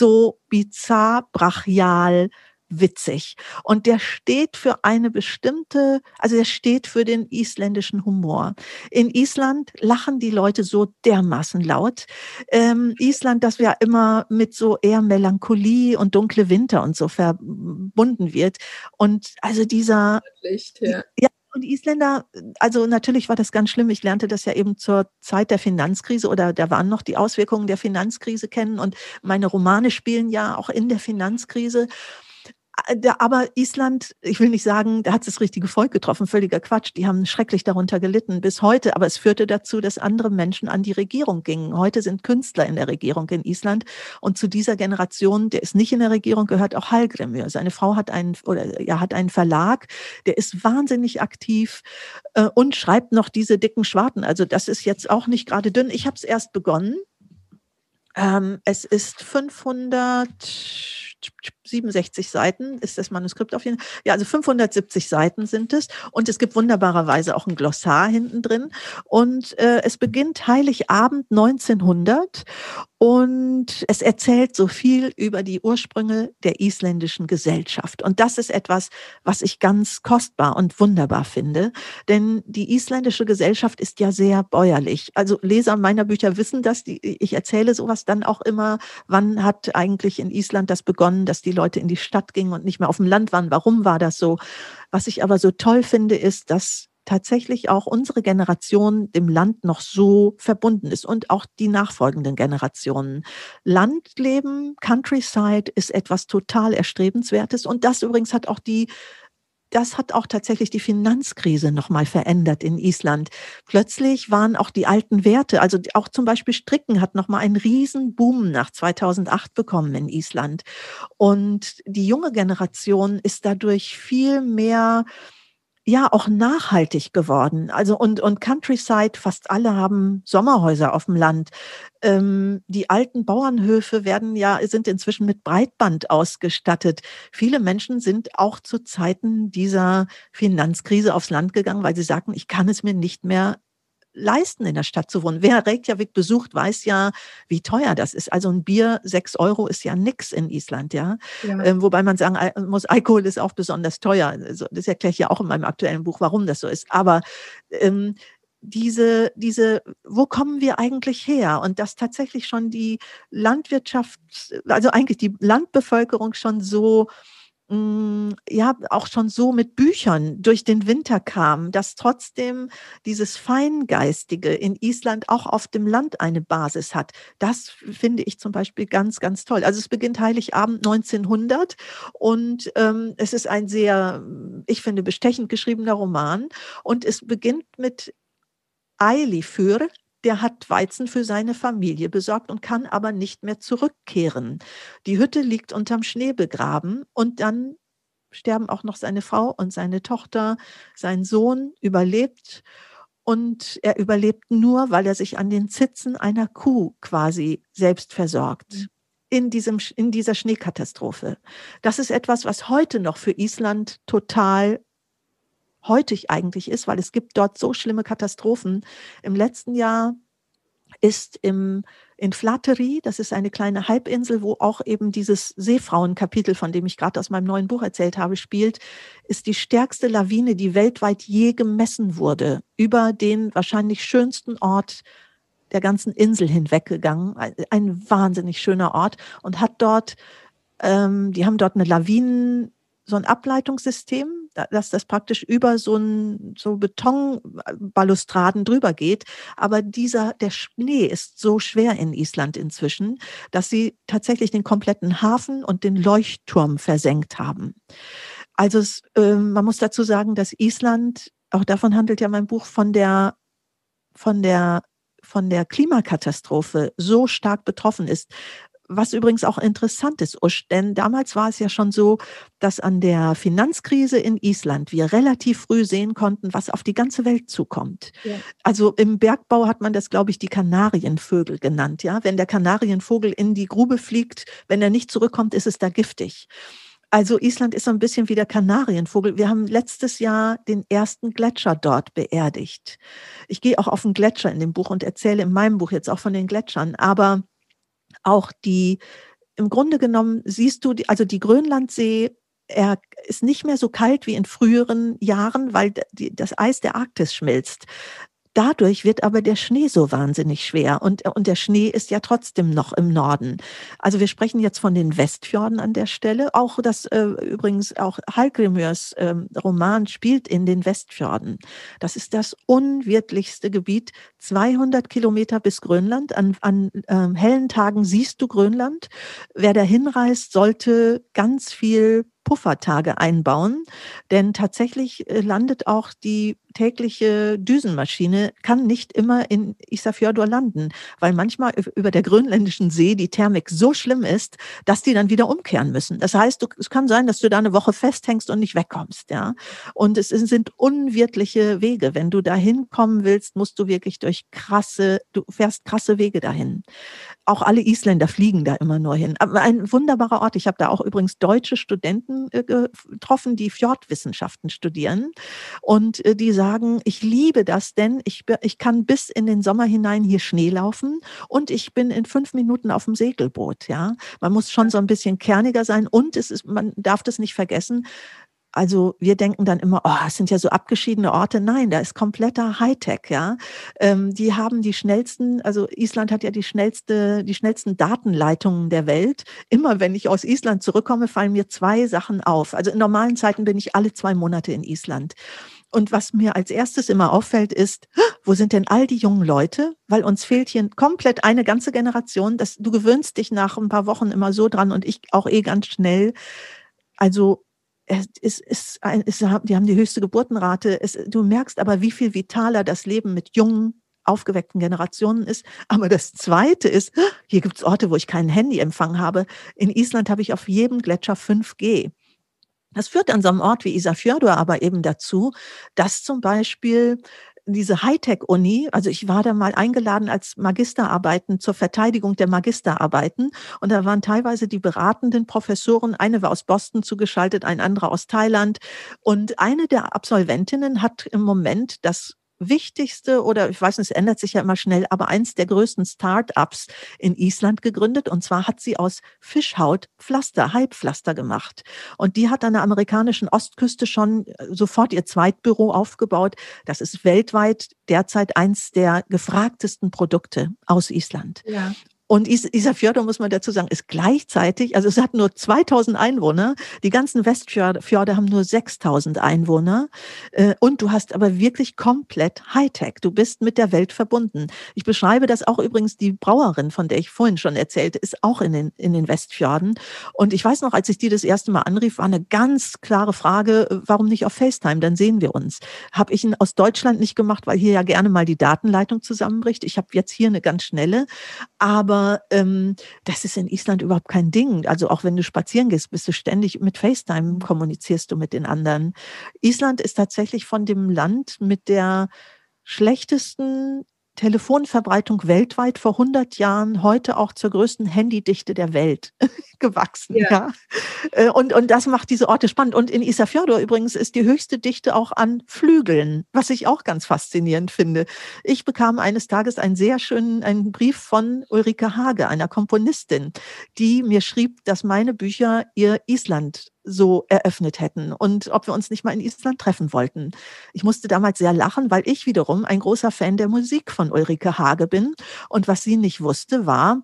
S2: bizarr, brachial, witzig. Und der steht für eine bestimmte, also der steht für den isländischen Humor. In Island lachen die Leute so dermaßen laut. Island, das ja immer mit so eher Melancholie und dunkle Winter und so verbunden wird. Und also
S1: Licht,
S2: ja. Und die Isländer, also natürlich war das ganz schlimm. Ich lernte das ja eben zur Zeit der Finanzkrise oder da waren noch die Auswirkungen der Finanzkrise kennen und meine Romane spielen ja auch in der Finanzkrise. Aber Island, ich will nicht sagen, da hat es das richtige Volk getroffen, völliger Quatsch. Die haben schrecklich darunter gelitten bis heute. Aber es führte dazu, dass andere Menschen an die Regierung gingen. Heute sind Künstler in der Regierung in Island. Und zu dieser Generation, der ist nicht in der Regierung, gehört auch Hallgrímur. Seine Frau hat einen Verlag, der ist wahnsinnig aktiv und schreibt noch diese dicken Schwarten. Also das ist jetzt auch nicht gerade dünn. Ich habe es erst begonnen. Es ist 500 567 Seiten ist das Manuskript auf jeden Fall. Ja, also 570 Seiten sind es. Und es gibt wunderbarerweise auch ein Glossar hinten drin. Und es beginnt Heiligabend 1900 und es erzählt so viel über die Ursprünge der isländischen Gesellschaft. Und das ist etwas, was ich ganz kostbar und wunderbar finde. Denn die isländische Gesellschaft ist ja sehr bäuerlich. Also Leser meiner Bücher wissen das. Ich erzähle sowas dann auch immer. Wann hat eigentlich in Island das begonnen, dass die Leute in die Stadt gingen und nicht mehr auf dem Land waren? Warum war das so? Was ich aber so toll finde, ist, dass tatsächlich auch unsere Generation dem Land noch so verbunden ist und auch die nachfolgenden Generationen. Landleben, Countryside ist etwas total Erstrebenswertes und das übrigens das hat auch tatsächlich die Finanzkrise nochmal verändert in Island. Plötzlich waren auch die alten Werte, also auch zum Beispiel Stricken hat nochmal einen riesen Boom nach 2008 bekommen in Island. Und die junge Generation ist dadurch viel mehr ja, auch nachhaltig geworden. Also und Countryside, fast alle haben Sommerhäuser auf dem Land. Die alten Bauernhöfe sind inzwischen mit Breitband ausgestattet. Viele Menschen sind auch zu Zeiten dieser Finanzkrise aufs Land gegangen, weil sie sagten, ich kann es mir nicht mehr leisten, in der Stadt zu wohnen. Wer Reykjavik besucht, weiß ja, wie teuer das ist. Also ein Bier, 6 € ist ja nix in Island, ja.
S1: Ja.
S2: Wobei man sagen muss, Alkohol ist auch besonders teuer. Also das erkläre ich ja auch in meinem aktuellen Buch, warum das so ist. Aber wo kommen wir eigentlich her? Und dass tatsächlich schon die Landwirtschaft, also eigentlich die Landbevölkerung schon so ja, auch schon so mit Büchern durch den Winter kam, dass trotzdem dieses Feingeistige in Island auch auf dem Land eine Basis hat. Das finde ich zum Beispiel ganz, ganz toll. Also es beginnt Heiligabend 1900 und es ist ein sehr, ich finde, bestechend geschriebener Roman und es beginnt mit Eilifur, der hat Weizen für seine Familie besorgt und kann aber nicht mehr zurückkehren. Die Hütte liegt unterm Schnee begraben und dann sterben auch noch seine Frau und seine Tochter. Sein Sohn überlebt und er überlebt nur, weil er sich an den Zitzen einer Kuh quasi selbst versorgt. In dieser Schneekatastrophe. Das ist etwas, was heute noch für Island total heutig eigentlich ist, weil es gibt dort so schlimme Katastrophen. Im letzten Jahr ist in Flattery, das ist eine kleine Halbinsel, wo auch eben dieses Seefrauenkapitel, von dem ich gerade aus meinem neuen Buch erzählt habe, spielt, ist die stärkste Lawine, die weltweit je gemessen wurde, über den wahrscheinlich schönsten Ort der ganzen Insel hinweggegangen. Ein wahnsinnig schöner Ort und hat dort, die haben dort so ein Ableitungssystem, dass das praktisch über so Betonbalustraden drüber geht. Aber der Schnee ist so schwer in Island inzwischen, dass sie tatsächlich den kompletten Hafen und den Leuchtturm versenkt haben. Also man muss dazu sagen, dass Island, auch davon handelt ja mein Buch, von der Klimakatastrophe so stark betroffen ist. Was übrigens auch interessant ist, Usch, denn damals war es ja schon so, dass an der Finanzkrise in Island wir relativ früh sehen konnten, was auf die ganze Welt zukommt. Ja. Also im Bergbau hat man das, glaube ich, die Kanarienvögel genannt. Ja? Wenn der Kanarienvogel in die Grube fliegt, wenn er nicht zurückkommt, ist es da giftig. Also Island ist so ein bisschen wie der Kanarienvogel. Wir haben letztes Jahr den ersten Gletscher dort beerdigt. Ich gehe auch auf den Gletscher in dem Buch und erzähle in meinem Buch jetzt auch von den Gletschern, aber auch im Grunde genommen siehst du, also die Grönlandsee, er ist nicht mehr so kalt wie in früheren Jahren, weil das Eis der Arktis schmilzt. Dadurch wird aber der Schnee so wahnsinnig schwer und der Schnee ist ja trotzdem noch im Norden. Also wir sprechen jetzt von den Westfjorden an der Stelle. Auch übrigens auch Hallgrímurs Roman spielt in den Westfjorden. Das ist das unwirtlichste Gebiet, 200 Kilometer bis Grönland. An hellen Tagen siehst du Grönland. Wer da hinreist, sollte ganz viel Puffertage einbauen, denn tatsächlich landet auch die tägliche Düsenmaschine, kann nicht immer in Ísafjörður landen, weil manchmal über der grönländischen See die Thermik so schlimm ist, dass die dann wieder umkehren müssen. Das heißt, es kann sein, dass du da eine Woche festhängst und nicht wegkommst. Ja? Und es sind unwirtliche Wege. Wenn du da hinkommen willst, musst du wirklich du fährst krasse Wege dahin. auch alle Isländer fliegen da immer nur hin. Aber ein wunderbarer Ort. Ich habe da auch übrigens deutsche Studenten getroffen, die Fjordwissenschaften studieren. Und die sagen, ich liebe das, denn ich kann bis in den Sommer hinein hier Schnee laufen und ich bin in 5 Minuten auf dem Segelboot. Ja? Man muss schon so ein bisschen kerniger sein und man darf das nicht vergessen. Also wir denken dann immer, oh, es sind ja so abgeschiedene Orte. Nein, da ist kompletter Hightech, ja. Die haben die schnellsten, also Island hat ja die schnellsten Datenleitungen der Welt. Immer wenn ich aus Island zurückkomme, fallen mir 2 Sachen auf. Also in normalen Zeiten bin ich alle 2 Monate in Island. Und was mir als erstes immer auffällt, ist, wo sind denn all die jungen Leute? Weil uns fehlt hier komplett eine ganze Generation. Du gewöhnst dich nach ein paar Wochen immer so dran und ich auch ganz schnell. Also die haben die höchste Geburtenrate. Du merkst aber, wie viel vitaler das Leben mit jungen, aufgeweckten Generationen ist. Aber das Zweite ist, hier gibt es Orte, wo ich keinen Handyempfang habe. In Island habe ich auf jedem Gletscher 5G. Das führt an so einem Ort wie Ísafjörður aber eben dazu, dass zum Beispiel diese Hightech-Uni, also ich war da mal eingeladen als Magisterarbeiten zur Verteidigung der Magisterarbeiten und da waren teilweise die beratenden Professoren, eine war aus Boston zugeschaltet, ein anderer aus Thailand und eine der Absolventinnen hat im Moment das wichtigste oder ich weiß nicht, es ändert sich ja immer schnell, aber eins der größten Start-ups in Island gegründet und zwar hat sie aus Fischhaut Halbpflaster gemacht und die hat an der amerikanischen Ostküste schon sofort ihr Zweitbüro aufgebaut. Das ist weltweit derzeit eins der gefragtesten Produkte aus Island. Ja. Und Ísafjörður, muss man dazu sagen, ist gleichzeitig, also es hat nur 2000 Einwohner, die ganzen Westfjorde haben nur 6000 Einwohner und du hast aber wirklich komplett Hightech. Du bist mit der Welt verbunden. Ich beschreibe das auch übrigens, die Brauerin, von der ich vorhin schon erzählte, ist auch in den Westfjorden. Und ich weiß noch, als ich die das erste Mal anrief, war eine ganz klare Frage, warum nicht auf FaceTime, dann sehen wir uns. Habe ich aus Deutschland nicht gemacht, weil hier ja gerne mal die Datenleitung zusammenbricht. Ich habe jetzt hier eine ganz schnelle, aber das ist in Island überhaupt kein Ding. Also auch wenn du spazieren gehst, bist du ständig mit FaceTime, kommunizierst du mit den anderen. Island ist tatsächlich von dem Land mit der schlechtesten Telefonverbreitung weltweit vor 100 Jahren, heute auch zur größten Handydichte der Welt gewachsen. Ja. Und das macht diese Orte spannend. Und in Ísafjörður übrigens ist die höchste Dichte auch an Flügeln, was ich auch ganz faszinierend finde. Ich bekam eines Tages einen Brief von Ulrike Hage, einer Komponistin, die mir schrieb, dass meine Bücher ihr Island so eröffnet hätten und ob wir uns nicht mal in Island treffen wollten. Ich musste damals sehr lachen, weil ich wiederum ein großer Fan der Musik von Ulrike Hage bin. Und was sie nicht wusste, war,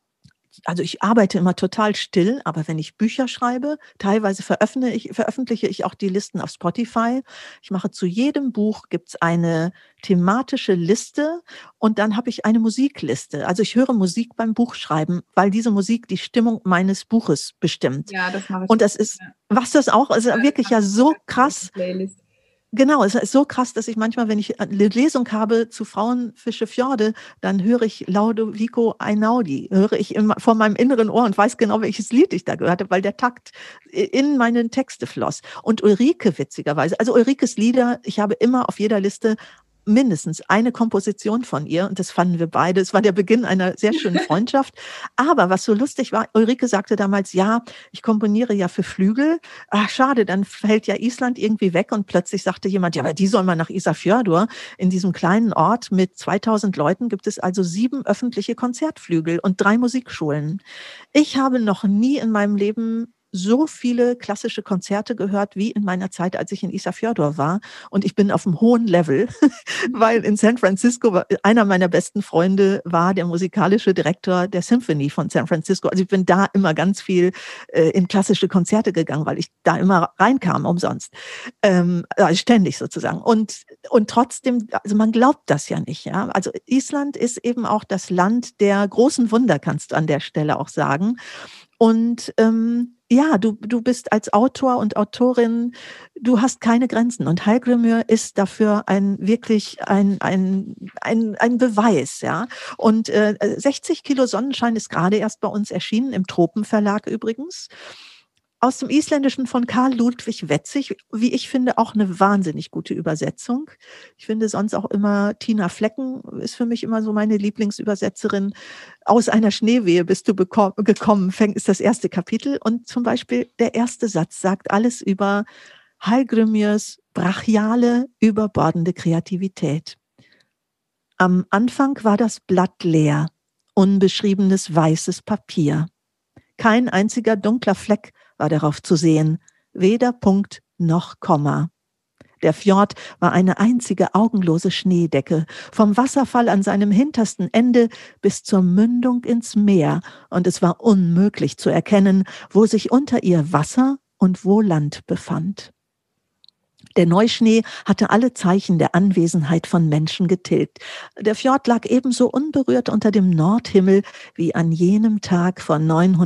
S2: also ich arbeite immer total still, aber wenn ich Bücher schreibe, teilweise veröffentliche ich auch die Listen auf Spotify. Ich mache zu jedem Buch gibt's eine thematische Liste und dann habe ich eine Musikliste. Also ich höre Musik beim Buchschreiben, weil diese Musik die Stimmung meines Buches bestimmt. Ja, das mache ich. Und das ist, was das auch, also wirklich ja so krass. Genau, es ist so krass, dass ich manchmal, wenn ich eine Lesung habe zu Frauenfische Fjorde, dann höre ich Ludovico Einaudi, höre ich vor meinem inneren Ohr und weiß genau, welches Lied ich da gehört habe, weil der Takt in meine Texte floss. Und Ulrike witzigerweise, also Ulrikes Lieder, ich habe immer auf jeder Liste mindestens eine Komposition von ihr und das fanden wir beide. Es war der Beginn einer sehr schönen Freundschaft. Aber was so lustig war, Ulrike sagte damals, ja, ich komponiere ja für Flügel. Ach, schade, dann fällt ja Island irgendwie weg und plötzlich sagte jemand, ja, aber die soll mal nach Ísafjörður. In diesem kleinen Ort mit 2000 Leuten gibt es also 7 öffentliche Konzertflügel und 3 Musikschulen. Ich habe noch nie in meinem Leben so viele klassische Konzerte gehört wie in meiner Zeit, als ich in Ísafjörður war. Und ich bin auf einem hohen Level, weil in San Francisco einer meiner besten Freunde war der musikalische Direktor der Symphony von San Francisco. Also ich bin da immer ganz viel in klassische Konzerte gegangen, weil ich da immer reinkam, umsonst. Also ständig sozusagen. Und trotzdem, also man glaubt das ja nicht. Ja? Also Island ist eben auch das Land der großen Wunder, kannst du an der Stelle auch sagen. Und ja, du bist als Autor und Autorin, du hast keine Grenzen. Und Hallgrímur ist dafür wirklich ein Beweis, ja. Und 60 Kilo Sonnenschein ist gerade erst bei uns erschienen, im Tropenverlag übrigens. Aus dem Isländischen von Karl Ludwig Wetzig, wie ich finde, auch eine wahnsinnig gute Übersetzung. Ich finde sonst auch immer Tina Flecken ist für mich immer so meine Lieblingsübersetzerin. Aus einer Schneewehe bist du gekommen, ist das erste Kapitel. Und zum Beispiel der erste Satz sagt alles über Hallgrímurs brachiale, überbordende Kreativität. Am Anfang war das Blatt leer, unbeschriebenes weißes Papier. Kein einziger dunkler Fleck war darauf zu sehen, weder Punkt noch Komma. Der Fjord war eine einzige augenlose Schneedecke, vom Wasserfall an seinem hintersten Ende bis zur Mündung ins Meer, und es war unmöglich zu erkennen, wo sich unter ihr Wasser und wo Land befand. Der Neuschnee hatte alle Zeichen der Anwesenheit von Menschen getilgt. Der Fjord lag ebenso unberührt unter dem Nordhimmel wie an jenem Tag vor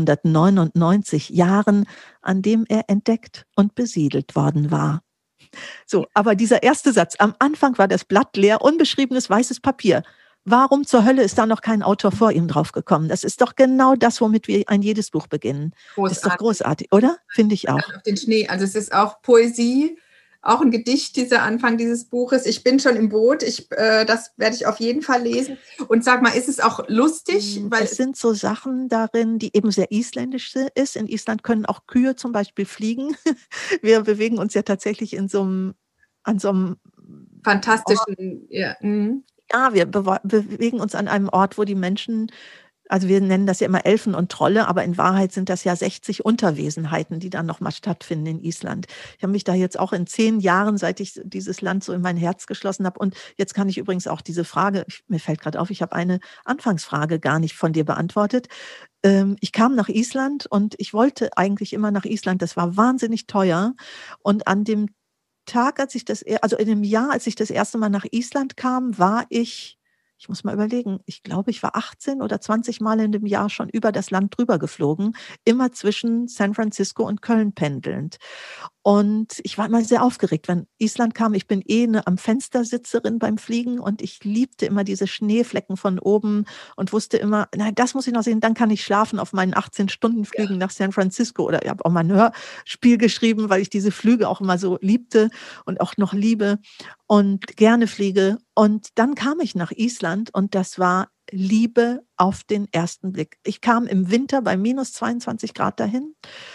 S2: 999 Jahren, an dem er entdeckt und besiedelt worden war. So, aber dieser erste Satz, am Anfang war das Blatt leer, unbeschriebenes weißes Papier. Warum zur Hölle ist da noch kein Autor vor ihm draufgekommen? Das ist doch genau das, womit wir ein jedes Buch beginnen.
S1: Großartig.
S2: Ist doch großartig, oder? Finde ich auch.
S1: Auf den Schnee. Also es ist auch Poesie, auch ein Gedicht, dieser Anfang dieses Buches. Ich bin schon im Boot. Das werde ich auf jeden Fall lesen. Und sag mal, ist es auch lustig?
S2: Weil es sind so Sachen darin, die eben sehr isländisch ist. In Island können auch Kühe zum Beispiel fliegen. Wir bewegen uns ja tatsächlich an so einem
S1: fantastischen,
S2: ja. Ja, wir bewegen uns an einem Ort, wo die Menschen, also wir nennen das ja immer Elfen und Trolle, aber in Wahrheit sind das ja 60 Unterwesenheiten, die dann nochmal stattfinden in Island. Ich habe mich da jetzt auch in 10 Jahren, seit ich dieses Land so in mein Herz geschlossen habe, und jetzt kann ich übrigens auch diese Frage, mir fällt gerade auf, ich habe eine Anfangsfrage gar nicht von dir beantwortet. Ich kam nach Island und ich wollte eigentlich immer nach Island, das war wahnsinnig teuer, und an dem Tag, also in dem Jahr, als ich das erste Mal nach Island kam, war ich muss mal überlegen, ich glaube, ich war 18 oder 20 Mal in dem Jahr schon über das Land drüber geflogen, immer zwischen San Francisco und Köln pendelnd. Und ich war immer sehr aufgeregt, wenn Island kam. Ich bin eine am Fenstersitzerin beim Fliegen und ich liebte immer diese Schneeflecken von oben und wusste immer, nein, das muss ich noch sehen, dann kann ich schlafen auf meinen 18-Stunden-Flügen nach San Francisco. Oder ich habe auch mal ein Hörspiel geschrieben, weil ich diese Flüge auch immer so liebte und auch noch liebe und gerne fliege. Und dann kam ich nach Island und das war Liebe auf den ersten Blick. Ich kam im Winter bei minus 22 Grad dahin.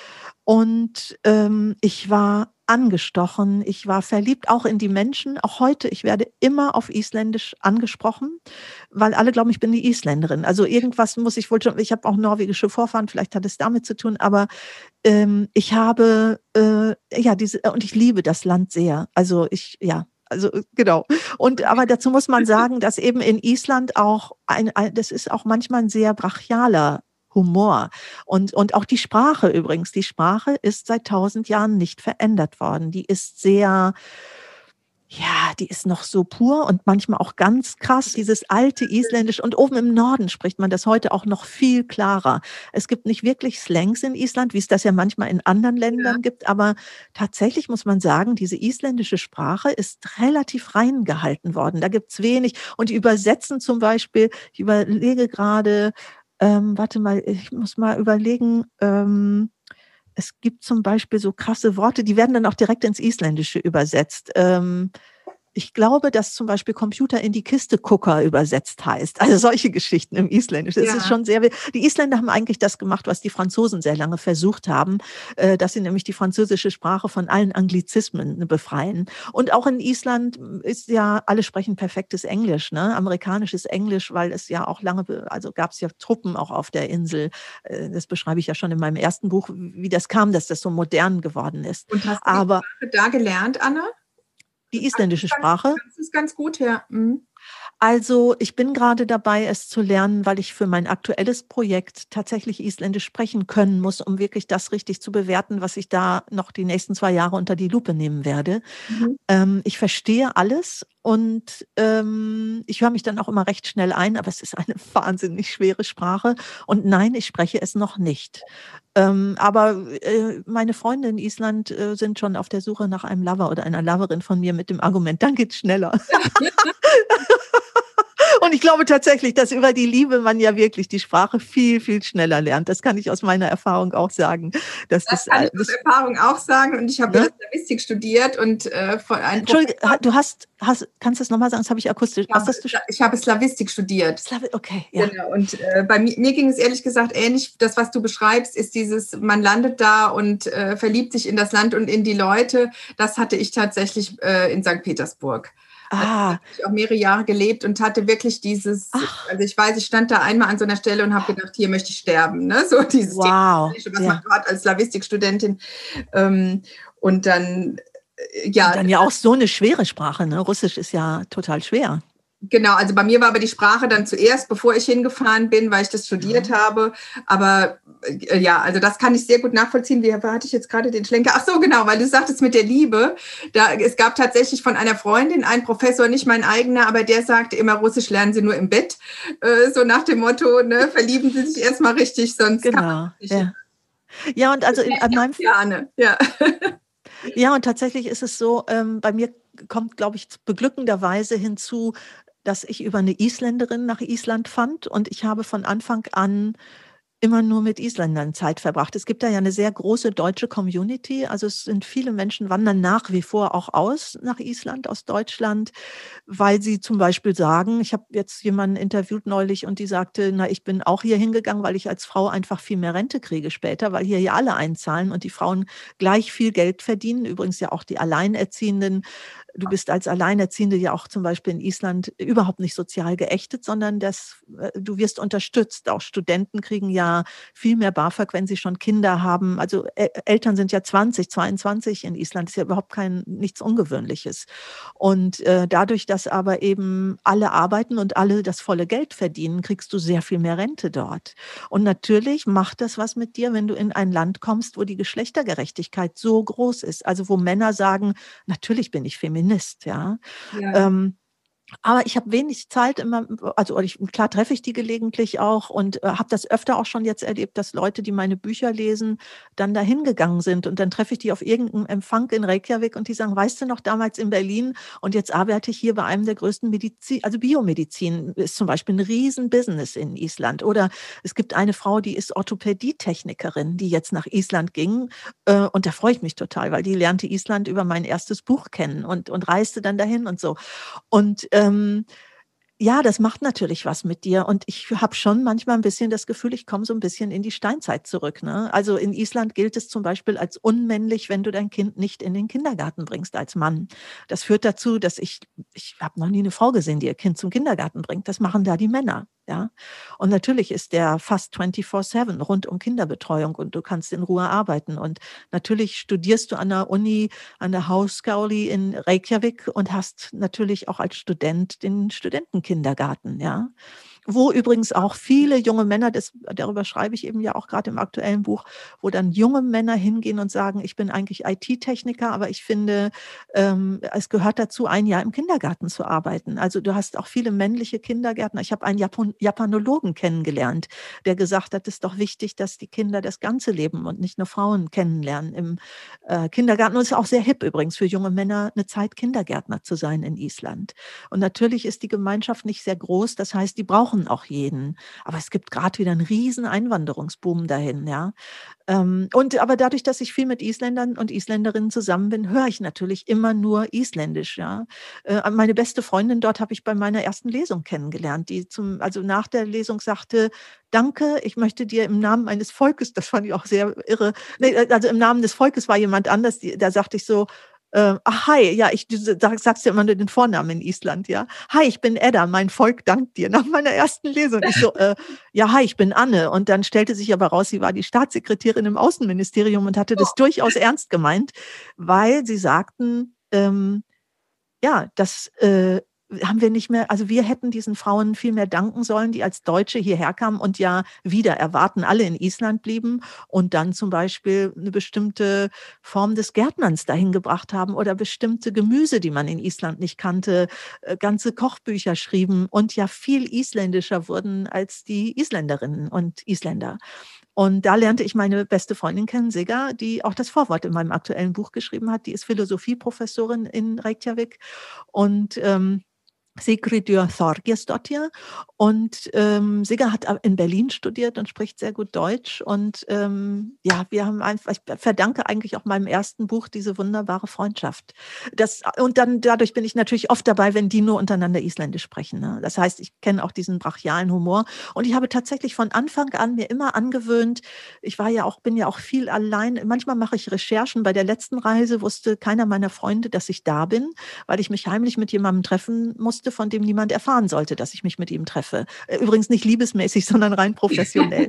S2: Und ich war angestochen, ich war verliebt auch in die Menschen. Auch heute, ich werde immer auf Isländisch angesprochen, weil alle glauben, ich bin die Isländerin. Also irgendwas muss ich wohl schon, ich habe auch norwegische Vorfahren, vielleicht hat es damit zu tun, aber ich habe, und ich liebe das Land sehr. Also genau. Aber dazu muss man sagen, dass eben in Island auch das ist auch manchmal ein sehr brachialer Humor. Und auch die Sprache übrigens. Die Sprache ist seit 1000 Jahren nicht verändert worden. Die ist die ist noch so pur und manchmal auch ganz krass, dieses alte Isländisch. Und oben im Norden spricht man das heute auch noch viel klarer. Es gibt nicht wirklich Slangs in Island, wie es das ja manchmal in anderen Ländern gibt. Aber tatsächlich muss man sagen, diese isländische Sprache ist relativ rein gehalten worden. Da gibt es wenig. Und die übersetzen zum Beispiel, ich überlege gerade, warte mal, ich muss mal überlegen, es gibt zum Beispiel so krasse Worte, die werden dann auch direkt ins Isländische übersetzt. Ich glaube, dass zum Beispiel Computer in die Kiste Gucker übersetzt heißt. Also solche Geschichten im Isländischen. Das ist schon sehr, die Isländer haben eigentlich das gemacht, was die Franzosen sehr lange versucht haben, dass sie nämlich die französische Sprache von allen Anglizismen befreien. Und auch in Island ist ja, alle sprechen perfektes Englisch, ne? Amerikanisches Englisch, weil es ja auch also gab es ja Truppen auch auf der Insel. Das beschreibe ich ja schon in meinem ersten Buch, wie das kam, dass das so modern geworden ist.
S1: Und hast du die Sprache da gelernt, Anna?
S2: Die isländische Sprache?
S1: Das ist ganz gut, ja. Mhm.
S2: Also ich bin gerade dabei, es zu lernen, weil ich für mein aktuelles Projekt tatsächlich Isländisch sprechen können muss, um wirklich das richtig zu bewerten, was ich da noch die nächsten 2 Jahre unter die Lupe nehmen werde. Ich verstehe alles und ich höre mich dann auch immer recht schnell ein, aber es ist eine wahnsinnig schwere Sprache. Und nein, ich spreche es noch nicht. Aber meine Freunde in Island sind schon auf der Suche nach einem Lover oder einer Loverin von mir mit dem Argument, dann geht's schneller. Und ich glaube tatsächlich, dass über die Liebe man ja wirklich die Sprache viel, viel schneller lernt. Das kann ich aus meiner Erfahrung auch sagen. Dass
S1: Das kann ich aus
S2: das
S1: Erfahrung auch sagen. Und ich habe ja
S2: ne?
S1: Slawistik studiert und von einem
S2: Entschuldige,
S1: Professor.
S2: kannst du das nochmal sagen? Das habe ich akustisch. Was hast du?
S1: Ich habe Slawistik studiert.
S2: Okay, ja.
S1: Genau, und bei mir ging es ehrlich gesagt ähnlich. Das, was du beschreibst, ist dieses, man landet da und verliebt sich in das Land und in die Leute. Das hatte ich tatsächlich in St. Petersburg. Also da
S2: Ah,
S1: habe ich auch mehrere Jahre gelebt und hatte wirklich dieses,
S2: ach,
S1: also ich weiß, ich stand da einmal an so einer Stelle und habe gedacht, hier möchte ich sterben. Ne? So dieses
S2: wow.
S1: Theatralische, was man
S2: Ja.
S1: dort als Slawistikstudentin und dann,
S2: Und
S1: ja,
S2: dann ja auch so eine schwere Sprache, ne? Russisch ist ja total schwer.
S1: genau, also bei mir war aber die Sprache dann zuerst, bevor ich hingefahren bin, weil ich das studiert
S2: Mhm.
S1: habe. Aber ja, also das kann ich sehr gut nachvollziehen. Wie hatte ich jetzt gerade den Schlenker? Ach so, genau, weil du sagtest mit der Liebe. Es gab tatsächlich von einer Freundin einen Professor, nicht mein eigener, aber der sagte immer, Russisch lernen Sie nur im Bett. So nach dem Motto, ne, verlieben Sie sich erstmal richtig, sonst kann man
S2: Genau,
S1: es nicht.
S2: ja. Ja, und also
S1: Das lerne
S2: an
S1: ich
S2: meinem
S1: auch gerne. Ja.
S2: Ja, und tatsächlich ist es so, bei mir kommt, glaube ich, beglückenderweise hinzu, dass ich über eine Isländerin nach Island fand und ich habe von Anfang an immer nur mit Isländern Zeit verbracht. Es gibt da ja eine sehr große deutsche Community. Also, es sind viele Menschen wandern nach wie vor auch aus nach Island aus Deutschland, weil sie zum Beispiel sagen ich habe jetzt jemanden interviewt neulich und die sagte: „Na, ich bin auch hier hingegangen, weil ich als Frau einfach viel mehr Rente kriege später, weil hier ja alle einzahlen und die Frauen gleich viel Geld verdienen.“ Übrigens ja auch die Alleinerziehenden. Du bist als Alleinerziehende ja auch zum Beispiel in Island überhaupt nicht sozial geächtet, sondern du wirst unterstützt. Auch Studenten kriegen ja viel mehr BAföG, wenn sie schon Kinder haben. Also, Eltern sind ja 20, 22 in Island, ist ja überhaupt nichts Ungewöhnliches. Und, dadurch, dass aber eben alle arbeiten und alle das volle Geld verdienen, kriegst du sehr viel mehr Rente dort. Und natürlich macht das was mit dir, wenn du in ein Land kommst, wo die Geschlechtergerechtigkeit so groß ist. Also, wo Männer sagen: „Natürlich bin ich Feminist“, ja.
S1: Ja.
S2: Ähm, aber ich habe wenig Zeit immer also, klar treffe ich die gelegentlich auch und, habe das öfter auch schon jetzt erlebt, dass Leute, die meine Bücher lesen, dann da hingegangen sind und dann treffe ich die auf irgendeinem Empfang in Reykjavik und die sagen: „Weißt du noch, damals in Berlin und jetzt arbeite ich hier bei einem der größten Biomedizin ist zum Beispiel 'n Riesen-Business in Island.“ Oder es gibt eine Frau, die ist Orthopädietechnikerin, die jetzt nach Island ging, und da freue ich mich total, weil die lernte Island über mein erstes Buch kennen und reiste dann dahin und so. Und, ja, das macht natürlich was mit dir und ich habe schon manchmal ein bisschen das Gefühl, ich komme so ein bisschen in die Steinzeit zurück, ne? Also, in Island gilt es zum Beispiel als unmännlich, wenn du dein Kind nicht in den Kindergarten bringst als Mann. Das führt dazu, dass ich habe noch nie eine Frau gesehen, die ihr Kind zum Kindergarten bringt. Das machen da die Männer, ja? Und natürlich ist der fast 24/7 rund um Kinderbetreuung und du kannst in Ruhe arbeiten und natürlich studierst du an der Uni an der Háskóli in Reykjavik und hast natürlich auch als Student den Studentenkindergarten, ja. Wo übrigens auch viele junge Männer, darüber schreibe ich eben ja auch gerade im aktuellen Buch, wo dann junge Männer hingehen und sagen: „Ich bin eigentlich IT-Techniker, aber ich finde, es gehört dazu, ein Jahr im Kindergarten zu arbeiten.“ Also, du hast auch viele männliche Kindergärtner. Ich habe einen Japanologen kennengelernt, der gesagt hat: „Es ist doch wichtig, dass die Kinder das ganze Leben und nicht nur Frauen kennenlernen im Kindergarten.“ Und es ist auch sehr hip übrigens für junge Männer, eine Zeit Kindergärtner zu sein in Island. Und natürlich ist die Gemeinschaft nicht sehr groß, das heißt, die brauchen auch jeden. Aber es gibt gerade wieder 'n riesen Einwanderungsboom dahin, ja. Aber dadurch, dass ich viel mit Isländern und Isländerinnen zusammen bin, höre ich natürlich immer nur Isländisch, ja. Meine beste Freundin dort habe ich bei meiner ersten Lesung kennengelernt, die also nach der Lesung sagte: „Danke, ich möchte dir im Namen eines Volkes“, das fand ich auch sehr irre. Ne, also im Namen des Volkes war jemand anders, da sagte ich so, „Ach, hi, ja, du sagst ja immer nur den Vornamen in Island, ja? Hi, ich bin Edda, mein Volk dankt dir“, nach meiner ersten Lesung. Ich so, „Ja, hi, ich bin Anne.“ Und dann stellte sich aber raus, sie war die Staatssekretärin im Außenministerium und hatte das durchaus ernst gemeint, weil sie sagten, ja, das, haben wir nicht mehr also, wir hätten diesen Frauen viel mehr danken sollen, die als Deutsche hierher kamen und ja wider Erwarten alle in Island blieben und dann zum Beispiel 'ne bestimmte Form des Gärtnerns dahin gebracht haben oder bestimmte Gemüse, die man in Island nicht kannte, ganze Kochbücher schrieben und ja viel isländischer wurden als die Isländerinnen und Isländer. Und da lernte ich meine beste Freundin kennen, Sigga, die auch das Vorwort in meinem aktuellen Buch geschrieben hat. Die ist Philosophieprofessorin in Reykjavik und, Sigríður Þorgeirsdóttir. Und Sigga hat in Berlin studiert und spricht sehr gut Deutsch. Und ja, wir haben einfach, ich verdanke eigentlich auch meinem ersten Buch diese wunderbare Freundschaft. Und dann dadurch bin ich natürlich oft dabei, wenn die nur untereinander Isländisch sprechen. Ne? Das heißt, ich kenne auch diesen brachialen Humor. Und ich habe tatsächlich von Anfang an mir immer angewöhnt, bin ja auch viel allein. Manchmal mache ich Recherchen. Bei der letzten Reise wusste keiner meiner Freunde, dass ich da bin, weil ich mich heimlich mit jemandem treffen musste, von dem niemand erfahren sollte, dass ich mich mit ihm treffe. Übrigens nicht liebesmäßig, sondern rein professionell.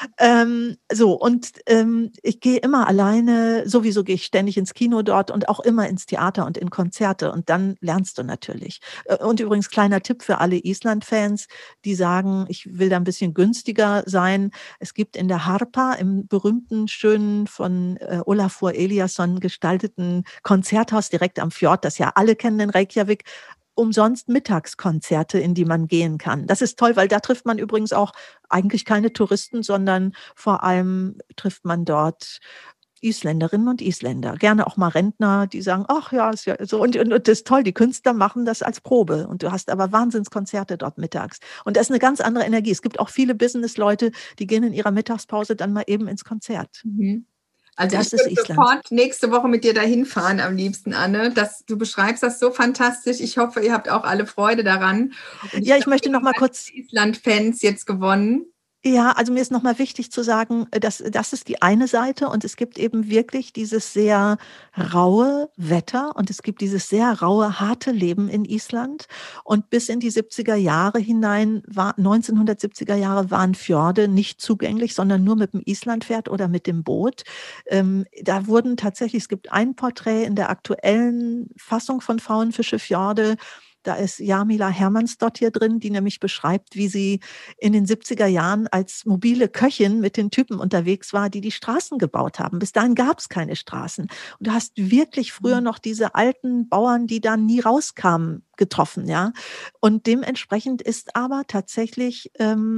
S2: Ich gehe immer alleine, sowieso gehe ich ständig ins Kino dort und auch immer ins Theater und in Konzerte und dann lernst du natürlich. Und übrigens kleiner Tipp für alle Island-Fans, die sagen, ich will da ein bisschen günstiger sein. Es gibt in der Harpa, im berühmten, schönen, von Olafur Eliasson gestalteten Konzerthaus direkt am Fjord, das ja alle kennen in Reykjavik, umsonst Mittagskonzerte, in die man gehen kann. Das ist toll, weil da trifft man übrigens auch eigentlich keine Touristen, sondern vor allem trifft man dort Isländerinnen und Isländer. Gerne auch mal Rentner, die sagen, ach ja, ist ja so. Und das ist toll, die Künstler machen das als Probe. Und du hast aber Wahnsinnskonzerte dort mittags. Und da ist eine ganz andere Energie. Es gibt auch viele Businessleute, die gehen in ihrer Mittagspause dann mal eben ins Konzert.
S1: Mhm. Also
S2: das
S1: ich würde sofort nächste Woche mit dir dahin fahren, am liebsten, Anne. Du beschreibst das so fantastisch. Ich hoffe, ihr habt auch alle Freude daran.
S2: Und ich möchte noch mal kurz
S1: Island-Fans jetzt gewonnen.
S2: Ja, also mir ist noch mal wichtig zu sagen, das ist die eine Seite und es gibt eben wirklich dieses sehr raue Wetter und es gibt dieses sehr raue, harte Leben in Island. Und bis in die 70er Jahre hinein, 1970er Jahre, waren Fjorde nicht zugänglich, sondern nur mit dem Islandpferd oder mit dem Boot. Da wurden tatsächlich, es gibt ein Porträt in der aktuellen Fassung von Frauenfische Fjorde. Da ist Jarmila Hermannsdottir drin, die nämlich beschreibt, wie sie in den 70er Jahren als mobile Köchin mit den Typen unterwegs war, die die Straßen gebaut haben. Bis dahin gab es keine Straßen. Und du hast wirklich früher noch diese alten Bauern, die da nie rauskamen, getroffen, ja. Und dementsprechend ist aber tatsächlich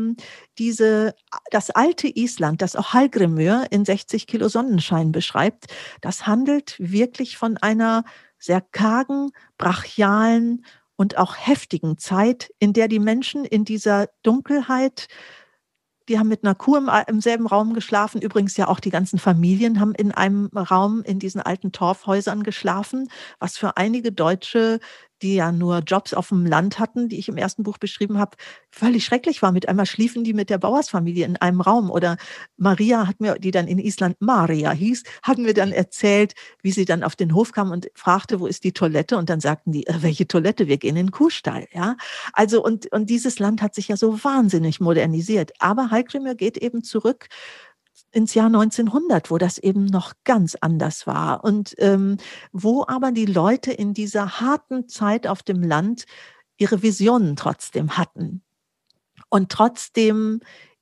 S2: das alte Island, das auch Hallgrímur in 60 Kilo Sonnenschein beschreibt, das handelt wirklich von einer sehr kargen, brachialen und auch heftigen Zeit, in der die Menschen in dieser Dunkelheit, die haben mit einer Kuh im selben Raum geschlafen. Übrigens ja auch die ganzen Familien haben in einem Raum in diesen alten Torfhäusern geschlafen, was für einige Deutsche, die ja nur Jobs auf dem Land hatten, die ich im ersten Buch beschrieben habe, völlig schrecklich war. Mit einmal schliefen die mit der Bauersfamilie in einem Raum. Oder Maria hat mir, die dann in Island Maria hieß, hat mir dann erzählt, wie sie dann auf den Hof kam und fragte, wo ist die Toilette? Und dann sagten die, welche Toilette? Wir gehen in den Kuhstall. Ja? Also und dieses Land hat sich ja so wahnsinnig modernisiert. Aber Hallgrímur geht eben zurück ins Jahr 1900, wo das eben noch ganz anders war und wo aber die Leute in dieser harten Zeit auf dem Land ihre Visionen trotzdem hatten und trotzdem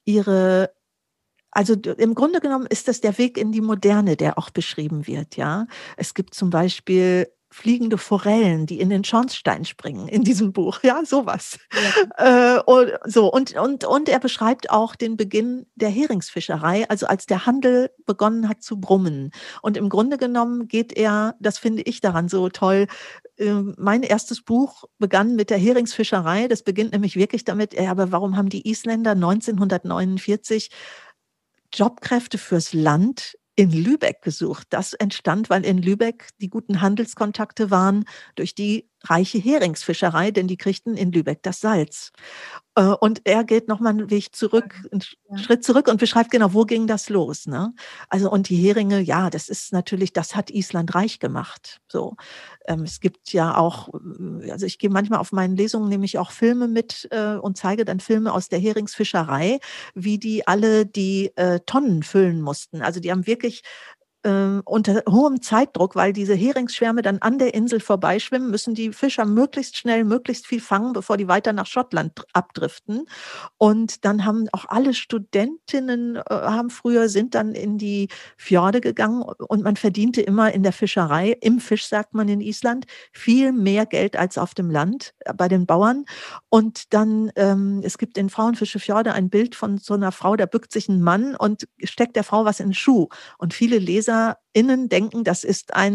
S2: also im Grunde genommen ist das der Weg in die Moderne, der auch beschrieben wird, ja. Es gibt zum Beispiel fliegende Forellen, die in den Schornstein springen in diesem Buch, ja, sowas. Ja. Und er beschreibt auch den Beginn der Heringsfischerei, also als der Handel begonnen hat zu brummen. Und im Grunde genommen geht er, das finde ich daran so toll, mein erstes Buch begann mit der Heringsfischerei. Das beginnt nämlich wirklich damit, aber warum haben die Isländer 1949 Jobkräfte fürs Land in Lübeck gesucht? Das entstand, weil in Lübeck die guten Handelskontakte waren durch die reiche Heringsfischerei, denn die kriegten in Lübeck das Salz. Und er geht nochmal einen Weg zurück, einen Schritt zurück und beschreibt genau, wo ging das los. Ne? Also und die Heringe, ja, das ist natürlich, das hat Island reich gemacht. So, es gibt ja auch, also ich gehe manchmal auf meinen Lesungen, nehme ich auch Filme mit und zeige dann Filme aus der Heringsfischerei, wie die alle die Tonnen füllen mussten. Also die haben wirklich unter hohem Zeitdruck, weil diese Heringsschwärme dann an der Insel vorbeischwimmen, müssen die Fischer möglichst schnell, möglichst viel fangen, bevor die weiter nach Schottland abdriften. Und dann haben auch alle Studentinnen sind dann in die Fjorde gegangen und man verdiente immer in der Fischerei, im Fisch sagt man in Island, viel mehr Geld als auf dem Land bei den Bauern. Und dann, es gibt in Frauenfische Fjorde ein Bild von so einer Frau, da bückt sich ein Mann und steckt der Frau was in den Schuh. Und viele LeserInnen denken, das ist ein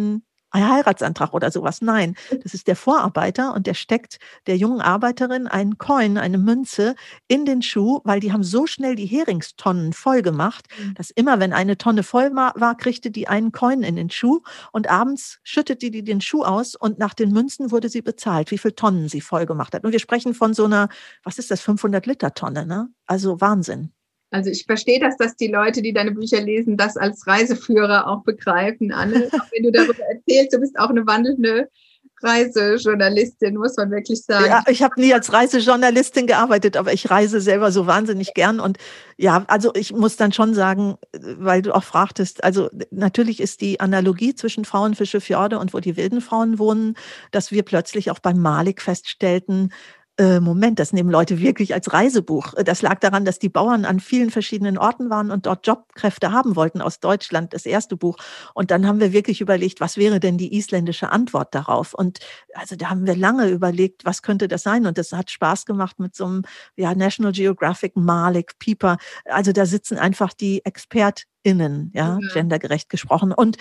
S2: ein Heiratsantrag oder sowas. Nein, das ist der Vorarbeiter und der steckt der jungen Arbeiterin einen Coin, eine Münze in den Schuh, weil die haben so schnell die Heringstonnen voll gemacht, dass immer, wenn eine Tonne voll war, kriegte die einen Coin in den Schuh und abends schüttete die den Schuh aus und nach den Münzen wurde sie bezahlt, wie viele Tonnen sie voll gemacht hat. Und wir sprechen von so einer, was ist das, 500-Liter-Tonne, ne? Also Wahnsinn.
S1: Also ich verstehe das, dass die Leute, die deine Bücher lesen, das als Reiseführer auch begreifen, Anne. Auch wenn du darüber erzählst, du bist auch eine wandelnde Reisejournalistin, muss man wirklich sagen.
S2: Ja, ich habe nie als Reisejournalistin gearbeitet, aber ich reise selber so wahnsinnig gern. Und ja, also ich muss dann schon sagen, weil du auch fragtest, also natürlich ist die Analogie zwischen Frauenfische, Fjorde und wo die wilden Frauen wohnen, dass wir plötzlich auch beim Malik feststellten, Moment, das nehmen Leute wirklich als Reisebuch. Das lag daran, dass die Bauern an vielen verschiedenen Orten waren und dort Jobkräfte haben wollten aus Deutschland, das erste Buch. Und dann haben wir wirklich überlegt, was wäre denn die isländische Antwort darauf? Und also da haben wir lange überlegt, was könnte das sein? Und das hat Spaß gemacht mit so einem National Geographic, Malik, Pieper. Also da sitzen einfach die ExpertInnen, gendergerecht gesprochen. Und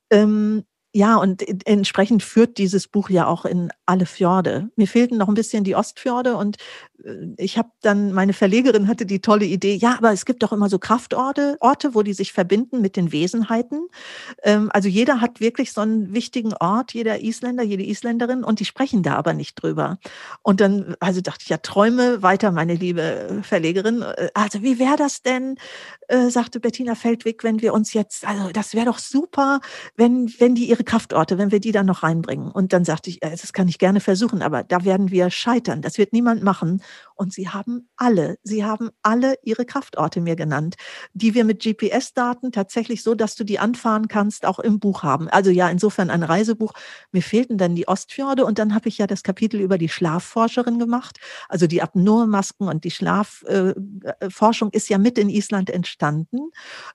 S2: ja, und entsprechend führt dieses Buch ja auch in alle Fjorde. Mir fehlten noch ein bisschen die Ostfjorde und ich habe dann, meine Verlegerin hatte die tolle Idee, ja, aber es gibt doch immer so Kraftorte, wo die sich verbinden mit den Wesenheiten. Also jeder hat wirklich so einen wichtigen Ort, jeder Isländer, jede Isländerin und die sprechen da aber nicht drüber. Und dann, also dachte ich, ja, träume weiter, meine liebe Verlegerin. Also wie wäre das denn, sagte Bettina Feldwig, wenn wir uns jetzt, also das wäre doch super, wenn die ihre Kraftorte, wenn wir die dann noch reinbringen. Und dann sagte ich, das kann ich gerne versuchen, aber da werden wir scheitern. Das wird niemand machen. Und sie haben alle ihre Kraftorte mir genannt, die wir mit GPS-Daten tatsächlich so, dass du die anfahren kannst, auch im Buch haben. Also ja, insofern ein Reisebuch. Mir fehlten dann die Ostfjorde und dann habe ich ja das Kapitel über die Schlafforscherin gemacht. Also die Apnoe-Masken und die Schlafforschung ist ja mit in Island entstanden.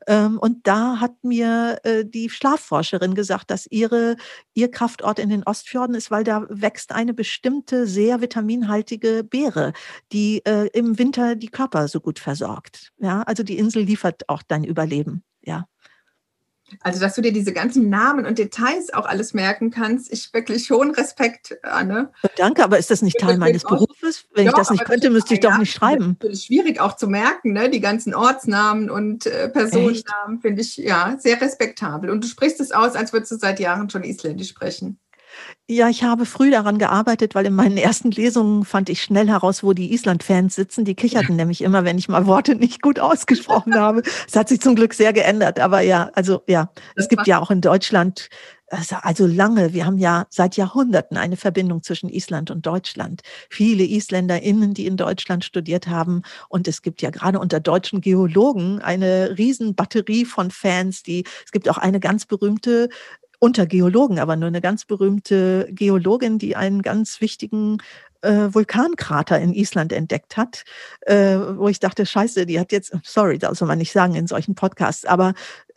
S2: Und da hat mir die Schlafforscherin gesagt, dass ihr Kraftort in den Ostfjorden ist, weil da wächst eine bestimmte, sehr vitaminhaltige Beere, die im Winter die Körper so gut versorgt. Ja, also die Insel liefert auch dein Überleben. Ja.
S1: Also, dass du dir diese ganzen Namen und Details auch alles merken kannst, ich wirklich schon Respekt, Anne.
S2: Danke, aber ist das nicht Teil meines Berufes? Wenn ich das nicht könnte, müsste ich doch nicht schreiben.
S1: Das ist schwierig auch zu merken, ne? Die ganzen Ortsnamen und Personennamen finde ich sehr respektabel. Und du sprichst es aus, als würdest du seit Jahren schon Isländisch sprechen.
S2: Ja, ich habe früh daran gearbeitet, weil in meinen ersten Lesungen fand ich schnell heraus, wo die Island-Fans sitzen. Die kicherten nämlich immer, wenn ich mal Worte nicht gut ausgesprochen habe. Es hat sich zum Glück sehr geändert. Aber ja, also ja, es gibt ja auch in Deutschland, also lange, wir haben ja seit Jahrhunderten eine Verbindung zwischen Island und Deutschland. Viele IsländerInnen, die in Deutschland studiert haben. Und es gibt ja gerade unter deutschen Geologen eine Riesenbatterie von Fans, es gibt auch eine ganz berühmte unter Geologen, aber nur eine ganz berühmte Geologin, die einen ganz wichtigen Vulkankrater in Island entdeckt hat, wo ich dachte, scheiße, die hat jetzt, sorry, das soll man nicht sagen in solchen Podcasts, aber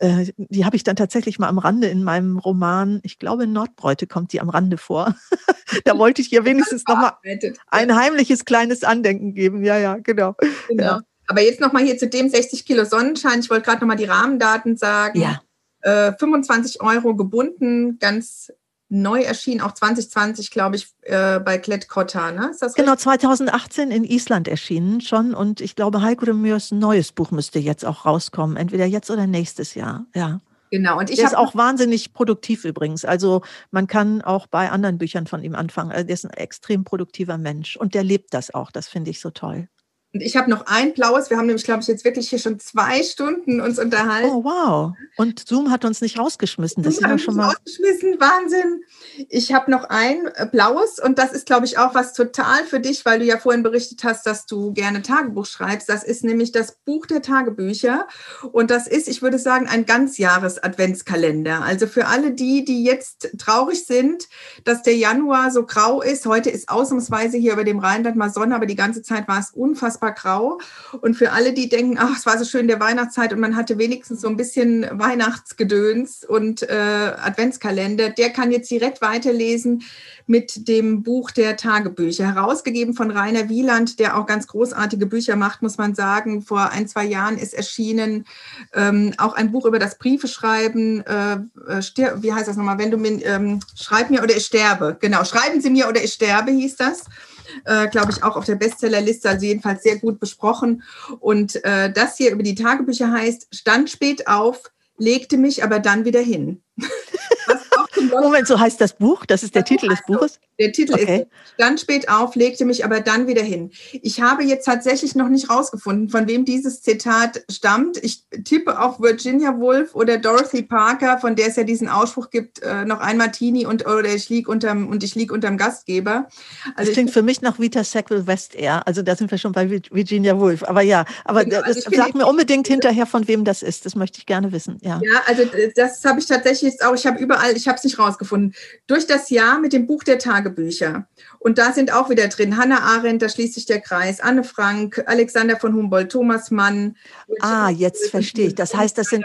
S2: die habe ich dann tatsächlich mal am Rande in meinem Roman, ich glaube in Nordbräute kommt die am Rande vor. Da wollte ich ihr wenigstens nochmal ein heimliches kleines Andenken geben. Ja, genau. Ja.
S1: Aber jetzt nochmal hier zu dem 60 Kilo Sonnenschein. Ich wollte gerade nochmal die Rahmendaten sagen.
S2: Ja.
S1: 25 € gebunden, ganz neu erschienen, auch 2020, glaube ich, bei Klett-Cotta, ne? Ist das
S2: genau, richtig? 2018 in Island erschienen schon und ich glaube, Heiko Mührs neues Buch müsste jetzt auch rauskommen, entweder jetzt oder nächstes Jahr, ja.
S1: Genau. Und
S2: der ist auch wahnsinnig produktiv übrigens, also man kann auch bei anderen Büchern von ihm anfangen, also der ist ein extrem produktiver Mensch und der lebt das auch, das finde ich so toll.
S1: Und ich habe noch ein blaues. Wir haben nämlich, glaube ich, jetzt wirklich hier schon 2 Stunden uns unterhalten.
S2: Oh, wow. Und Zoom hat uns nicht rausgeschmissen. Das ist ja schon mal
S1: rausgeschmissen, Wahnsinn. Ich habe noch ein blaues und das ist, glaube ich, auch was total für dich, weil du ja vorhin berichtet hast, dass du gerne Tagebuch schreibst. Das ist nämlich das Buch der Tagebücher und das ist, ich würde sagen, ein Ganzjahres-Adventskalender. Also für alle die jetzt traurig sind, dass der Januar so grau ist. Heute ist ausnahmsweise hier über dem Rheinland mal Sonne, aber die ganze Zeit war es unfassbar unfassbar grau. Und für alle, die denken, ach, es war so schön in der Weihnachtszeit und man hatte wenigstens so ein bisschen Weihnachtsgedöns und Adventskalender, der kann jetzt direkt weiterlesen mit dem Buch der Tagebücher, herausgegeben von Rainer Wieland, der auch ganz großartige Bücher macht, muss man sagen. Vor 1-2 Jahren ist erschienen auch ein Buch über das Briefeschreiben. Wie heißt das nochmal? Wenn du mir, schreib mir oder ich sterbe. Genau, schreiben Sie mir oder ich sterbe hieß das. Glaube ich, auch auf der Bestsellerliste, also jedenfalls sehr gut besprochen. Und das hier über die Tagebücher heißt, stand spät auf, legte mich aber dann wieder hin.
S2: Moment, so heißt das Buch? Das ist der Titel des Buches?
S1: Der Titel ist stand spät auf, legte mich aber dann wieder hin. Ich habe jetzt tatsächlich noch nicht rausgefunden, von wem dieses Zitat stammt. Ich tippe auf Virginia Woolf oder Dorothy Parker, von der es ja diesen Ausspruch gibt, noch ein Martini oder ich lieg unterm Gastgeber. Also
S2: das klingt für mich nach Vita Sackville-West Air. Also da sind wir schon bei Virginia Woolf. Aber ja, aber genau, also sag mir unbedingt hinterher, von wem das ist. Das möchte ich gerne wissen. Ja,
S1: also das habe ich tatsächlich jetzt auch. Ich habe es nicht rausgefunden. Durch das Jahr mit dem Buch der Tagebücher. Und da sind auch wieder drin Hannah Arendt, da schließt sich der Kreis, Anne Frank, Alexander von Humboldt, Thomas Mann.
S2: Jetzt verstehe ich. Das heißt, das sind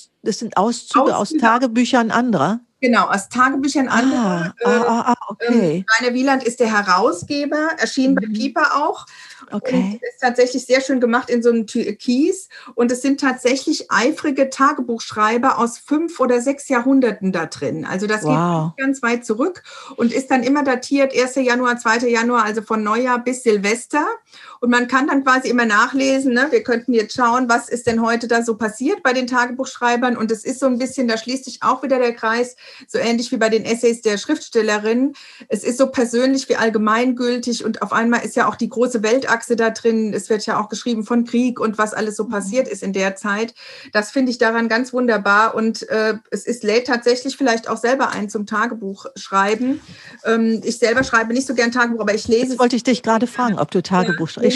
S2: Auszüge aus Tagebüchern anderer?
S1: Genau, aus Tagebüchern anderer.
S2: Okay.
S1: Rainer Wieland ist der Herausgeber, erschien bei Piper auch.
S2: Okay.
S1: Und ist tatsächlich sehr schön gemacht in so einem Kies. Und es sind tatsächlich eifrige Tagebuchschreiber aus 5 oder 6 Jahrhunderten da drin. Also das geht ganz weit zurück und ist dann immer datiert 1. Januar, 2. Januar, also von Neujahr bis Silvester. Und man kann dann quasi immer nachlesen, ne? Wir könnten jetzt schauen, was ist denn heute da so passiert bei den Tagebuchschreibern. Und es ist so ein bisschen, da schließt sich auch wieder der Kreis, so ähnlich wie bei den Essays der Schriftstellerin. Es ist so persönlich wie allgemeingültig und auf einmal ist ja auch die große Weltachse da drin. Es wird ja auch geschrieben von Krieg und was alles so passiert ist in der Zeit. Das finde ich daran ganz wunderbar und lädt tatsächlich vielleicht auch selber ein zum Tagebuch schreiben. Ich selber schreibe nicht so gern Tagebuch, aber ich lese.
S2: Jetzt wollte ich dich gerade fragen, ob du Tagebuch schreibst.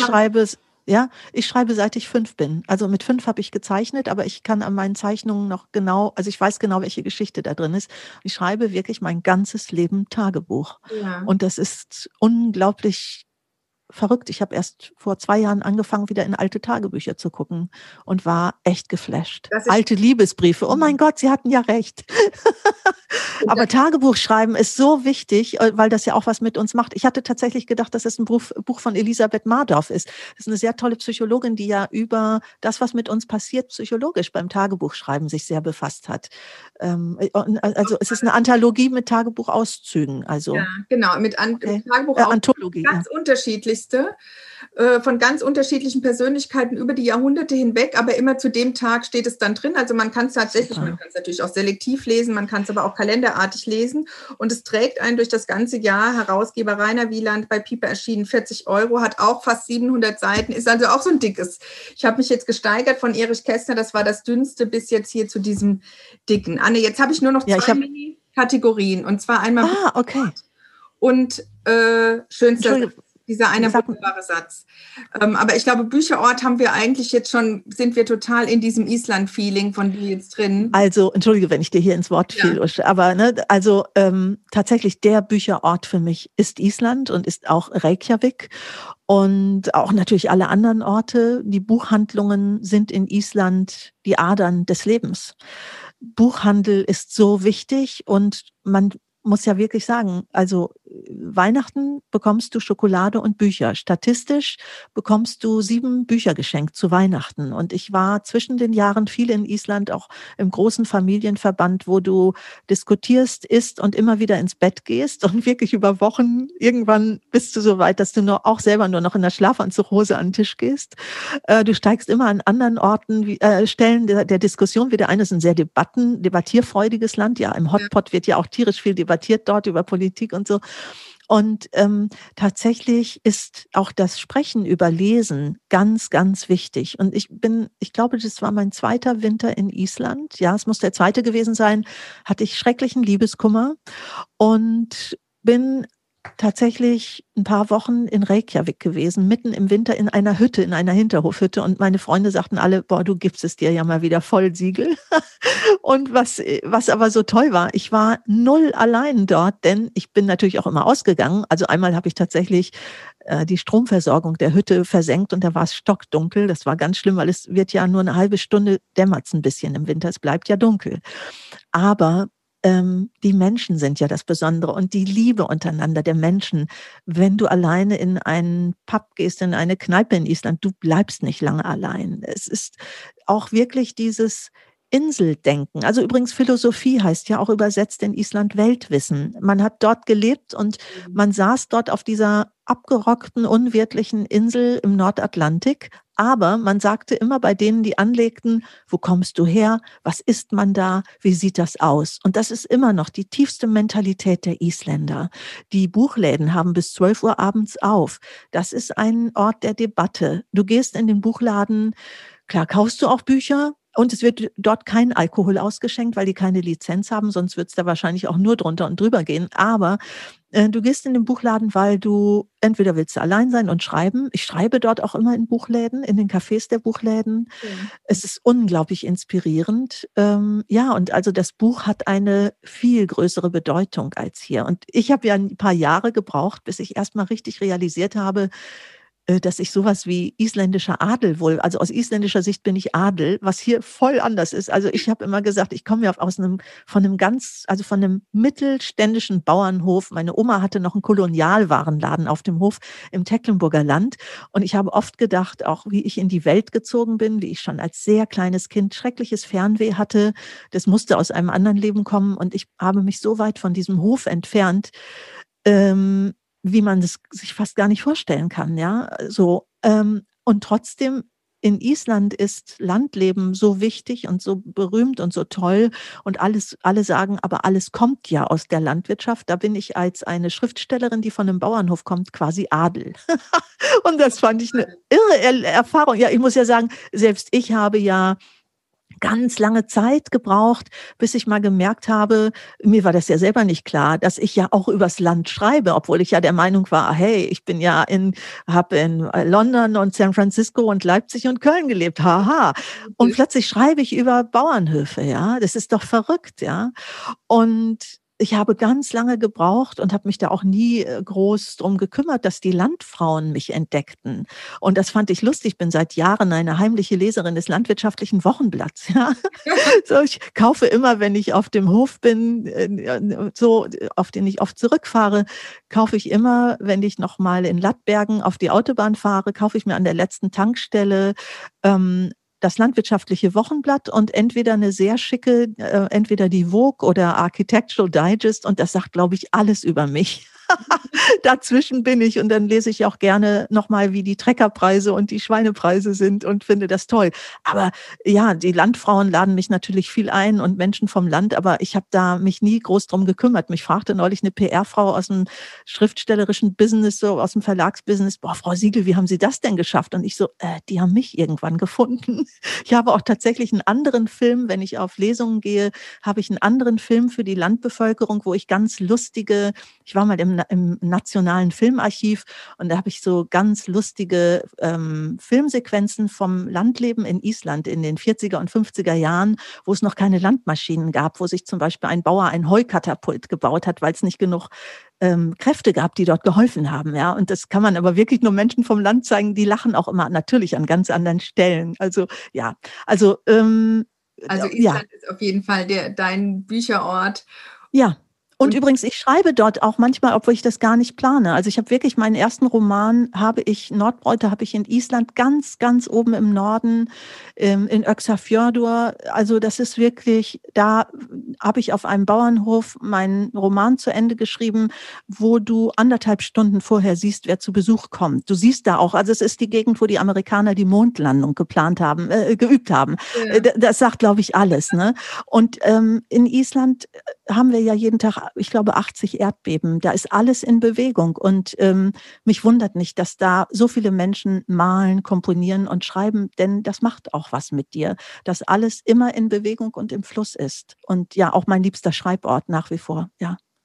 S2: Ich schreibe, seit ich 5 bin. Also mit 5 habe ich gezeichnet, aber ich kann an meinen Zeichnungen noch genau, also ich weiß genau, welche Geschichte da drin ist. Ich schreibe wirklich mein ganzes Leben Tagebuch. Ja. Und das ist unglaublich verrückt. Ich habe erst vor 2 Jahren angefangen, wieder in alte Tagebücher zu gucken und war echt geflasht. Alte Liebesbriefe. Oh mein Gott, Sie hatten ja recht. Aber Tagebuch schreiben ist so wichtig, weil das ja auch was mit uns macht. Ich hatte tatsächlich gedacht, dass es ein Buch von Elisabeth Mardorf ist. Das ist eine sehr tolle Psychologin, die ja über das, was mit uns passiert, psychologisch beim Tagebuchschreiben sich sehr befasst hat. Also es ist eine Anthologie mit Tagebuchauszügen. Also,
S1: ja, genau, mit Tagebuchauszügen.
S2: Anthologie.
S1: Ganz unterschiedlichste, von ganz unterschiedlichen Persönlichkeiten über die Jahrhunderte hinweg, aber immer zu dem Tag steht es dann drin. Also man kann es tatsächlich, man kann es natürlich auch selektiv lesen, man kann es aber auch kalenderartig lesen und es trägt einen durch das ganze Jahr. Herausgeber Rainer Wieland, bei Piper erschienen, 40 €, hat auch fast 700 Seiten, ist also auch so ein dickes. Ich habe mich jetzt gesteigert von Erich Kästner, das war das dünnste bis jetzt hier zu diesem dicken. Anne, jetzt habe ich nur noch 2 Mini-Kategorien und zwar einmal und schönster dieser eine wunderbare Satz. Aber ich glaube, Bücherort haben wir eigentlich jetzt schon, sind wir total in diesem Island-Feeling von dir jetzt drin.
S2: Also, entschuldige, wenn ich dir hier ins Wort fiel, aber tatsächlich der Bücherort für mich ist Island und ist auch Reykjavik und auch natürlich alle anderen Orte. Die Buchhandlungen sind in Island die Adern des Lebens. Buchhandel ist so wichtig und man muss ja wirklich sagen, also Weihnachten bekommst du Schokolade und Bücher. Statistisch bekommst du 7 Bücher geschenkt zu Weihnachten. Und ich war zwischen den Jahren viel in Island, auch im großen Familienverband, wo du diskutierst, isst und immer wieder ins Bett gehst und wirklich über Wochen, irgendwann bist du so weit, dass du auch selber nur noch in der Schlafanzughose an den Tisch gehst. Du steigst immer an anderen Orten, Stellen der Diskussion wieder ein. Es ist ein sehr debattierfreudiges Land. Ja, im Hotpot wird ja auch tierisch viel debattiert dort über Politik und so. Und tatsächlich ist auch das Sprechen über Lesen ganz, ganz wichtig. Und ich glaube, das war mein 2. Winter in Island. Ja, es muss der 2. gewesen sein. Hatte ich schrecklichen Liebeskummer und bin tatsächlich ein paar Wochen in Reykjavik gewesen, mitten im Winter in einer Hütte, in einer Hinterhofhütte. Und meine Freunde sagten alle, boah, du gibst es dir ja mal wieder voll, Siegel. Und was aber so toll war, ich war null allein dort, denn ich bin natürlich auch immer ausgegangen. Also einmal habe ich tatsächlich die Stromversorgung der Hütte versenkt und da war es stockdunkel. Das war ganz schlimm, weil es wird ja nur eine halbe Stunde dämmert es ein bisschen im Winter. Es bleibt ja dunkel. Aber die Menschen sind ja das Besondere und die Liebe untereinander der Menschen. Wenn du alleine in einen Pub gehst, in eine Kneipe in Island, du bleibst nicht lange allein. Es ist auch wirklich dieses Inseldenken. Also übrigens Philosophie heißt ja auch übersetzt in Island Weltwissen. Man hat dort gelebt und man saß dort auf dieser abgerockten, unwirtlichen Insel im Nordatlantik. Aber man sagte immer bei denen, die anlegten, wo kommst du her? Was isst man da? Wie sieht das aus? Und das ist immer noch die tiefste Mentalität der Isländer. Die Buchläden haben bis 12 Uhr abends auf. Das ist ein Ort der Debatte. Du gehst in den Buchladen, klar kaufst du auch Bücher, und es wird dort kein Alkohol ausgeschenkt, weil die keine Lizenz haben, sonst wird es da wahrscheinlich auch nur drunter und drüber gehen. Aber du gehst in den Buchladen, weil du entweder willst du allein sein und schreiben. Ich schreibe dort auch immer in Buchläden, in den Cafés der Buchläden.
S1: Schön.
S2: Es ist unglaublich inspirierend. Ja, und also das Buch hat eine viel größere Bedeutung als hier. Und ich habe ja ein paar Jahre gebraucht, bis ich erst mal richtig realisiert habe, dass ich sowas wie isländischer Adel wohl, also aus isländischer Sicht bin ich Adel, was hier voll anders ist. Also ich habe immer gesagt, ich komme ja von einem mittelständischen Bauernhof. Meine Oma hatte noch einen Kolonialwarenladen auf dem Hof im Tecklenburger Land. Und ich habe oft gedacht, auch wie ich in die Welt gezogen bin, wie ich schon als sehr kleines Kind schreckliches Fernweh hatte. Das musste aus einem anderen Leben kommen. Und ich habe mich so weit von diesem Hof entfernt, ähm, wie man das sich fast gar nicht vorstellen kann, ja. So, und trotzdem in Island ist Landleben so wichtig und so berühmt und so toll und alle sagen, aber alles kommt ja aus der Landwirtschaft. Da bin ich als eine Schriftstellerin, die von einem Bauernhof kommt, quasi Adel. Und das fand ich eine irre Erfahrung. Ja, ich muss ja sagen, selbst ich habe ja ganz lange Zeit gebraucht, bis ich mal gemerkt habe, mir war das ja selber nicht klar, dass ich ja auch übers Land schreibe, obwohl ich ja der Meinung war, hey, ich bin ja habe in London und San Francisco und Leipzig und Köln gelebt, haha. Und plötzlich schreibe ich über Bauernhöfe, ja. Das ist doch verrückt, ja. Und ich habe ganz lange gebraucht und habe mich da auch nie groß drum gekümmert, dass die Landfrauen mich entdeckten. Und das fand ich lustig. Ich bin seit Jahren eine heimliche Leserin des Landwirtschaftlichen Wochenblatts. Ja. So, ich kaufe immer, wenn ich auf dem Hof bin, so, auf den ich oft zurückfahre, kaufe ich immer, wenn ich noch mal in Lattbergen auf die Autobahn fahre, kaufe ich mir an der letzten Tankstelle das landwirtschaftliche Wochenblatt und entweder eine sehr schicke, entweder die Vogue oder Architectural Digest und das sagt, glaube ich, alles über mich. Dazwischen bin ich und dann lese ich auch gerne nochmal, wie die Treckerpreise und die Schweinepreise sind und finde das toll. Aber ja, die Landfrauen laden mich natürlich viel ein und Menschen vom Land, aber ich habe da mich nie groß drum gekümmert. Mich fragte neulich eine PR-Frau aus dem schriftstellerischen Business, so aus dem Verlagsbusiness, boah, Frau Siegel, wie haben Sie das denn geschafft? Und ich so, die haben mich irgendwann gefunden. Ich habe auch tatsächlich einen anderen Film, wenn ich auf Lesungen gehe, habe ich einen anderen Film für die Landbevölkerung, wo ich ganz lustige, ich war mal im Nationalen Filmarchiv und da habe ich so ganz lustige Filmsequenzen vom Landleben in Island in den 40er und 50er Jahren, wo es noch keine Landmaschinen gab, wo sich zum Beispiel ein Bauer ein Heukatapult gebaut hat, weil es nicht genug Kräfte gab, die dort geholfen haben. Ja, und das kann man aber wirklich nur Menschen vom Land zeigen, die lachen auch immer natürlich an ganz anderen Stellen. Also ja, also
S1: Also
S2: ja.
S1: Island ist auf jeden Fall dein Bücherort.
S2: Ja. Und
S1: Und
S2: übrigens, ich schreibe dort auch manchmal, obwohl ich das gar nicht plane. Also ich habe wirklich meinen ersten Roman, Nordbreute habe ich in Island, ganz, ganz oben im Norden, in Öxarfjörður. Also das ist wirklich, da habe ich auf einem Bauernhof meinen Roman zu Ende geschrieben, wo du 1,5 Stunden vorher siehst, wer zu Besuch kommt. Du siehst da auch, also es ist die Gegend, wo die Amerikaner die Mondlandung geübt haben.
S1: ja.
S2: Das sagt, glaube ich, alles. Ne? Und in Island haben wir ja jeden Tag, ich glaube, 80 Erdbeben. Da ist alles in Bewegung. Und mich wundert nicht, dass da so viele Menschen malen, komponieren und schreiben, denn das macht auch was mit dir, dass alles immer in Bewegung und im Fluss ist. Und ja, auch mein liebster Schreibort nach wie vor, ja.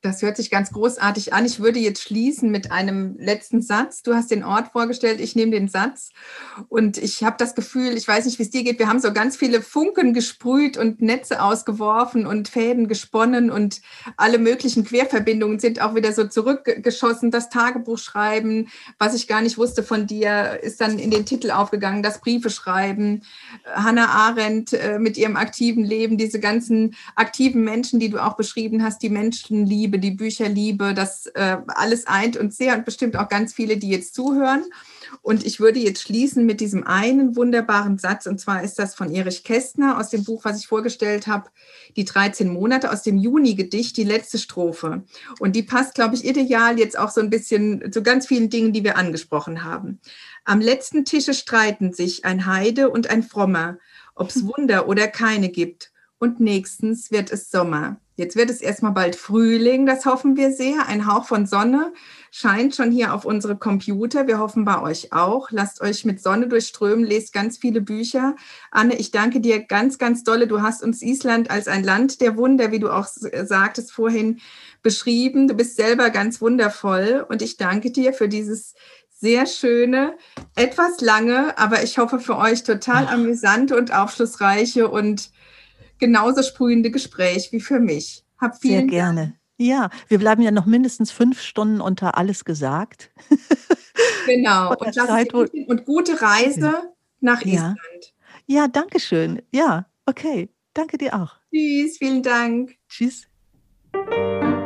S1: Das hört sich ganz großartig an. Ich würde jetzt schließen mit einem letzten Satz. Du hast den Ort vorgestellt, ich nehme den Satz. Und ich habe das Gefühl, ich weiß nicht, wie es dir geht, wir haben so ganz viele Funken gesprüht und Netze ausgeworfen und Fäden gesponnen und alle möglichen Querverbindungen sind auch wieder so zurückgeschossen. Das Tagebuch schreiben, was ich gar nicht wusste von dir, ist dann in den Titel aufgegangen, das Briefe schreiben. Hannah Arendt mit ihrem aktiven Leben, diese ganzen aktiven Menschen, die du auch beschrieben hast, die Menschenliebe, die Bücherliebe, das alles eint uns sehr und bestimmt auch ganz viele, die jetzt zuhören. Und ich würde jetzt schließen mit diesem einen wunderbaren Satz, und zwar ist das von Erich Kästner aus dem Buch, was ich vorgestellt habe, die 13 Monate aus dem Juni-Gedicht, die letzte Strophe. Und die passt, glaube ich, ideal jetzt auch so ein bisschen zu ganz vielen Dingen, die wir angesprochen haben. Am letzten Tische streiten sich ein Heide und ein Frommer, ob es Wunder oder keine gibt. Und nächstens wird es Sommer. Jetzt wird es erstmal bald Frühling, das hoffen wir sehr. Ein Hauch von Sonne scheint schon hier auf unsere Computer. Wir hoffen bei euch auch. Lasst euch mit Sonne durchströmen, lest ganz viele Bücher. Anne, ich danke dir ganz, ganz dolle. Du hast uns Island als ein Land der Wunder, wie du auch sagtest vorhin, beschrieben. Du bist selber ganz wundervoll und ich danke dir für dieses sehr schöne, etwas lange, aber ich hoffe für euch total amüsante und aufschlussreiche und genauso sprühende Gespräch wie für mich. Hab
S2: Sehr
S1: vielen
S2: gerne.
S1: Dank.
S2: Ja, wir bleiben ja noch mindestens 5 Stunden unter alles gesagt.
S1: Genau.
S2: Von der
S1: Und lass es dir
S2: Zeit, wo
S1: gut gehen und gute Reise nach
S2: ja.
S1: Island.
S2: Ja, danke schön. Ja, okay. Danke dir auch.
S1: Tschüss, vielen Dank.
S2: Tschüss.